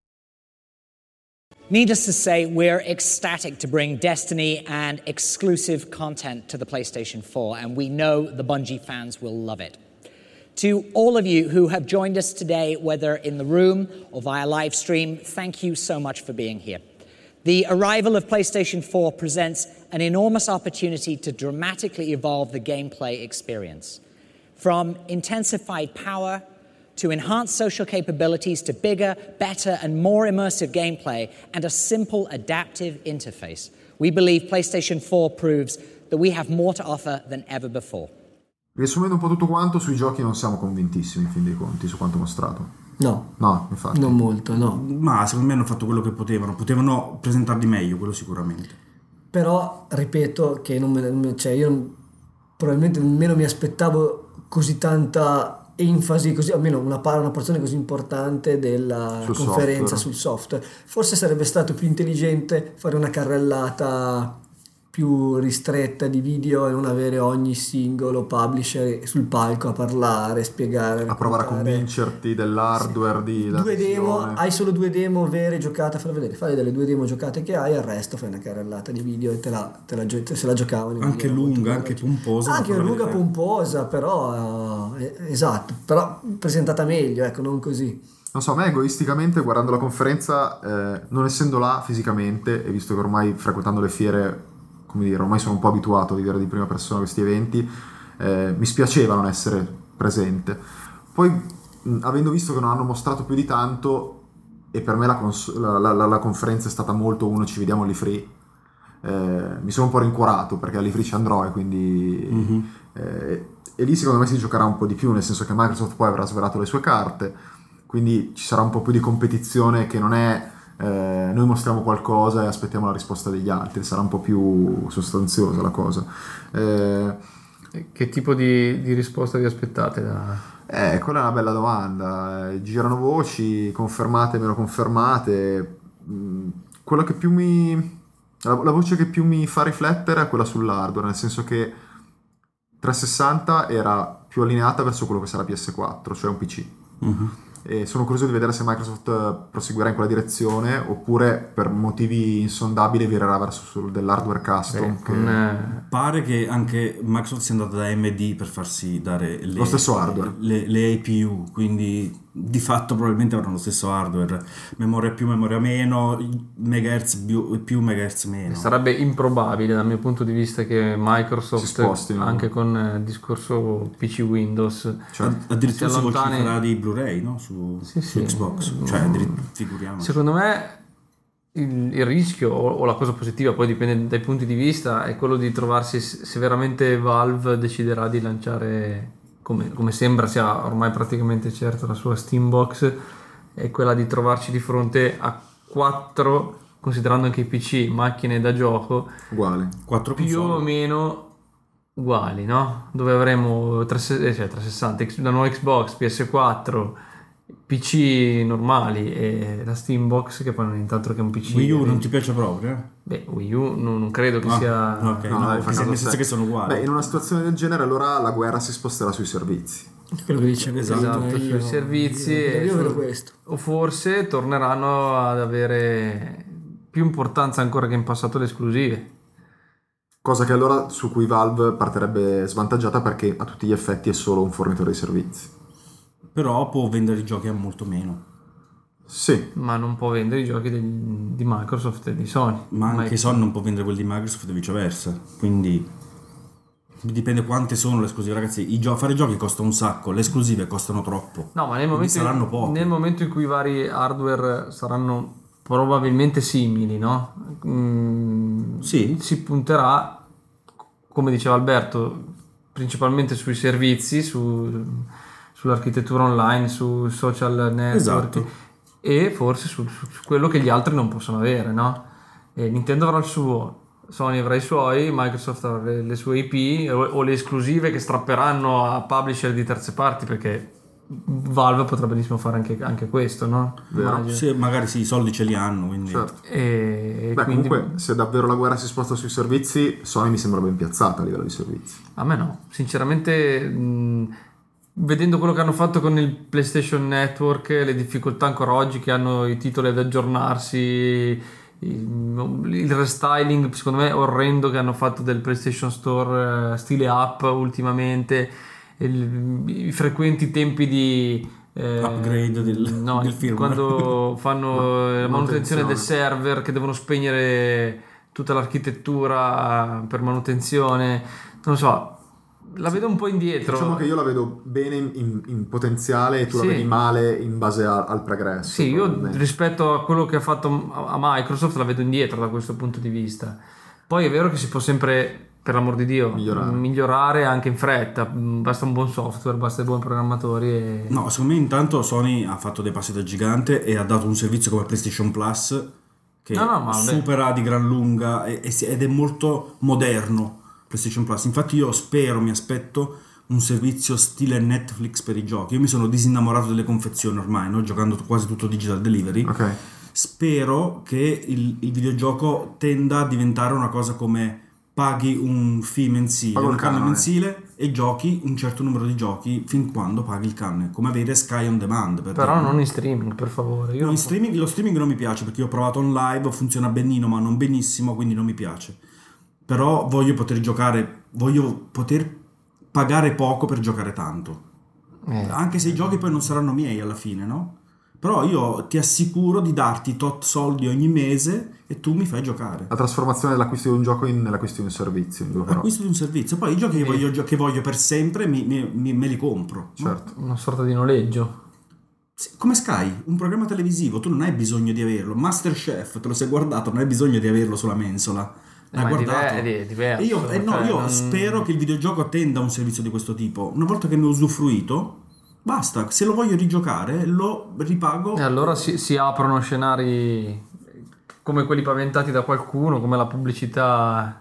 Needless to say, we're ecstatic to bring Destiny and exclusive content to the PlayStation four, and we know the Bungie fans will love it. To all of you who have joined us today, whether in the room or via live stream, thank you so much for being here. The arrival of PlayStation four presents an enormous opportunity to dramatically evolve the gameplay experience. From intensified power to enhanced social capabilities to bigger, better, and more immersive gameplay and a simple adaptive interface, we believe PlayStation four proves that we have more to offer than ever before. Riassumendo un po' tutto quanto, sui giochi non siamo convintissimi in fin dei conti su quanto mostrato. No, No, infatti. non molto, no. Ma secondo me hanno fatto quello che potevano. Potevano presentarli meglio, quello sicuramente. Però ripeto che non me, non me- cioè io non- probabilmente nemmeno mi aspettavo così tanta enfasi, così almeno una, par- una porzione così importante della Sul conferenza software. sul software. Forse sarebbe stato più intelligente fare una carrellata più ristretta di video e non avere ogni singolo publisher sul palco a parlare, spiegare, A provare a raccontare. convincerti dell'hardware di della Due demo, visione. hai solo due demo vere giocate a far vedere, fai delle due demo giocate che hai, al resto fai una carrellata di video e te la, te la, gio- se la giocavano in Anche maniera molto lunga, veloce. anche pomposa. da Anche farla lunga, vedere. pomposa, però eh, esatto, però presentata meglio, ecco, non così. Non so, a me egoisticamente guardando la conferenza, eh, non essendo là fisicamente, e visto che ormai frequentando le fiere, come dire, ormai sono un po' abituato a vivere di prima persona questi eventi, eh, mi spiaceva non essere presente. Poi, mh, avendo visto che non hanno mostrato più di tanto, e per me la, cons- la, la, la- la conferenza è stata molto uno ci vediamo lì free, eh, mi sono un po' rincuorato perché lì free ci andrò e quindi... Mm-hmm. eh, e lì secondo me si giocherà un po' di più, nel senso che Microsoft poi avrà svelato le sue carte, quindi ci sarà un po' più di competizione che non è eh, noi mostriamo qualcosa e aspettiamo la risposta degli altri, sarà un po' più sostanziosa la cosa. Eh, Che tipo di, di risposta vi aspettate da... eh, quella è una bella domanda. Eh, girano voci, confermate, meno confermate. Mm, Quello che più mi... La, la voce che più mi fa riflettere è quella sull'hardware, nel senso che trecentosessanta era più allineata verso quello che sarà P S quattro, cioè un P C. Mhm. E sono curioso di vedere se Microsoft eh, proseguirà in quella direzione oppure per motivi insondabili virerà verso sul- dell'hardware custom. Beh, che- con, eh, Pare che anche Microsoft sia andata da A M D per farsi dare le, Lo stesso hardware. le, le A P U, quindi di fatto probabilmente avranno lo stesso hardware, memoria più, memoria meno, megahertz più, più megahertz meno. Sarebbe improbabile dal mio punto di vista che Si Microsoft, spostino. anche con eh, il discorso P C Windows, cioè, Ad- Addirittura si si allontani- vociferà di Blu-ray, no? Su, Sì, su sì. Xbox, cioè addirittura, figuriamoci. secondo me il, il rischio o, o la cosa positiva, poi dipende dai punti di vista, è quello di trovarsi se se veramente Valve deciderà di lanciare, come, come sembra sia ormai praticamente certo, la sua Steambox, è quella di trovarci di fronte a quattro, considerando anche i P C, macchine da gioco uguale. Quattro più o console. meno uguali, no? Dove avremo tre- eh, cioè trecentosessanta, X- la nuova Xbox, P S quattro, P C normali e la Steambox, che poi non è nient'altro che un P C. Wii U non ti piace proprio? Eh? Beh, Wii U non, non credo che Ah, sia... ok, No, no, dai, nel fa caso senso sé. che sono uguali. Beh, in una situazione del genere allora la guerra si sposterà sui servizi. Quello che dicevo Esatto, prima sui io, servizi io, e io vedo sul- questo. O forse torneranno ad avere più importanza ancora che in passato le esclusive. Cosa che allora su cui Valve partirebbe svantaggiata perché a tutti gli effetti è solo un fornitore di servizi. Però può vendere i giochi a molto meno. Sì, Ma non può vendere i giochi del- di Microsoft e di Sony. Ma anche Ma- Sony non può vendere quelli di Microsoft e viceversa. Quindi dipende quante sono le esclusive. Ragazzi, i gio- fare giochi costa un sacco, le esclusive costano troppo. No, ma nel Quindi momento, saranno pochi. nel momento in cui i vari hardware saranno probabilmente simili, no? Mm, Sì. si punterà, come diceva Alberto, principalmente sui servizi, su- sull'architettura online, su social network Esatto. e forse su, su- su quello che gli altri non possono avere, no? E Nintendo avrà il suo, Sony avrà i suoi, Microsoft avrà le, le sue I P o, o le esclusive che strapperanno a publisher di terze parti, perché Valve potrebbe benissimo fare anche, anche questo, no? Immagino. Sì, magari sì, i soldi ce li hanno, quindi certo. E, e Beh, quindi comunque, se davvero la guerra si sposta sui servizi, Sony mi sembra ben piazzata a livello di servizi. a me no, sinceramente, mh, vedendo quello che hanno fatto con il PlayStation Network, le difficoltà ancora oggi che hanno i titoli ad aggiornarsi, il, il restyling secondo me orrendo che hanno fatto del PlayStation Store, eh, stile app ultimamente, il- i frequenti tempi di eh, Upgrade del- no, del firmware. quando fanno la manutenzione del manutenzione. server, che devono spegnere tutta l'architettura per manutenzione, non lo so, la vedo un po' indietro. Diciamo che io la vedo bene in, in- in potenziale e tu Sì. la vedi male in base a- al progresso. Sì, io probabilmente. rispetto a quello che ha fatto a a Microsoft la vedo indietro da questo punto di vista. Poi è vero che si può sempre, per l'amor di Dio, Migliorare. migliorare anche in fretta, basta un buon software, basta dei buoni programmatori e... no, secondo me intanto Sony ha fatto dei passi da gigante e ha dato un servizio come PlayStation Plus che No, no, ma vabbè. supera di gran lunga e- e si- ed è molto moderno PlayStation Plus. Infatti io spero, mi aspetto un servizio stile Netflix per i giochi. Io mi sono disinnamorato delle confezioni ormai, no? Giocando quasi tutto digital delivery. Ok. Spero che il, il videogioco tenda a diventare una cosa come paghi un fee mensile, Pago un il canone canone. mensile e giochi un certo numero di giochi fin quando paghi il canone, come avere Sky on Demand. Per Però dire. non in streaming, per favore. Io No, non in streaming, lo streaming non mi piace perché io ho provato on live, funziona benino ma non benissimo, quindi non mi piace. Però voglio poter giocare, voglio poter pagare poco per giocare tanto. Eh. Anche se i giochi poi non saranno miei alla fine, no? Però io ti assicuro di darti tot soldi ogni mese e tu mi fai giocare. La trasformazione dell'acquisto di un gioco in, nell'acquisto di un servizio, in due parole. Acquisto di un servizio. Poi i giochi che voglio, gio- che voglio per sempre mi, mi- mi- me li compro. no? Certo. Una sorta di noleggio. Sì, come Sky, un programma televisivo, tu non hai bisogno di averlo. Masterchef, te lo sei guardato, non hai bisogno di averlo sulla mensola. L'hai Ma è guardato. diver- è diverso, E io, eh, no, cioè, io non- spero che il videogioco tenda a un servizio di questo tipo. Una volta che ne ho usufruito, basta. Se lo voglio rigiocare, lo ripago. E allora si, si aprono scenari come quelli paventati da qualcuno, come la pubblicità.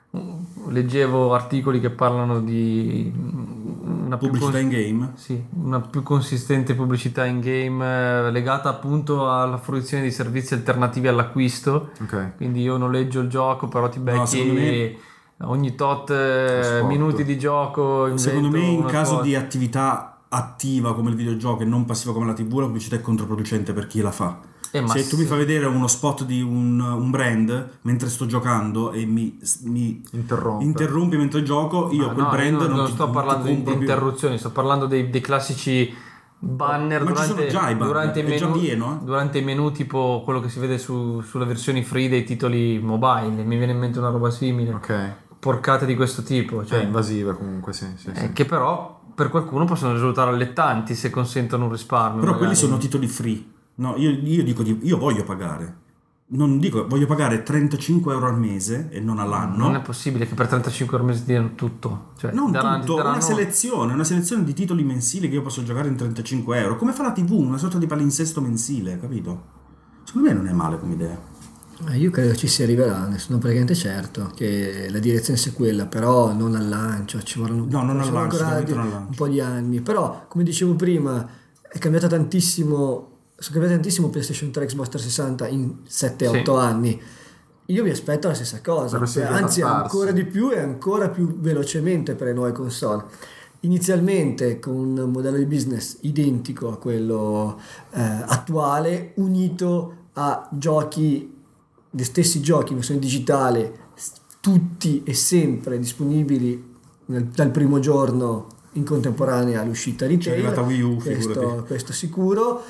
Leggevo articoli che parlano di una più Pubblicità cons- in game. sì, una più consistente pubblicità in game eh, legata appunto alla fruizione di servizi alternativi all'acquisto. Ok. Quindi io noleggio il gioco, però ti becchi No, secondo me- ogni tot eh, Spot. minuti di gioco. invento Secondo me, in una caso cosa. di attività attiva come il videogioco e non passiva come la tivù, la pubblicità è controproducente per chi la fa. Eh, ma Se tu mi se- fai vedere uno spot di un, un brand mentre sto giocando e mi, mi Interrompe. interrompi mentre gioco, io Ma quel no, brand io non, non, non ti, sto non parlando ti di, compro di più. interruzioni, sto parlando dei, dei classici banner Ma ci durante, sono già i banner, durante, i è già menu, pieno, eh. durante i menu, tipo quello che si vede su, sulle versioni free dei titoli mobile. Mi viene in mente una roba simile, Ok. porcate di questo tipo, Cioè, cioè, invasive comunque, sì, sì, sì. eh, che però per qualcuno possono risultare allettanti se consentono un risparmio. Però quelli magari. sono titoli free. No, io, io dico di, io voglio pagare. Non dico voglio pagare trentacinque euro al mese e non all'anno. Non è possibile che per trentacinque euro al mese diano tutto. Cioè, Non daranno- tutto, daranno- una selezione, una selezione di titoli mensili che io posso giocare in trentacinque euro. Come fa la tivù, una sorta di palinsesto mensile, capito? Secondo me non è male come idea. Eh, Io credo ci si arriverà, ne sono praticamente certo che la direzione sia quella, però non al lancio, ci vorranno, No, non al ci vorranno lancio, ancora sicuramente di- non al lancio. un po' di anni. Però, come dicevo prima, è cambiato tantissimo, sono cambiati tantissimo PlayStation tre, Xbox trecentosessanta in sette otto anni. Io mi aspetto la stessa cosa, Per questione di anzi adattarsi. ancora di più e ancora più velocemente per le nuove console. Inizialmente con un modello di business identico a quello eh, attuale, unito a giochi, gli stessi giochi in versione digitale, s- tutti e sempre disponibili nel- dal primo giorno in contemporanea all'uscita C'è retail. arrivata Wii U, questo, figurati. questo sicuro.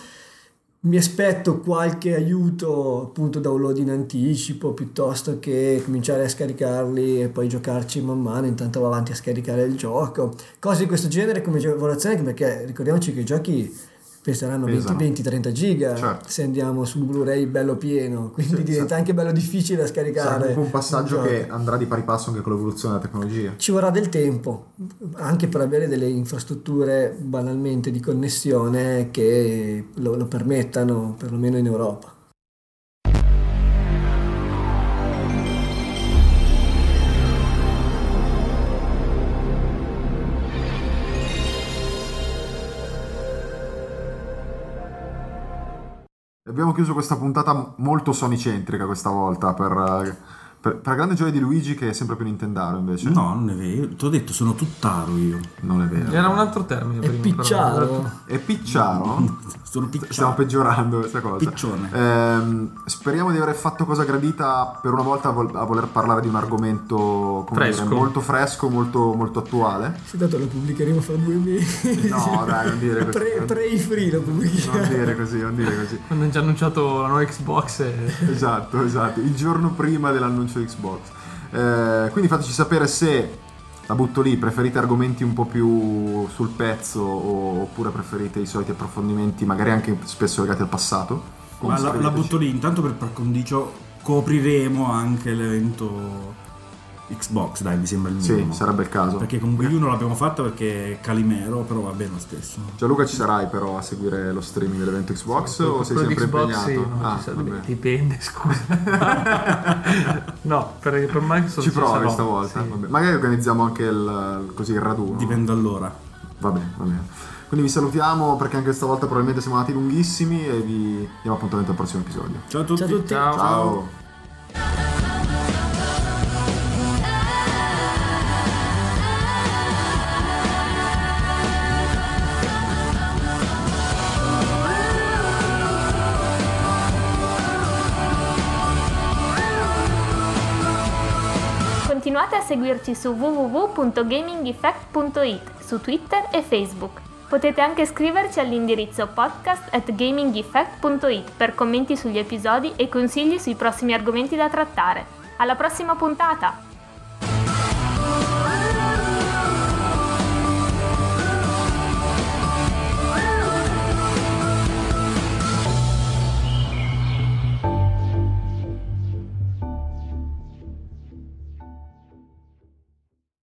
Mi aspetto qualche aiuto, appunto download in anticipo, piuttosto che cominciare a scaricarli e poi giocarci man mano, intanto va avanti a scaricare il gioco. Cose di questo genere come agevolazione, anche perché ricordiamoci che i giochi peseranno Pesano. venti trenta giga Certo. se andiamo sul Blu-ray bello pieno, quindi Sì, diventa sì. anche bello difficile da Sarà scaricare. comunque un passaggio gioco. che andrà di pari passo anche con l'evoluzione della tecnologia. Ci vorrà del tempo anche per avere delle infrastrutture banalmente di connessione che lo, lo permettano, perlomeno in Europa. Abbiamo chiuso questa puntata molto Sony-centrica questa volta per, per, per la grande gioia di Luigi che è sempre più Nintendaro invece. No, non è vero. Ti ho detto, sono tuttaro io. Non è vero. Era un altro termine. È prima, picciaro. però. È picciaro? Sono picciaro. Stiamo peggiorando questa cosa. Piccione. Ehm, speriamo di aver fatto cosa gradita per una volta a, vol- a voler parlare di un argomento come Fresco. dire, molto fresco, molto, molto attuale. Se tanto lo pubblicheremo fra due mesi. No, dai, non dire così. Pre, pre-free lo pubblicheremo. Non dire così, non dire così. Quando hanno già annunciato la nuova Xbox e... Esatto, esatto, il giorno prima dell'annuncio di Xbox. Eh, quindi fateci sapere se, la butto lì, preferite argomenti un po' più sul pezzo o- oppure preferite i soliti approfondimenti, magari anche spesso legati al passato. Ma la, la Scriveteci. butto lì, intanto per par condicio copriremo anche l'evento Xbox, dai, mi sembra il Sì, minimo. sarebbe il caso. Perché con Wii U non l'abbiamo fatta perché è Calimero, però va bene lo stesso. Gianluca, ci sarai però a seguire lo streaming dell'evento Xbox o sei Quello di sempre Xbox, sì, impegnato? no, Ah, ci sa- vabbè. dipende, scusa. No, per, per Microsoft Ci ci provi sarò, stavolta. sì. Vabbè. Magari organizziamo anche il, così il raduno. Dipende all'ora. Va bene, va bene. Quindi vi salutiamo perché anche stavolta probabilmente siamo andati lunghissimi e vi diamo appuntamento al prossimo episodio. Ciao a tutti. Ciao a tutti. Ciao. Ciao. I Continuate a seguirci su w w w punto gaming effect punto i t, su Twitter e Facebook. Potete anche scriverci all'indirizzo podcast at gaming effect punto i t per commenti sugli episodi e consigli sui prossimi argomenti da trattare. Alla prossima puntata!